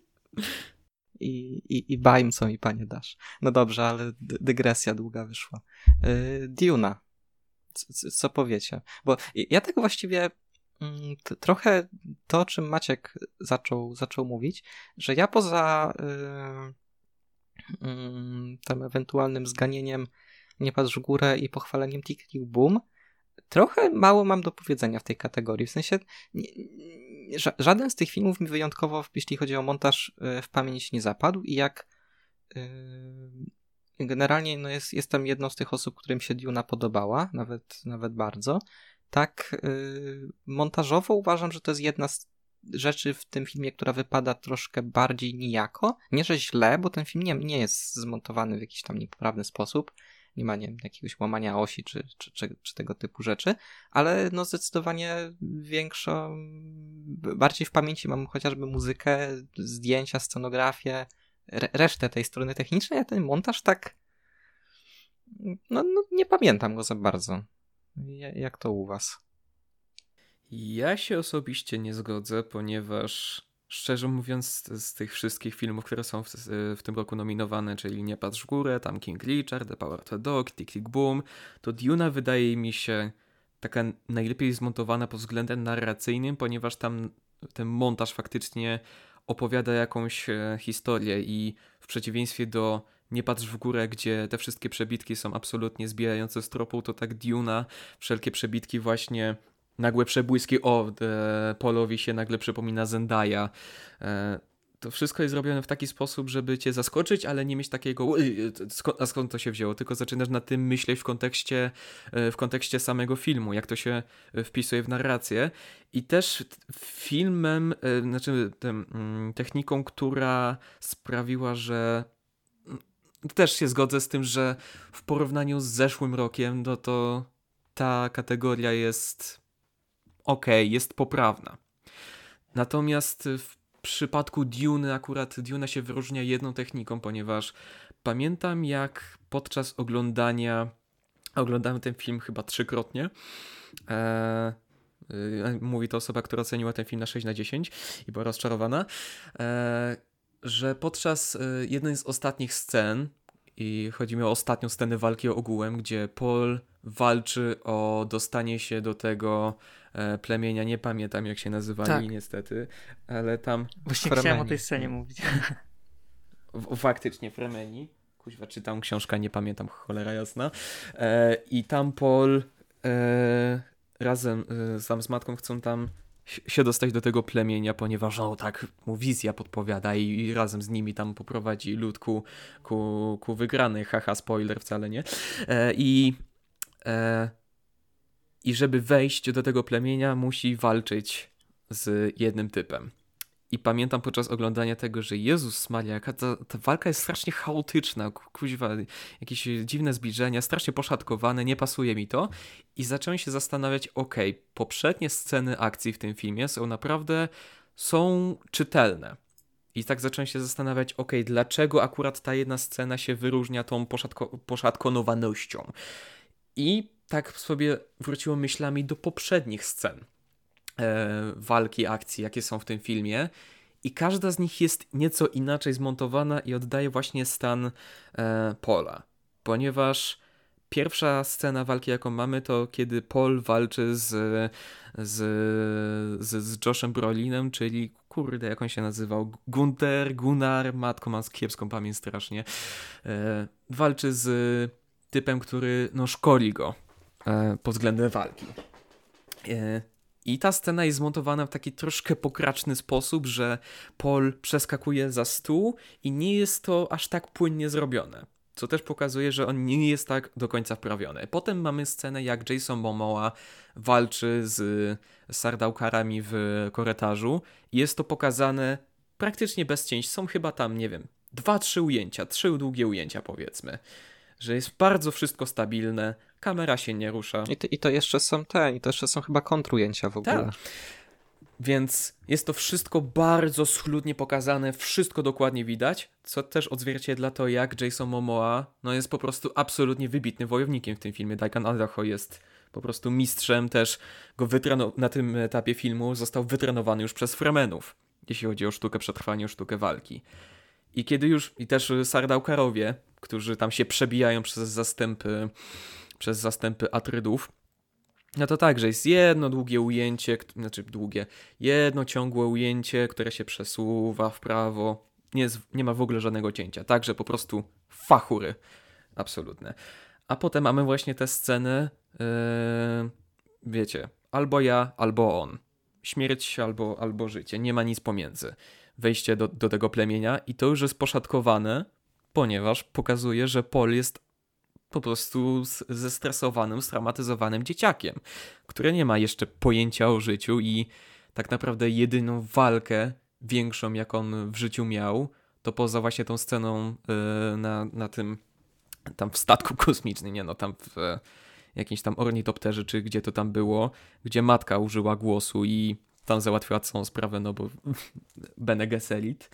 I bajm, co mi panie dasz. No dobrze, ale dygresja długa wyszła. Duna. Co powiecie? Bo ja tak właściwie trochę to, o czym Maciek zaczął mówić, że ja poza tym ewentualnym zganieniem Nie patrz w górę i pochwaleniem Tick Tick Boom, trochę mało mam do powiedzenia w tej kategorii. W sensie żaden z tych filmów mi wyjątkowo, jeśli chodzi o montaż, w pamięć nie zapadł i jak generalnie no jestem jedną z tych osób, którym się Duna podobała, nawet bardzo. Tak montażowo uważam, że to jest jedna z rzeczy w tym filmie, która wypada troszkę bardziej nijako. Nie, że źle, bo ten film nie jest zmontowany w jakiś tam niepoprawny sposób. Nie ma, nie wiem, jakiegoś łamania osi czy tego typu rzeczy, ale no zdecydowanie bardziej w pamięci mam chociażby muzykę, zdjęcia, scenografię, resztę tej strony technicznej, a ten montaż tak no nie pamiętam go za bardzo. Jak to u was? Ja się osobiście nie zgodzę, ponieważ szczerze mówiąc z tych wszystkich filmów, które są w tym roku nominowane, czyli Nie patrz w górę, tam King Richard, The Power of the Dog, Tick Tick Boom, to Duna wydaje mi się taka najlepiej zmontowana pod względem narracyjnym, ponieważ tam ten montaż faktycznie opowiada jakąś historię i w przeciwieństwie do Nie patrz w górę, gdzie te wszystkie przebitki są absolutnie zbijające z tropu, to tak Duna, wszelkie przebitki właśnie, nagłe przebłyski, Paulowi się nagle przypomina Zendaya. To wszystko jest zrobione w taki sposób, żeby cię zaskoczyć, ale nie mieć takiego a skąd to się wzięło, tylko zaczynasz nad tym myśleć w kontekście samego filmu, jak to się wpisuje w narrację. I też filmem, techniką, która sprawiła, że też się zgodzę z tym, że w porównaniu z zeszłym rokiem, no to ta kategoria jest jest poprawna. Natomiast w przypadku Duny akurat Duna się wyróżnia jedną techniką, ponieważ pamiętam jak podczas oglądałem ten film chyba 3-krotnie. Mówi to osoba, która oceniła ten film na 6/10 i była rozczarowana, że podczas jednej z ostatnich scen, i chodzi mi o ostatnią scenę walki ogółem, gdzie Paul walczy o dostanie się do tego plemienia, nie pamiętam jak się nazywali niestety, ale tam... Właśnie chciałem o tej scenie mówić. Faktycznie Fremeni. Kuźwa, czytam książkę, nie pamiętam, cholera jasna. I tam Paul razem sam z matką chcą tam się dostać do tego plemienia, ponieważ tak mu wizja podpowiada i razem z nimi tam poprowadzi lud ku wygranej. Haha, spoiler, wcale nie. I żeby wejść do tego plemienia, musi walczyć z jednym typem. I pamiętam podczas oglądania tego, że Jezus Maria, jaka ta walka jest strasznie chaotyczna, kuźwa, jakieś dziwne zbliżenia, strasznie poszatkowane, nie pasuje mi to. I zacząłem się zastanawiać, poprzednie sceny akcji w tym filmie są czytelne. I tak zacząłem się zastanawiać, dlaczego akurat ta jedna scena się wyróżnia tą poszatkonowanością. I tak sobie wróciło myślami do poprzednich scen walki, akcji, jakie są w tym filmie i każda z nich jest nieco inaczej zmontowana i oddaje właśnie stan Paula, ponieważ pierwsza scena walki, jaką mamy, to kiedy Paul walczy z Joshem Brolinem, czyli jak on się nazywał? Gunnar, matko, mam kiepską pamięć strasznie. Walczy z typem, który szkoli go pod względem walki. I ta scena jest zmontowana w taki troszkę pokraczny sposób, że Paul przeskakuje za stół i nie jest to aż tak płynnie zrobione. co też pokazuje, że on nie jest tak do końca wprawiony. Potem mamy scenę, jak Jason Momoa walczy z Sardaukarami w korytarzu i jest to pokazane praktycznie bez cięć. Są chyba tam, nie wiem, 2-3 ujęcia, 3 długie ujęcia powiedzmy, że jest bardzo wszystko stabilne, kamera się nie rusza. I to jeszcze są chyba kontrujęcia w ogóle. Tak. Więc jest to wszystko bardzo schludnie pokazane, wszystko dokładnie widać, co też odzwierciedla to, jak Jason Momoa jest po prostu absolutnie wybitnym wojownikiem w tym filmie. Daikon Idaho jest po prostu mistrzem, też na tym etapie filmu został wytrenowany już przez Fremenów, jeśli chodzi o sztukę przetrwania, o sztukę walki. I też Sardaukarowie, którzy tam się przebijają przez zastępy Atrydów, no to tak, że jest jedno długie ujęcie, jedno ciągłe ujęcie, które się przesuwa w prawo. Nie ma w ogóle żadnego cięcia. Także po prostu fachury absolutne. A potem mamy właśnie te sceny, wiecie, albo ja, albo on. Śmierć albo życie. Nie ma nic pomiędzy. Wejście do tego plemienia i to już jest poszatkowane, ponieważ pokazuje, że Paul jest po prostu zestresowanym, straumatyzowanym dzieciakiem, które nie ma jeszcze pojęcia o życiu i tak naprawdę jedyną walkę większą, jak on w życiu miał, to poza właśnie tą sceną na tym tam w statku kosmicznym, tam w jakimś tam ornitopterze, czy gdzie to tam było, gdzie matka użyła głosu i tam załatwiła całą sprawę, bo Bene Gesserit.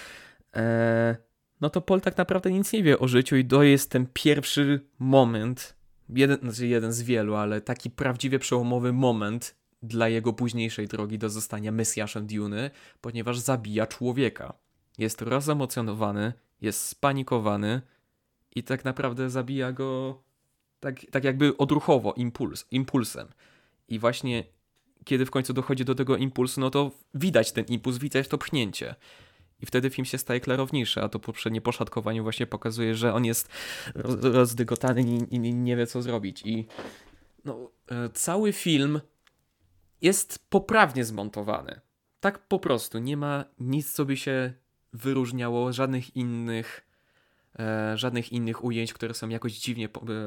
No to Paul tak naprawdę nic nie wie o życiu i to jest ten pierwszy moment, jeden z wielu, ale taki prawdziwie przełomowy moment dla jego późniejszej drogi do zostania Mesjaszem Duny, ponieważ zabija człowieka. Jest rozemocjonowany, jest spanikowany i tak naprawdę zabija go tak jakby odruchowo, impulsem. I właśnie kiedy w końcu dochodzi do tego impulsu, no to widać ten impuls, widać to pchnięcie. I wtedy film się staje klarowniejszy, a to poprzednie poszatkowanie właśnie pokazuje, że on jest rozdygotany i nie wie co zrobić. I cały film jest poprawnie zmontowany. Tak po prostu. Nie ma nic, co by się wyróżniało, żadnych innych ujęć, które są jakoś dziwnie,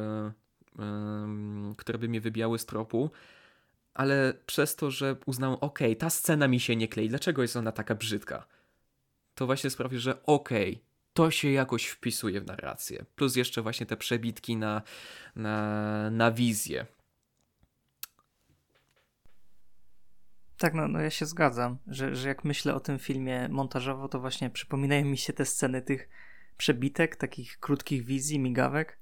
które by mnie wybijały z tropu. Ale przez to, że uznałem, ta scena mi się nie klei, dlaczego jest ona taka brzydka? To właśnie sprawi, że to się jakoś wpisuje w narrację. Plus jeszcze właśnie te przebitki na wizję. Tak, no ja się zgadzam, że jak myślę o tym filmie montażowo, to właśnie przypominają mi się te sceny tych przebitek, takich krótkich wizji, migawek.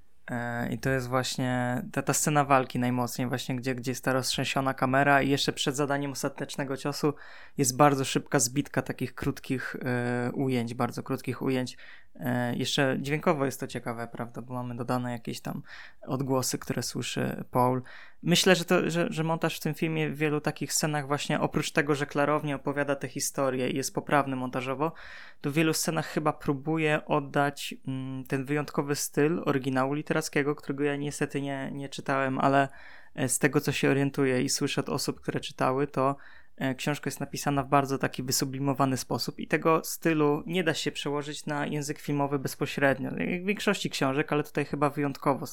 I to jest właśnie ta scena walki najmocniej, właśnie gdzie jest ta roztrzęsiona kamera i jeszcze przed zadaniem ostatecznego ciosu jest bardzo szybka zbitka takich krótkich ujęć, bardzo krótkich ujęć. Jeszcze dźwiękowo jest to ciekawe, prawda, bo mamy dodane jakieś tam odgłosy, które słyszy Paul. Myślę, że montaż w tym filmie w wielu takich scenach właśnie oprócz tego, że klarownie opowiada tę historię i jest poprawny montażowo, to w wielu scenach chyba próbuje oddać ten wyjątkowy styl oryginału literackiego, którego ja niestety nie czytałem, ale z tego co się orientuję i słyszę od osób, które czytały, to książka jest napisana w bardzo taki wysublimowany sposób i tego stylu nie da się przełożyć na język filmowy bezpośrednio. Jak w większości książek, ale tutaj chyba wyjątkowo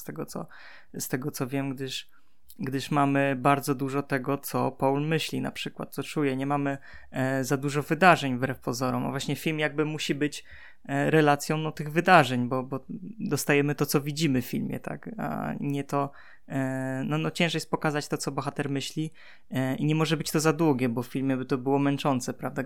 z tego co wiem, gdyż mamy bardzo dużo tego, co Paul myśli na przykład, co czuje. Nie mamy za dużo wydarzeń wbrew pozorom, a właśnie film jakby musi być relacją tych wydarzeń, bo dostajemy to, co widzimy w filmie, tak, a nie to ciężej jest pokazać to, co bohater myśli i nie może być to za długie, bo w filmie by to było męczące, prawda,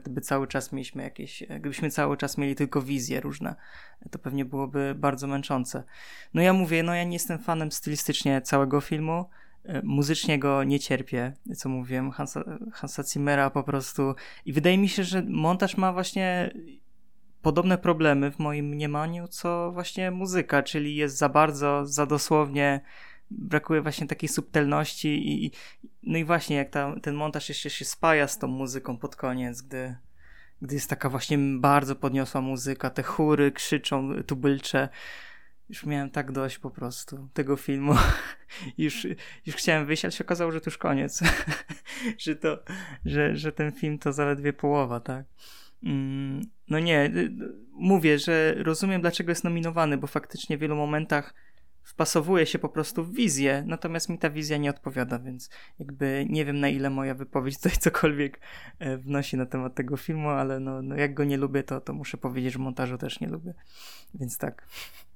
gdybyśmy cały czas mieli tylko wizje różne, to pewnie byłoby bardzo męczące. Ja nie jestem fanem stylistycznie całego filmu, muzycznie go nie cierpię, co mówiłem, Hansa Zimmera po prostu i wydaje mi się, że montaż ma właśnie podobne problemy w moim mniemaniu, co właśnie muzyka, czyli jest za bardzo, za dosłownie, brakuje właśnie takiej subtelności i właśnie jak ten montaż jeszcze się spaja z tą muzyką pod koniec, gdy jest taka właśnie bardzo podniosła muzyka, te chóry krzyczą, tubylcze. Już miałem tak dość po prostu tego filmu. już chciałem wyjść, ale się okazało, że to już koniec. że ten film to zaledwie połowa, tak. No nie, mówię, że rozumiem, dlaczego jest nominowany, bo faktycznie w wielu momentach wpasowuje się po prostu w wizję, natomiast mi ta wizja nie odpowiada, więc jakby nie wiem, na ile moja wypowiedź tutaj cokolwiek wnosi na temat tego filmu, ale no jak go nie lubię, to muszę powiedzieć, że montażu też nie lubię, więc tak.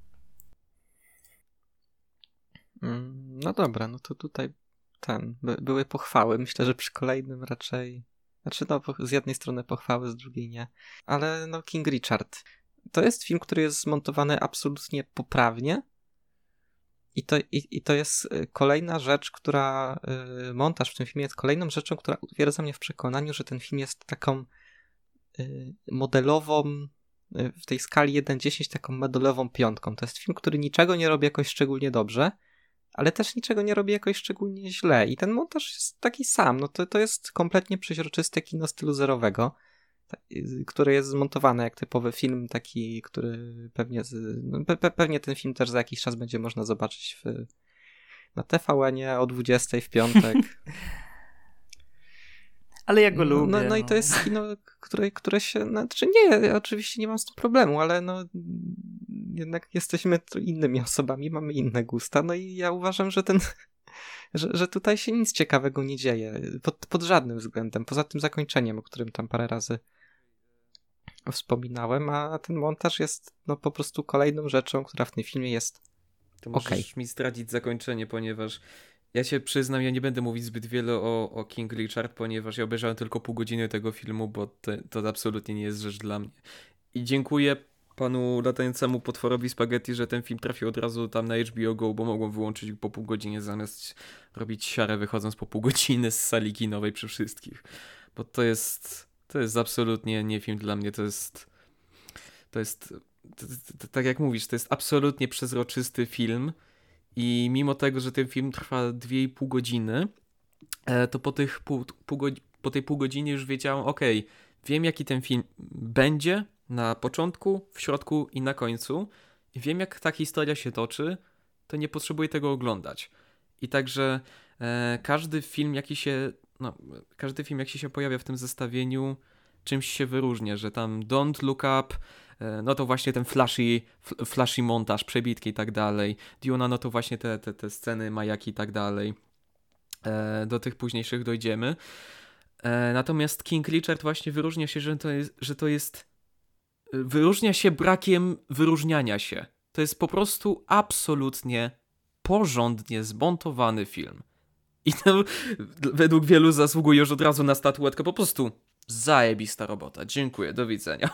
No dobra, no to tutaj były pochwały. Myślę, że przy kolejnym raczej, znaczy no z jednej strony pochwały, z drugiej nie, ale no King Richard to jest film, który jest zmontowany absolutnie poprawnie i to jest kolejna rzecz, montaż w tym filmie jest kolejną rzeczą, która utwierdza mnie w przekonaniu, że ten film jest taką modelową, w tej skali 1-10 taką modelową piątką. To jest film, który niczego nie robi jakoś szczególnie dobrze, ale też niczego nie robi jakoś szczególnie źle. I ten montaż jest taki sam. No to jest kompletnie przeźroczyste kino stylu zerowego, które jest zmontowane jak typowy film, taki, który pewnie ten film też za jakiś czas będzie można zobaczyć na TVN-ie o 20 w piątek. Ale ja go lubię. No i to jest kino, które się... Znaczy nie, oczywiście nie mam z tym problemu, ale no jednak jesteśmy innymi osobami, mamy inne gusta, no i ja uważam, że że tutaj się nic ciekawego nie dzieje, pod żadnym względem, poza tym zakończeniem, o którym tam parę razy wspominałem, a ten montaż jest no po prostu kolejną rzeczą, która w tym filmie jest to możesz mi zdradzić zakończenie, ponieważ ja się przyznam, ja nie będę mówić zbyt wiele o King Richard, ponieważ ja obejrzałem tylko pół godziny tego filmu, bo to absolutnie nie jest rzecz dla mnie. I dziękuję panu latającemu potworowi spaghetti, że ten film trafił od razu tam na HBO Go, bo mogłem wyłączyć po pół godzinie zamiast robić siarę wychodząc po pół godziny z sali kinowej przy wszystkich. Bo to jest absolutnie nie film dla mnie, to jest tak jak mówisz, to jest absolutnie przezroczysty film i mimo tego, że ten film trwa 2,5 godziny, to po tej pół godzinie już wiedziałem, okej, wiem jaki ten film będzie na początku, w środku i na końcu i wiem jak ta historia się toczy, to nie potrzebuję tego oglądać. I także każdy film jaki się pojawia w tym zestawieniu, czymś się wyróżnia, że tam Don't Look Up, no to właśnie ten flashy montaż, przebitki i tak dalej. Duna, no to właśnie te sceny, majaki i tak dalej. Do tych późniejszych dojdziemy. Natomiast King Richard właśnie wyróżnia się, wyróżnia się brakiem wyróżniania się. To jest po prostu absolutnie porządnie zmontowany film. I to według wielu zasługuje już od razu na statuetkę. Po prostu zajebista robota. Dziękuję, do widzenia.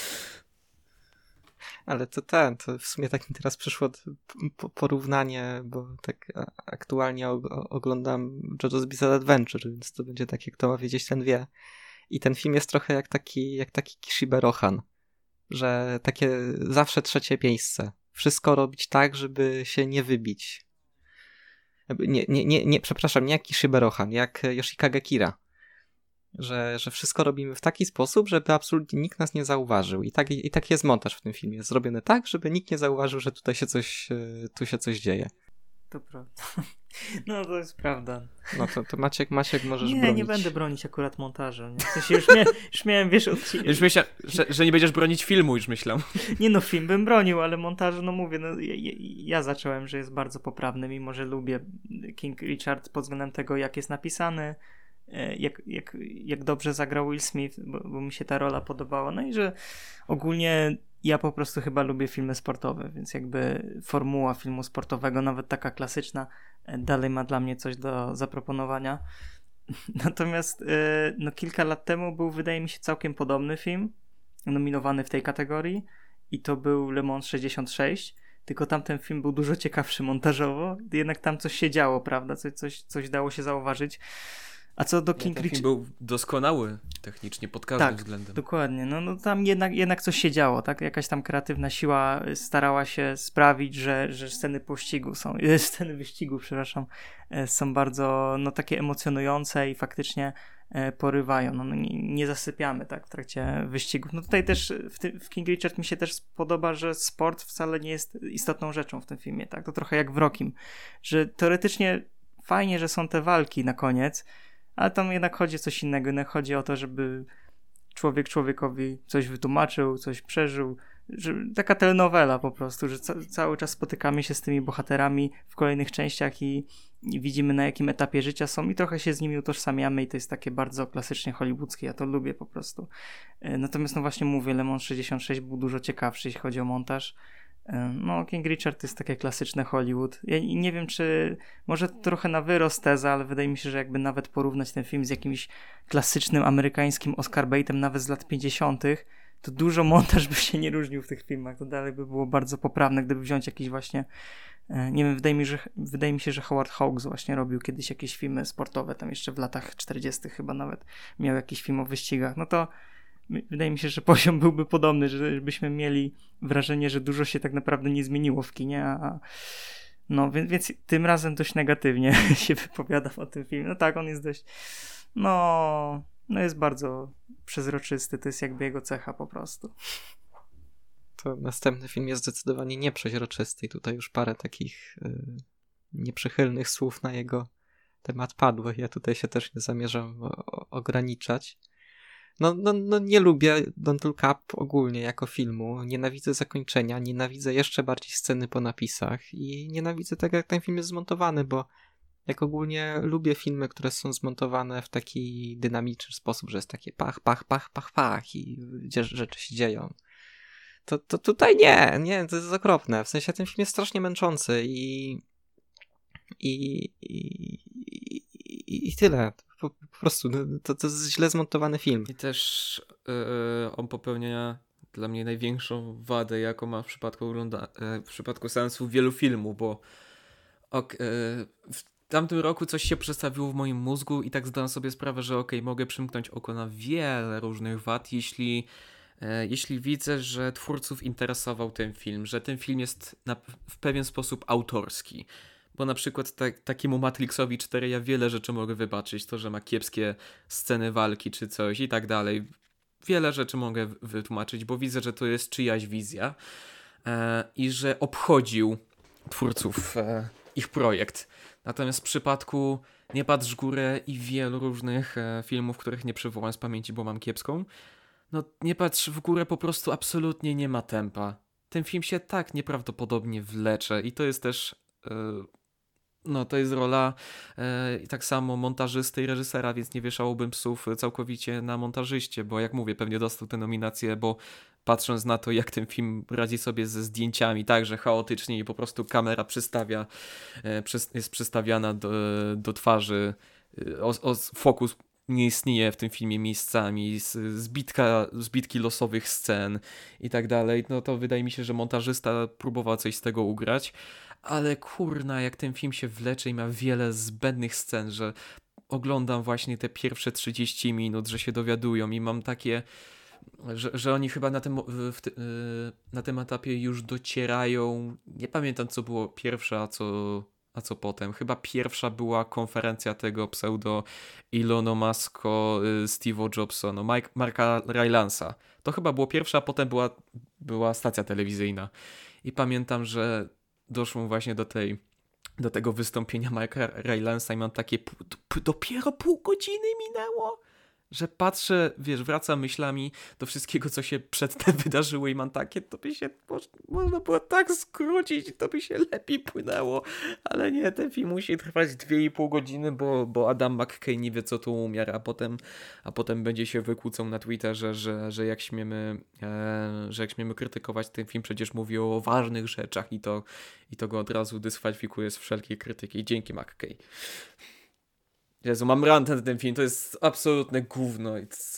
Ale to w sumie tak mi teraz przyszło porównanie, bo tak aktualnie oglądam JoJo's Bizarre Adventure, więc to będzie tak, jak to ma wiedzieć, ten wie. I ten film jest trochę jak taki Kishibe Rohan, że takie zawsze trzecie miejsce. Wszystko robić tak, żeby się nie wybić. Przepraszam, nie jak Kishibe Rohan, jak Yoshikage Kira. Że wszystko robimy w taki sposób, żeby absolutnie nikt nas nie zauważył. I tak jest montaż w tym filmie. Jest zrobiony tak, żeby nikt nie zauważył, że tutaj tu się coś dzieje. To prawda. No to jest prawda. No to Maciek możesz bronić. Nie będę bronić akurat montażu. Nie? W sensie już miałem, wiesz... Już myślałem, że nie będziesz bronić filmu, już myślałem. Nie no, film bym bronił, ale montażu, no mówię, ja zacząłem, że jest bardzo poprawny, mimo że lubię King Richard pod względem tego, jak jest napisany, jak dobrze zagrał Will Smith, bo mi się ta rola podobała. No i że ogólnie ja po prostu chyba lubię filmy sportowe, więc jakby formuła filmu sportowego, nawet taka klasyczna, dalej ma dla mnie coś do zaproponowania. Natomiast no kilka lat temu był, wydaje mi się, całkiem podobny film nominowany w tej kategorii i to był Le Mans 66, tylko tamten film był dużo ciekawszy montażowo, jednak tam coś się działo, prawda? Coś dało się zauważyć. A co do King Richard... Film był doskonały technicznie pod każdym względem. Dokładnie. No tam jednak coś się działo, tak? Jakaś tam kreatywna siła starała się sprawić, że sceny wyścigu, są bardzo takie emocjonujące i faktycznie porywają. No, nie zasypiamy tak w trakcie wyścigów. No tutaj też w King Richard mi się też podoba, że sport wcale nie jest istotną rzeczą w tym filmie, tak? To trochę jak w Rockim, że teoretycznie fajnie, że są te walki na koniec, ale tam jednak chodzi o coś innego. Jednak chodzi o to, żeby człowiek człowiekowi coś wytłumaczył, coś przeżył. Taka telenowela po prostu, że cały czas spotykamy się z tymi bohaterami w kolejnych częściach i widzimy, na jakim etapie życia są i trochę się z nimi utożsamiamy i to jest takie bardzo klasycznie hollywoodzkie, ja to lubię po prostu. Natomiast no właśnie mówię, Le Mans 66 był dużo ciekawszy, jeśli chodzi o montaż. No, King Richard to jest takie klasyczne Hollywood. Ja nie wiem, czy może trochę na wyrost teza, ale wydaje mi się, że jakby nawet porównać ten film z jakimś klasycznym amerykańskim Oscar baitem nawet z lat 50., to dużo montaż by się nie różnił w tych filmach. To dalej by było bardzo poprawne, gdyby wziąć jakiś właśnie, nie wiem, wydaje mi się, że Howard Hawks właśnie robił kiedyś jakieś filmy sportowe, tam jeszcze w latach 40. chyba nawet miał jakiś film o wyścigach. No to wydaje mi się, że poziom byłby podobny, żebyśmy mieli wrażenie, że dużo się tak naprawdę nie zmieniło w kinie, no więc tym razem dość negatywnie się wypowiadam o tym filmie. No tak, on jest dość, no jest bardzo przezroczysty, to jest jakby jego cecha po prostu. To następny film jest zdecydowanie nieprzeźroczysty i tutaj już parę takich nieprzychylnych słów na jego temat padło. Ja tutaj się też nie zamierzam ograniczać. No nie lubię Don't Look Up ogólnie jako filmu. Nienawidzę zakończenia, nienawidzę jeszcze bardziej sceny po napisach i nienawidzę tego, jak ten film jest zmontowany, bo jak ogólnie lubię filmy, które są zmontowane w taki dynamiczny sposób, że jest takie pach, pach, pach, pach, pach i gdzie rzeczy się dzieją. To tutaj nie, to jest okropne. W sensie ten film jest strasznie męczący i tyle. Po prostu to jest źle zmontowany film. I też on popełnia dla mnie największą wadę, jaką ma w przypadku seansów wielu filmów, bo w tamtym roku coś się przestawiło w moim mózgu i tak zdałem sobie sprawę, że mogę przymknąć oko na wiele różnych wad, jeśli widzę, że twórców interesował ten film, że ten film jest w pewien sposób autorski. Bo na przykład takiemu Matrixowi 4 ja wiele rzeczy mogę wybaczyć. To, że ma kiepskie sceny walki czy coś i tak dalej. Wiele rzeczy mogę wytłumaczyć, bo widzę, że to jest czyjaś wizja i że obchodził twórców ich projekt. Natomiast w przypadku Nie patrz w górę i wielu różnych filmów, których nie przywołam z pamięci, bo mam kiepską, no Nie patrz w górę po prostu absolutnie nie ma tempa. Ten film się tak nieprawdopodobnie wlecze i to jest też to jest rola tak samo montażysty i reżysera, więc nie wieszałbym psów całkowicie na montażyście, bo jak mówię, pewnie dostał tę nominację, bo patrząc na to, jak ten film radzi sobie ze zdjęciami, także chaotycznie i po prostu kamera jest przystawiana do twarzy, fokus nie istnieje w tym filmie miejscami, zbitki losowych scen i tak dalej, no to wydaje mi się, że montażysta próbował coś z tego ugrać, ale kurna, jak ten film się wlecze i ma wiele zbędnych scen, że oglądam właśnie te pierwsze 30 minut, że się dowiadują i mam takie, że oni chyba na tym etapie już docierają, nie pamiętam co było pierwsze, a co potem. Chyba pierwsza była konferencja tego pseudo Elona Musko, Steve'a Jobsona, Marka Rylansa. To chyba było pierwsza, a potem była stacja telewizyjna. I pamiętam, że doszło właśnie do tego wystąpienia Marka Rylansa i mam takie, dopiero pół godziny minęło? Że patrzę, wracam myślami do wszystkiego, co się przedtem wydarzyło i mam takie, to by się można było tak skrócić, to by się lepiej płynęło, ale nie, ten film musi trwać 2,5 godziny, bo Adam McKay nie wie, co to umiar, a potem będzie się wykłócał na Twitterze, że jak śmiemy krytykować ten film, przecież mówi o ważnych rzeczach i to go od razu dyskwalifikuje z wszelkiej krytyki. Dzięki McKay. Jezu, mam rant na ten film, to jest absolutne gówno.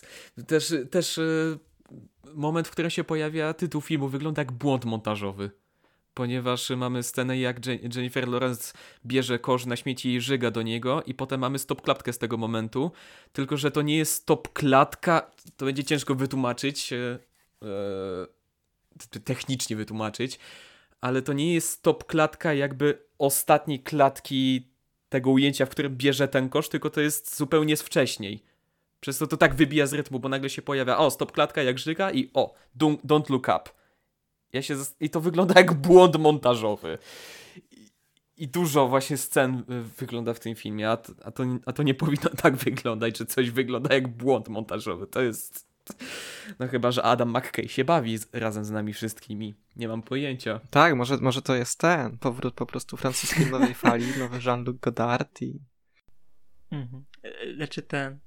Też moment, w którym się pojawia tytuł filmu, wygląda jak błąd montażowy. Ponieważ mamy scenę, jak Jennifer Lawrence bierze kosz na śmieci i żyga do niego i potem mamy stop klatkę z tego momentu. Tylko że to nie jest stop klatka, to będzie ciężko wytłumaczyć, technicznie wytłumaczyć, ale to nie jest stop klatka jakby ostatniej klatki tego ujęcia, w którym bierze ten kosz, tylko to jest zupełnie z wcześniej. Przez to tak wybija z rytmu, bo nagle się pojawia stop klatka jak żyga i don't look up. I to wygląda jak błąd montażowy. I dużo właśnie scen wygląda w tym filmie, a to nie powinno tak wyglądać, że coś wygląda jak błąd montażowy. To jest No chyba, że Adam McKay się bawi razem z nami wszystkimi. Nie mam pojęcia. Tak, może to jest ten powrót po prostu francuskiej nowej fali, nowy Jean-Luc Godard i... Znaczy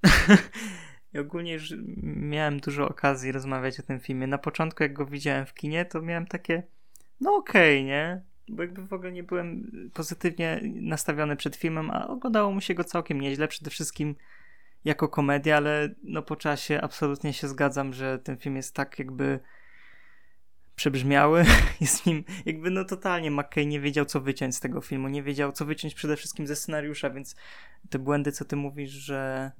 Ja ogólnie już miałem dużo okazji rozmawiać o tym filmie. Na początku, jak go widziałem w kinie, to miałem takie no okej, nie? Bo jakby w ogóle nie byłem pozytywnie nastawiony przed filmem, a oglądało mi się go całkiem nieźle. Przede wszystkim jako komedia, ale no po czasie absolutnie się zgadzam, że ten film jest tak jakby przebrzmiały. Jest nim jakby no totalnie McKay nie wiedział, co wyciąć z tego filmu. Nie wiedział, co wyciąć przede wszystkim ze scenariusza, więc te błędy, co ty mówisz, że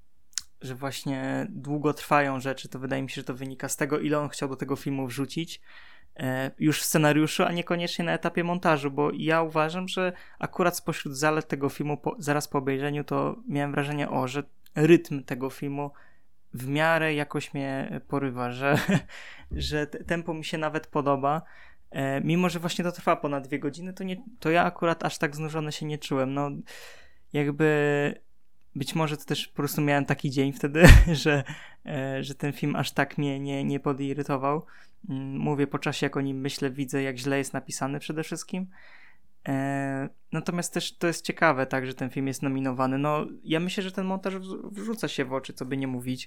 właśnie długo trwają rzeczy, to wydaje mi się, że to wynika z tego, ile on chciał do tego filmu wrzucić już w scenariuszu, a niekoniecznie na etapie montażu, bo ja uważam, że akurat spośród zalet tego filmu zaraz po obejrzeniu to miałem wrażenie, że rytm tego filmu w miarę jakoś mnie porywa, że tempo mi się nawet podoba, mimo że właśnie to trwa ponad 2 godziny, to ja akurat aż tak znużony się nie czułem. No jakby być może to też po prostu miałem taki dzień wtedy, że ten film aż tak mnie nie podirytował. Mówię po czasie, jak o nim myślę, widzę, jak źle jest napisany przede wszystkim. Natomiast też to jest ciekawe, tak, że ten film jest nominowany. No, ja myślę, że ten montaż wrzuca się w oczy, co by nie mówić.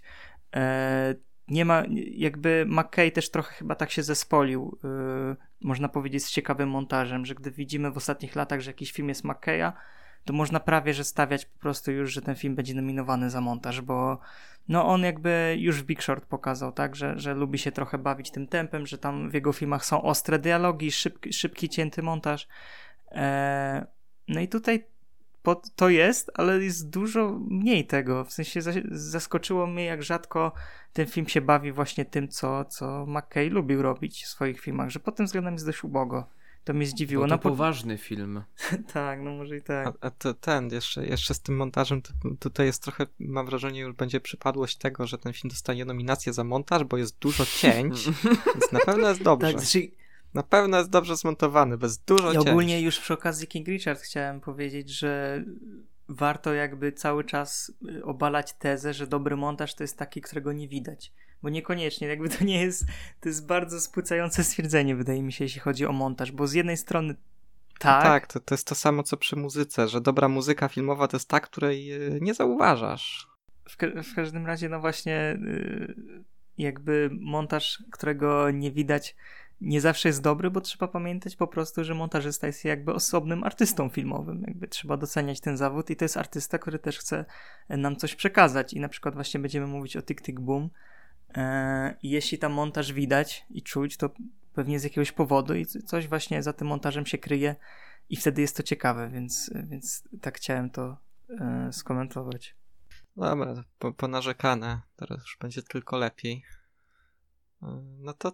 Nie ma, jakby McKay też trochę chyba tak się zespolił, można powiedzieć, z ciekawym montażem, że gdy widzimy w ostatnich latach, że jakiś film jest McKaya, to można prawie, że stawiać po prostu już, że ten film będzie nominowany za montaż, bo no on jakby już w Big Short pokazał, tak, że lubi się trochę bawić tym tempem, że tam w jego filmach są ostre dialogi, szybki, cięty montaż. No i tutaj to jest, ale jest dużo mniej tego. W sensie zaskoczyło mnie, jak rzadko ten film się bawi właśnie tym, co McKay lubił robić w swoich filmach, że pod tym względem jest dość ubogo. To mnie zdziwiło. No to poważny film. Tak, no może i tak. A to jeszcze z tym montażem, tutaj jest trochę, mam wrażenie, już będzie przypadłość tego, że ten film dostanie nominację za montaż, bo jest dużo cięć, więc na pewno jest dobrze. Tak, znaczy... Na pewno jest dobrze zmontowany, bez dużo cięć. I ogólnie już przy okazji King Richard chciałem powiedzieć, że warto jakby cały czas obalać tezę, że dobry montaż to jest taki, którego nie widać. Bo niekoniecznie, jakby to nie jest, to jest bardzo spłycające stwierdzenie, wydaje mi się, jeśli chodzi o montaż, bo z jednej strony tak. To jest to samo, co przy muzyce, że dobra muzyka filmowa to jest ta, której nie zauważasz. W każdym razie, no właśnie jakby montaż, którego nie widać, nie zawsze jest dobry, bo trzeba pamiętać po prostu, że montażysta jest jakby osobnym artystą filmowym. Jakby trzeba doceniać ten zawód i to jest artysta, który też chce nam coś przekazać i na przykład właśnie będziemy mówić o Tick Tick Boom. I jeśli tam montaż widać i czuć, to pewnie z jakiegoś powodu i coś właśnie za tym montażem się kryje i wtedy jest to ciekawe, więc tak chciałem to skomentować. Dobra, ponarzekane. Teraz już będzie tylko lepiej. No to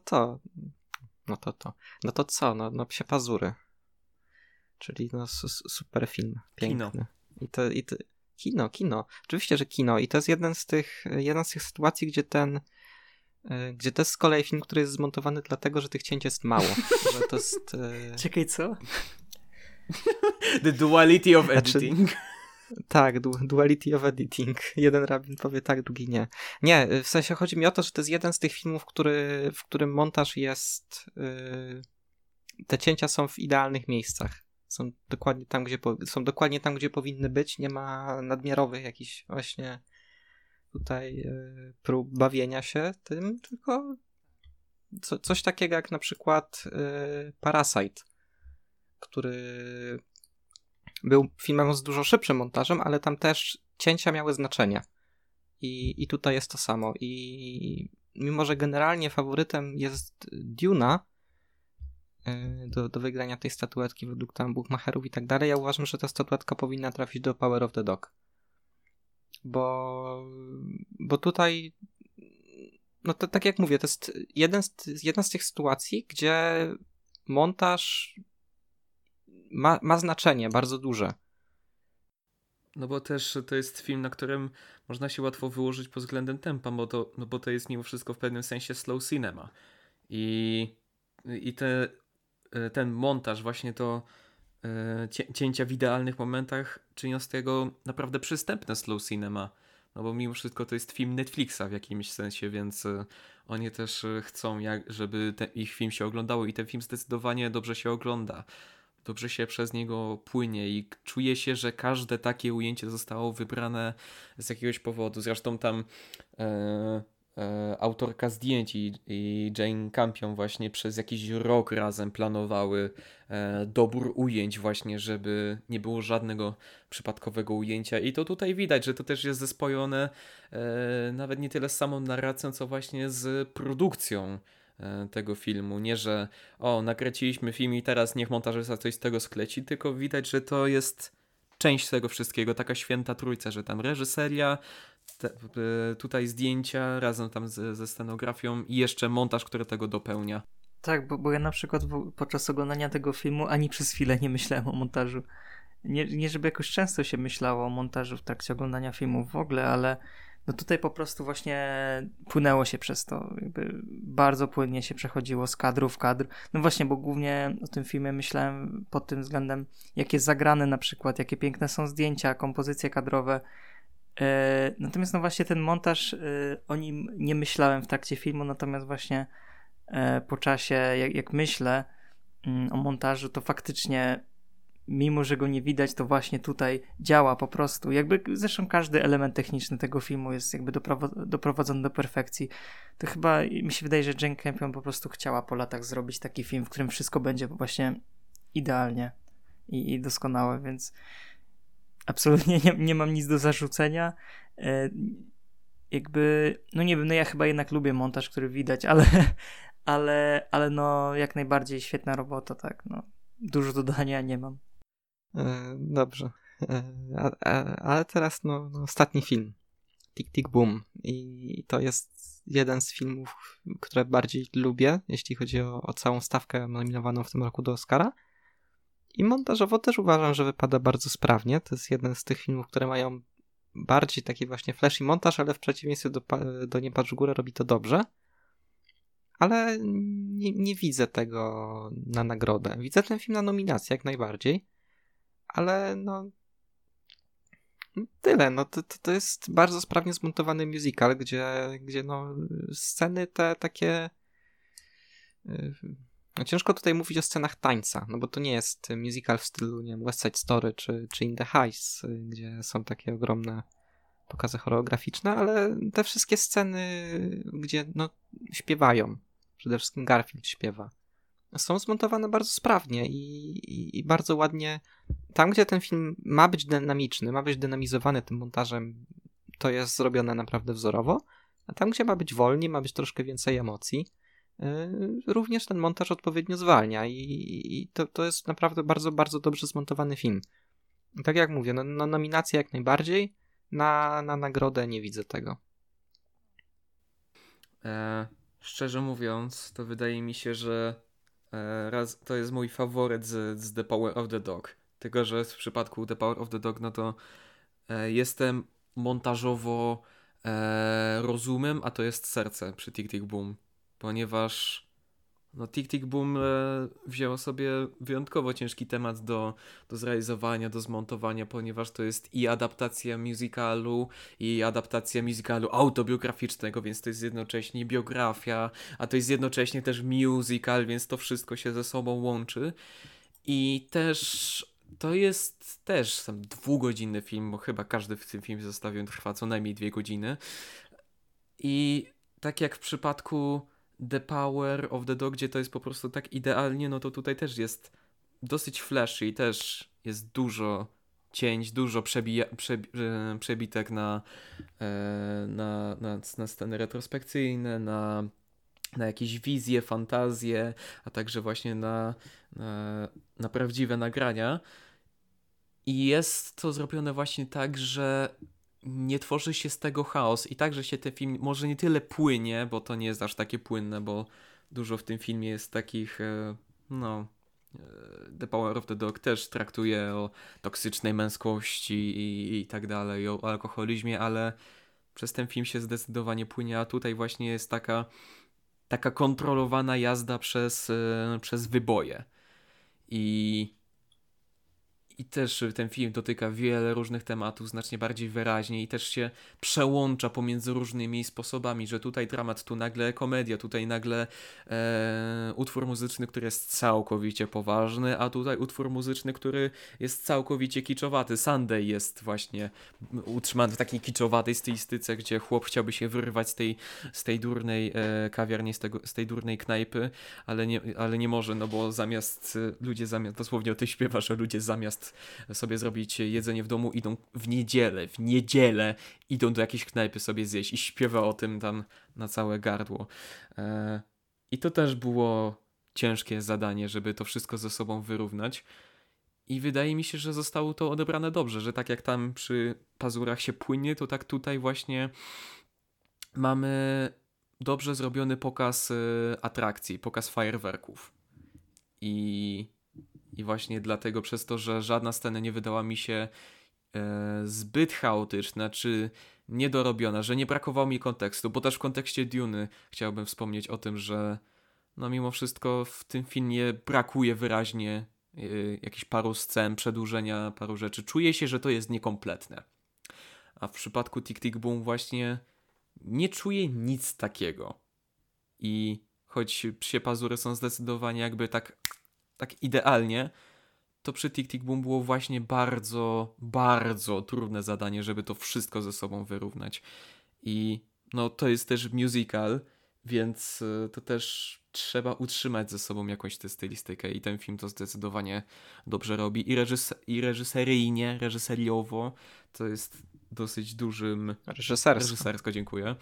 co? No Psie Pazury. Czyli no super film. Piękny. Kino. Kino. Oczywiście, że kino. I to jest jedna z tych sytuacji, gdzie to jest z kolei film, który jest zmontowany dlatego, że tych cięć jest mało. Że to jest... Czekaj, co? The duality of editing. Tak, duality of editing. Jeden rabin powie tak, drugi nie. Nie, w sensie chodzi mi o to, że to jest jeden z tych filmów, w którym montaż jest... te cięcia są w idealnych miejscach. Są dokładnie tam, gdzie powinny być. Nie ma nadmiarowych jakichś właśnie tutaj prób bawienia się tym, tylko coś takiego jak na przykład Parasite, który był filmem z dużo szybszym montażem, ale tam też cięcia miały znaczenie. I tutaj jest to samo. I mimo, że generalnie faworytem jest Duna do wygrania tej statuetki według tam Buchmacherów i tak dalej, ja uważam, że ta statuetka powinna trafić do Power of the Dog. Bo tutaj no to tak jak mówię, to jest jedna z tych sytuacji, gdzie montaż ma znaczenie bardzo duże. No bo też to jest film, na którym można się łatwo wyłożyć pod względem tempa, bo to jest mimo wszystko w pewnym sensie slow cinema. I ten montaż, właśnie to cięcia w idealnych momentach czynią z tego naprawdę przystępne slow cinema. No bo mimo wszystko to jest film Netflixa w jakimś sensie, więc oni też chcą, żeby ich film się oglądało i ten film zdecydowanie dobrze się ogląda. Dobrze się przez niego płynie i czuje się, że każde takie ujęcie zostało wybrane z jakiegoś powodu. Zresztą tam autorka zdjęć i Jane Campion właśnie przez jakiś rok razem planowały dobór ujęć właśnie, żeby nie było żadnego przypadkowego ujęcia i to tutaj widać, że to też jest zespojone nawet nie tyle z samą narracją, co właśnie z produkcją tego filmu. Nie, że nakręciliśmy film i teraz niech montażysta coś z tego skleci, tylko widać, że to jest część tego wszystkiego, taka święta trójca, że tam reżyseria, tutaj zdjęcia razem tam ze scenografią i jeszcze montaż, który tego dopełnia. Tak, bo ja na przykład podczas oglądania tego filmu ani przez chwilę nie myślałem o montażu. Nie żeby jakoś często się myślało o montażu w trakcie oglądania filmów w ogóle, ale no tutaj po prostu właśnie płynęło się przez to. Jakby bardzo płynnie się przechodziło z kadru w kadr. No właśnie, bo głównie o tym filmie myślałem pod tym względem, jak jest zagrane na przykład, jakie piękne są zdjęcia, kompozycje kadrowe. Natomiast no właśnie ten montaż, o nim nie myślałem w trakcie filmu, natomiast właśnie po czasie, jak myślę o montażu, to faktycznie mimo, że go nie widać, to właśnie tutaj działa po prostu. Jakby zresztą każdy element techniczny tego filmu jest jakby doprowadzony do perfekcji. To chyba mi się wydaje, że Jane Campion po prostu chciała po latach zrobić taki film, w którym wszystko będzie właśnie idealnie i doskonałe, więc absolutnie nie mam nic do zarzucenia. Jakby, no nie wiem, no ja chyba jednak lubię montaż, który widać, ale no jak najbardziej świetna robota, tak, no. Dużo dodania nie mam. Dobrze. Ale teraz no, ostatni film. Tick, Tick, Boom. I to jest jeden z filmów, które bardziej lubię, jeśli chodzi o całą stawkę nominowaną w tym roku do Oscara. I montażowo też uważam, że wypada bardzo sprawnie. To jest jeden z tych filmów, które mają bardziej taki właśnie flashy montaż, ale w przeciwieństwie do Nie patrz w górę robi to dobrze. Ale nie widzę tego na nagrodę. Widzę ten film na nominację jak najbardziej. Ale no tyle. No to jest bardzo sprawnie zmontowany musical, gdzie no sceny te takie... Ciężko tutaj mówić o scenach tańca, no bo to nie jest musical w stylu, nie wiem, West Side Story czy In the Heights, gdzie są takie ogromne pokazy choreograficzne, ale te wszystkie sceny, gdzie no śpiewają, przede wszystkim Garfield śpiewa, są zmontowane bardzo sprawnie i bardzo ładnie. Tam, gdzie ten film ma być dynamiczny, ma być dynamizowany tym montażem, to jest zrobione naprawdę wzorowo, a tam, gdzie ma być wolniej, ma być troszkę więcej emocji, również ten montaż odpowiednio zwalnia i to jest naprawdę bardzo, bardzo dobrze zmontowany film. Tak jak mówię, no nominację jak najbardziej, na nagrodę nie widzę tego. Szczerze mówiąc, to wydaje mi się, że to jest mój faworyt z The Power of the Dog. Tylko że w przypadku The Power of the Dog, no to jestem montażowo rozumem, a to jest serce przy Tick Tick Boom. Ponieważ no Tick Tick Boom wzięło sobie wyjątkowo ciężki temat do zrealizowania, do zmontowania, ponieważ to jest i adaptacja musicalu autobiograficznego, więc to jest jednocześnie biografia, a to jest jednocześnie też musical, więc to wszystko się ze sobą łączy. I też to jest też tam 2-godzinny film, bo chyba każdy w tym filmie zestawiony trwa co najmniej 2 godziny. I tak jak w przypadku The Power of the Dog, gdzie to jest po prostu tak idealnie, no to tutaj też jest dosyć flashy, też jest dużo cięć, dużo przebitek na sceny retrospekcyjne, na jakieś wizje, fantazje, a także właśnie na prawdziwe nagrania. I jest to zrobione właśnie tak, że nie tworzy się z tego chaos i tak, że się ten film może nie tyle płynie, bo to nie jest aż takie płynne, bo dużo w tym filmie jest takich, The Power of the Dog też traktuje o toksycznej męskości i tak dalej, o alkoholizmie, ale przez ten film się zdecydowanie płynie, a tutaj właśnie jest taka kontrolowana jazda przez wyboje. I I też ten film dotyka wiele różnych tematów znacznie bardziej wyraźnie i też się przełącza pomiędzy różnymi sposobami, że tutaj dramat, tu nagle komedia, tutaj nagle utwór muzyczny, który jest całkowicie poważny, a tutaj utwór muzyczny, który jest całkowicie kiczowaty. Sunday jest właśnie utrzymany w takiej kiczowatej stylistyce, gdzie chłop chciałby się wyrwać z tej durnej kawiarni, z tej durnej knajpy, ale nie może, no bo ludzie zamiast, dosłownie o tym śpiewa, że ludzie zamiast sobie zrobić jedzenie w domu, idą w niedzielę idą do jakiejś knajpy sobie zjeść i śpiewa o tym tam na całe gardło. I to też było ciężkie zadanie, żeby to wszystko ze sobą wyrównać. I wydaje mi się, że zostało to odebrane dobrze, że tak jak tam przy Pazurach się płynie, to tak tutaj właśnie mamy dobrze zrobiony pokaz atrakcji, pokaz fajerwerków. I właśnie dlatego przez to, że żadna scena nie wydała mi się zbyt chaotyczna, czy niedorobiona, że nie brakowało mi kontekstu, bo też w kontekście Duny chciałbym wspomnieć o tym, że no mimo wszystko w tym filmie brakuje wyraźnie jakichś paru scen, przedłużenia paru rzeczy. Czuje się, że to jest niekompletne. A w przypadku Tick Tick Boom właśnie nie czuję nic takiego. I choć psie pazury są zdecydowanie jakby tak idealnie, to przy Tick Tick Boom było właśnie bardzo, bardzo trudne zadanie, żeby to wszystko ze sobą wyrównać. I no to jest też musical, więc to też trzeba utrzymać ze sobą jakąś tę stylistykę i ten film to zdecydowanie dobrze robi. I reżyseriowo to jest dosyć dużym... Reżysersko, dziękuję.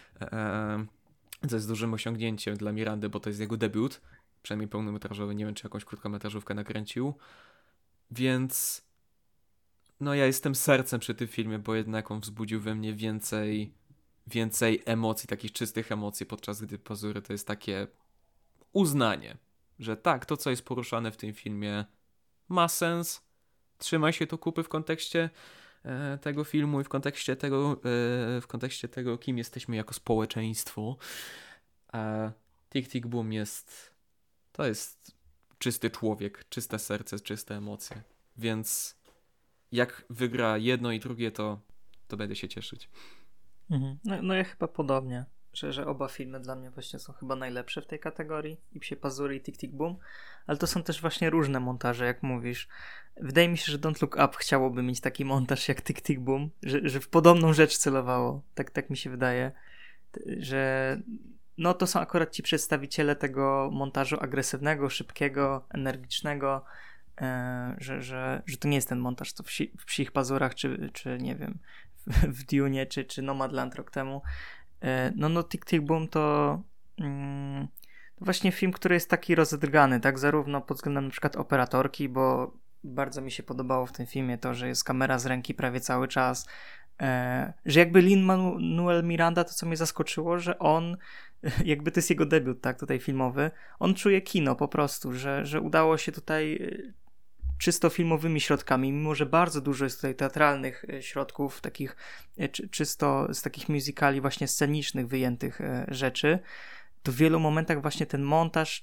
To jest dużym osiągnięciem dla Mirandy, bo to jest jego debiut. Przynajmniej pełnometrażowy, nie wiem czy jakąś krótkometrażówkę nakręcił. Więc no ja jestem sercem przy tym filmie, bo jednak on wzbudził we mnie więcej emocji, takich czystych emocji, podczas gdy Pazury to jest takie uznanie, że tak, to co jest poruszane w tym filmie ma sens, trzyma się to kupy w kontekście tego filmu i w kontekście tego, kim jesteśmy jako społeczeństwo. A Tick Tick Boom to jest czysty człowiek, czyste serce, czyste emocje. Więc jak wygra jedno i drugie, to będę się cieszyć. Mhm. No ja chyba podobnie, że oba filmy dla mnie właśnie są chyba najlepsze w tej kategorii. I Psie Pazury i Tick Tick Boom. Ale to są też właśnie różne montaże, jak mówisz. Wydaje mi się, że Don't Look Up chciałoby mieć taki montaż jak Tick Tick Boom, że w podobną rzecz celowało. Tak mi się wydaje, że no to są akurat ci przedstawiciele tego montażu agresywnego, szybkiego, energicznego, że to nie jest ten montaż, co w Psich Pazurach, czy nie wiem, w Dune, czy Nomadland rok temu. No Tick Tick Boom to właśnie film, który jest taki rozedrgany, tak, zarówno pod względem na przykład operatorki, bo bardzo mi się podobało w tym filmie to, że jest kamera z ręki prawie cały czas, że jakby Lin-Manuel Miranda, to co mnie zaskoczyło, że on, jakby to jest jego debiut, tak, tutaj filmowy, on czuje kino po prostu, że udało się tutaj czysto filmowymi środkami, mimo że bardzo dużo jest tutaj teatralnych środków, takich czysto z takich musicali właśnie scenicznych wyjętych rzeczy, to w wielu momentach właśnie ten montaż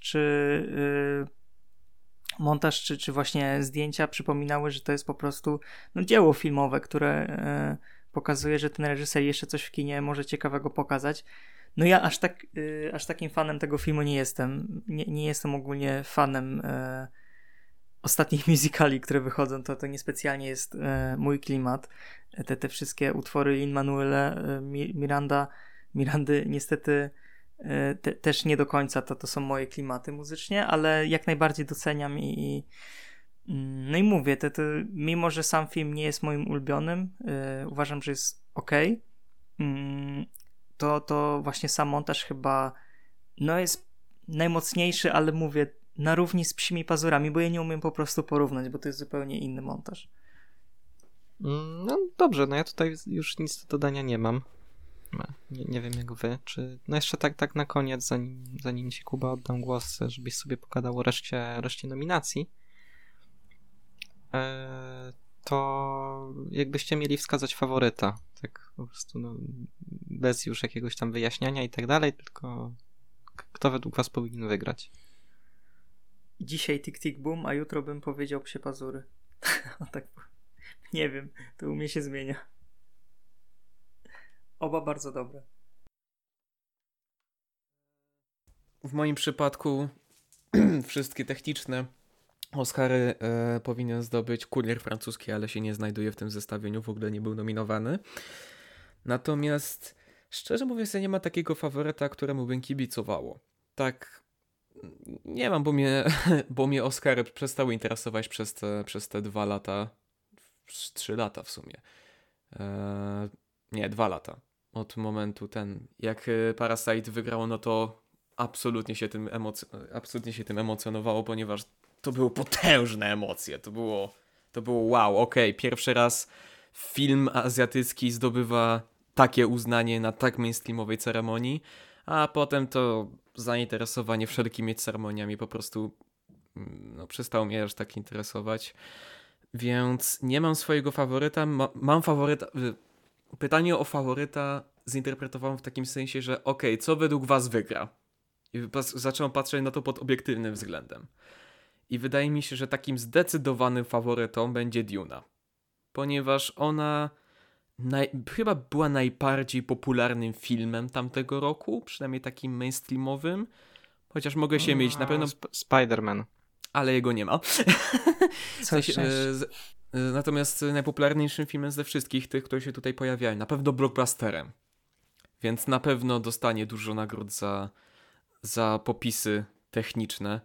czy właśnie zdjęcia przypominały, że to jest po prostu dzieło filmowe, które pokazuje, że ten reżyser jeszcze coś w kinie może ciekawego pokazać. No ja aż takim fanem tego filmu nie jestem. Nie jestem ogólnie fanem ostatnich musicali, które wychodzą, to niespecjalnie jest mój klimat. Te wszystkie utwory Lin-Manuela Mirandy niestety też nie do końca to są moje klimaty muzycznie, ale jak najbardziej doceniam no i mówię, mimo że sam film nie jest moim ulubionym, uważam, że jest okej, to właśnie sam montaż chyba jest najmocniejszy, ale mówię, na równi z Psimi Pazurami, bo ja nie umiem po prostu porównać, bo to jest zupełnie inny montaż. No dobrze, no ja tutaj już nic do dodania nie mam. Nie wiem jak wy, czy... No jeszcze tak na koniec, zanim ci Kuba oddam głos, żebyś sobie pogadał o reszcie nominacji, to jakbyście mieli wskazać faworyta, tak po prostu bez już jakiegoś tam wyjaśniania i tak dalej, tylko kto według was powinien wygrać? Dzisiaj Tick Tick Boom, a jutro bym powiedział Psie Pazury. O tak, nie wiem, to u mnie się zmienia. Oba bardzo dobre. W moim przypadku wszystkie techniczne Oscary powinien zdobyć Kurier francuski, ale się nie znajduje w tym zestawieniu, w ogóle nie był nominowany. Natomiast szczerze mówiąc, ja nie ma takiego faworyta, któremu bym kibicowało. Tak, nie mam, bo mnie Oscary przestały interesować przez te 2 lata, 3 lata w sumie. Nie, 2 lata. Od momentu jak Parasite wygrało, no to absolutnie się tym emocjonowało, ponieważ to były potężne emocje. To było wow, okej, pierwszy raz film azjatycki zdobywa takie uznanie na tak mainstreamowej ceremonii, a potem to zainteresowanie wszelkimi ceremoniami po prostu przestało mnie aż tak interesować. Więc nie mam swojego faworyta, mam faworyta. Pytanie o faworyta zinterpretowałem w takim sensie, że co według was wygra? I zacząłem patrzeć na to pod obiektywnym względem. I wydaje mi się, że takim zdecydowanym faworytą będzie Duna. Ponieważ ona chyba była najbardziej popularnym filmem tamtego roku, przynajmniej takim mainstreamowym. Chociaż mogę się mylić, na pewno... Spider-Man. Ale jego nie ma. Natomiast najpopularniejszym filmem ze wszystkich tych, które się tutaj pojawiają, na pewno blockbusterem. Więc na pewno dostanie dużo nagród za popisy techniczne.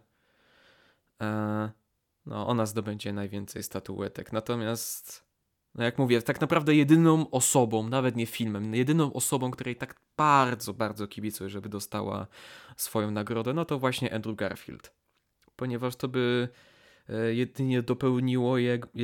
Ona zdobędzie najwięcej statuetek. Natomiast, jak mówię, tak naprawdę jedyną osobą, nawet nie filmem, jedyną osobą, której tak bardzo, bardzo kibicuję, żeby dostała swoją nagrodę, no to właśnie Andrew Garfield. Ponieważ to by jedynie dopełniło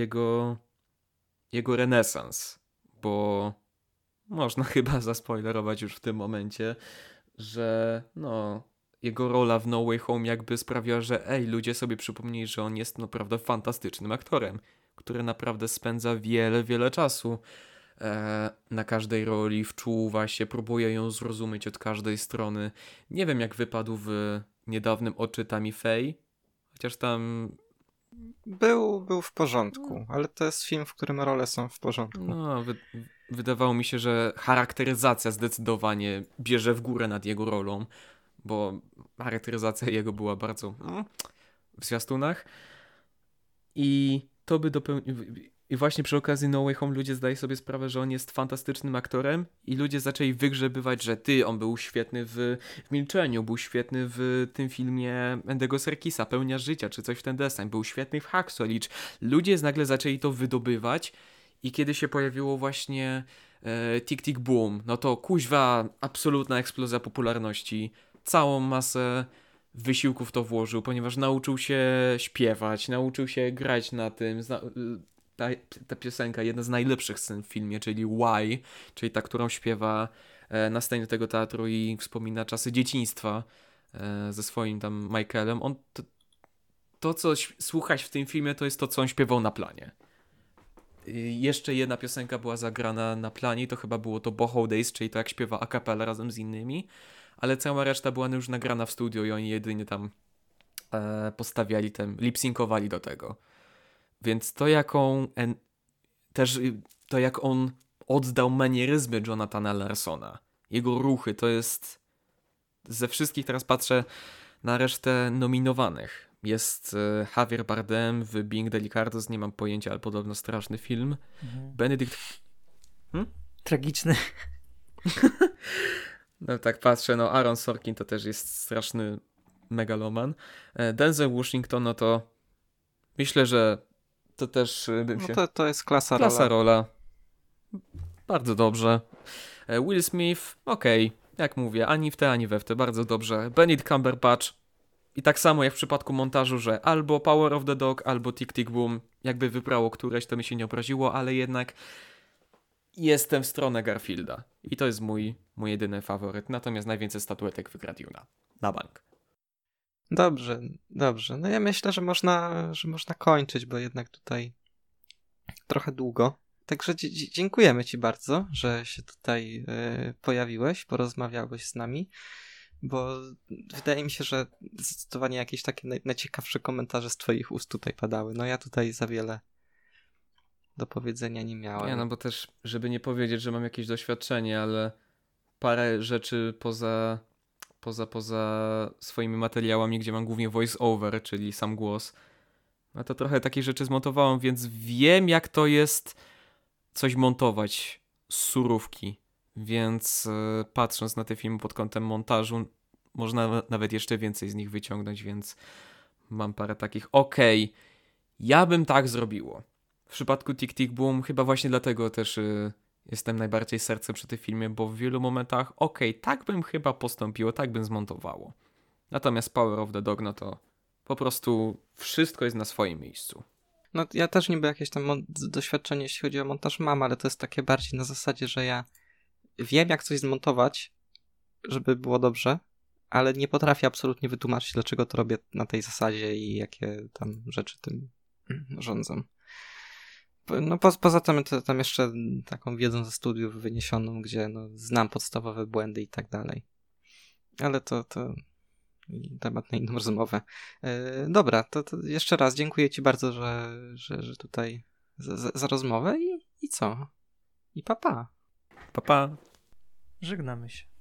jego renesans. Bo można chyba zaspoilerować już w tym momencie, że jego rola w No Way Home jakby sprawiła, że ludzie sobie przypomnieli, że on jest naprawdę fantastycznym aktorem, który naprawdę spędza wiele, wiele czasu na każdej roli, wczuwa się, próbuje ją zrozumieć od każdej strony. Nie wiem, jak wypadł w niedawnym Oczy Tammy Faye, chociaż tam... Był w porządku, ale to jest film, w którym role są w porządku. Wydawało mi się, że charakteryzacja zdecydowanie bierze w górę nad jego rolą, bo charakteryzacja jego była bardzo w zwiastunach. I to by I właśnie przy okazji No Way Home ludzie zdają sobie sprawę, że on jest fantastycznym aktorem i ludzie zaczęli wygrzebywać, że on był świetny w Milczeniu, był świetny w tym filmie Endego Serkisa, Pełnia życia, czy coś w ten deseń, był świetny w Hacksaw Ridge. Ludzie nagle zaczęli to wydobywać i kiedy się pojawiło właśnie Tick Tick Boom, no to kuźwa, absolutna eksplozja popularności, całą masę wysiłków to włożył, ponieważ nauczył się śpiewać, nauczył się grać na tym, ta piosenka, jedna z najlepszych scen w filmie, czyli Why, czyli ta, którą śpiewa na scenie tego teatru i wspomina czasy dzieciństwa ze swoim tam Michaelem. To, co słuchać w tym filmie, to jest to, co on śpiewał na planie. Jeszcze jedna piosenka była zagrana na planie i to chyba było to Boho Days, czyli to jak śpiewa a cappella razem z innymi, ale cała reszta była już nagrana w studio i oni jedynie tam postawiali lip-synkowali do tego. Więc to jak on oddał manieryzmy Jonathana Larsona, jego ruchy, to jest ze wszystkich, teraz patrzę na resztę nominowanych. Jest Javier Bardem w Being the Ricardos, nie mam pojęcia, ale podobno straszny film. Benedict... Tragiczny. No tak patrzę, Aaron Sorkin to też jest straszny megaloman. Denzel Washington, no to myślę, że to też bym się... To jest klasa rola. Bardzo dobrze. Will Smith, jak mówię, ani w te, ani we w te, bardzo dobrze. Benedict Cumberbatch i tak samo jak w przypadku montażu, że albo Power of the Dog, albo Tick Tick Boom, jakby wybrało któreś, to mi się nie obraziło, ale jednak jestem w stronę Garfielda. I to jest mój jedyny faworyt. Natomiast najwięcej statuetek wygra Duna. Na bank. Dobrze. No ja myślę, że można kończyć, bo jednak tutaj trochę długo. Także dziękujemy ci bardzo, że się tutaj pojawiłeś, porozmawiałeś z nami, bo wydaje mi się, że zdecydowanie jakieś takie najciekawsze komentarze z twoich ust tutaj padały. No ja tutaj za wiele do powiedzenia nie miałem. Nie, no bo też, żeby nie powiedzieć, że mam jakieś doświadczenie, ale parę rzeczy poza swoimi materiałami, gdzie mam głównie voice over, czyli sam głos, no to trochę takich rzeczy zmontowałem, więc wiem, jak to jest coś montować z surówki, więc patrząc na te filmy pod kątem montażu, można nawet jeszcze więcej z nich wyciągnąć, więc mam parę takich, ja bym tak zrobiło. W przypadku Tick Tick Boom chyba właśnie dlatego też jestem najbardziej sercem przy tym filmie, bo w wielu momentach tak bym chyba postąpiło, tak bym zmontowało. Natomiast Power of the Dog, no to po prostu wszystko jest na swoim miejscu. No ja też niby jakieś tam doświadczenie, jeśli chodzi o montaż mam, ale to jest takie bardziej na zasadzie, że ja wiem, jak coś zmontować, żeby było dobrze, ale nie potrafię absolutnie wytłumaczyć, dlaczego to robię na tej zasadzie i jakie tam rzeczy tym rządzą. No poza tym tam jeszcze taką wiedzą ze studiów wyniesioną, gdzie no, znam podstawowe błędy i tak dalej. Ale to temat na inną rozmowę. Dobra, to jeszcze raz dziękuję ci bardzo, że tutaj za rozmowę i co? I pa. Żegnamy się.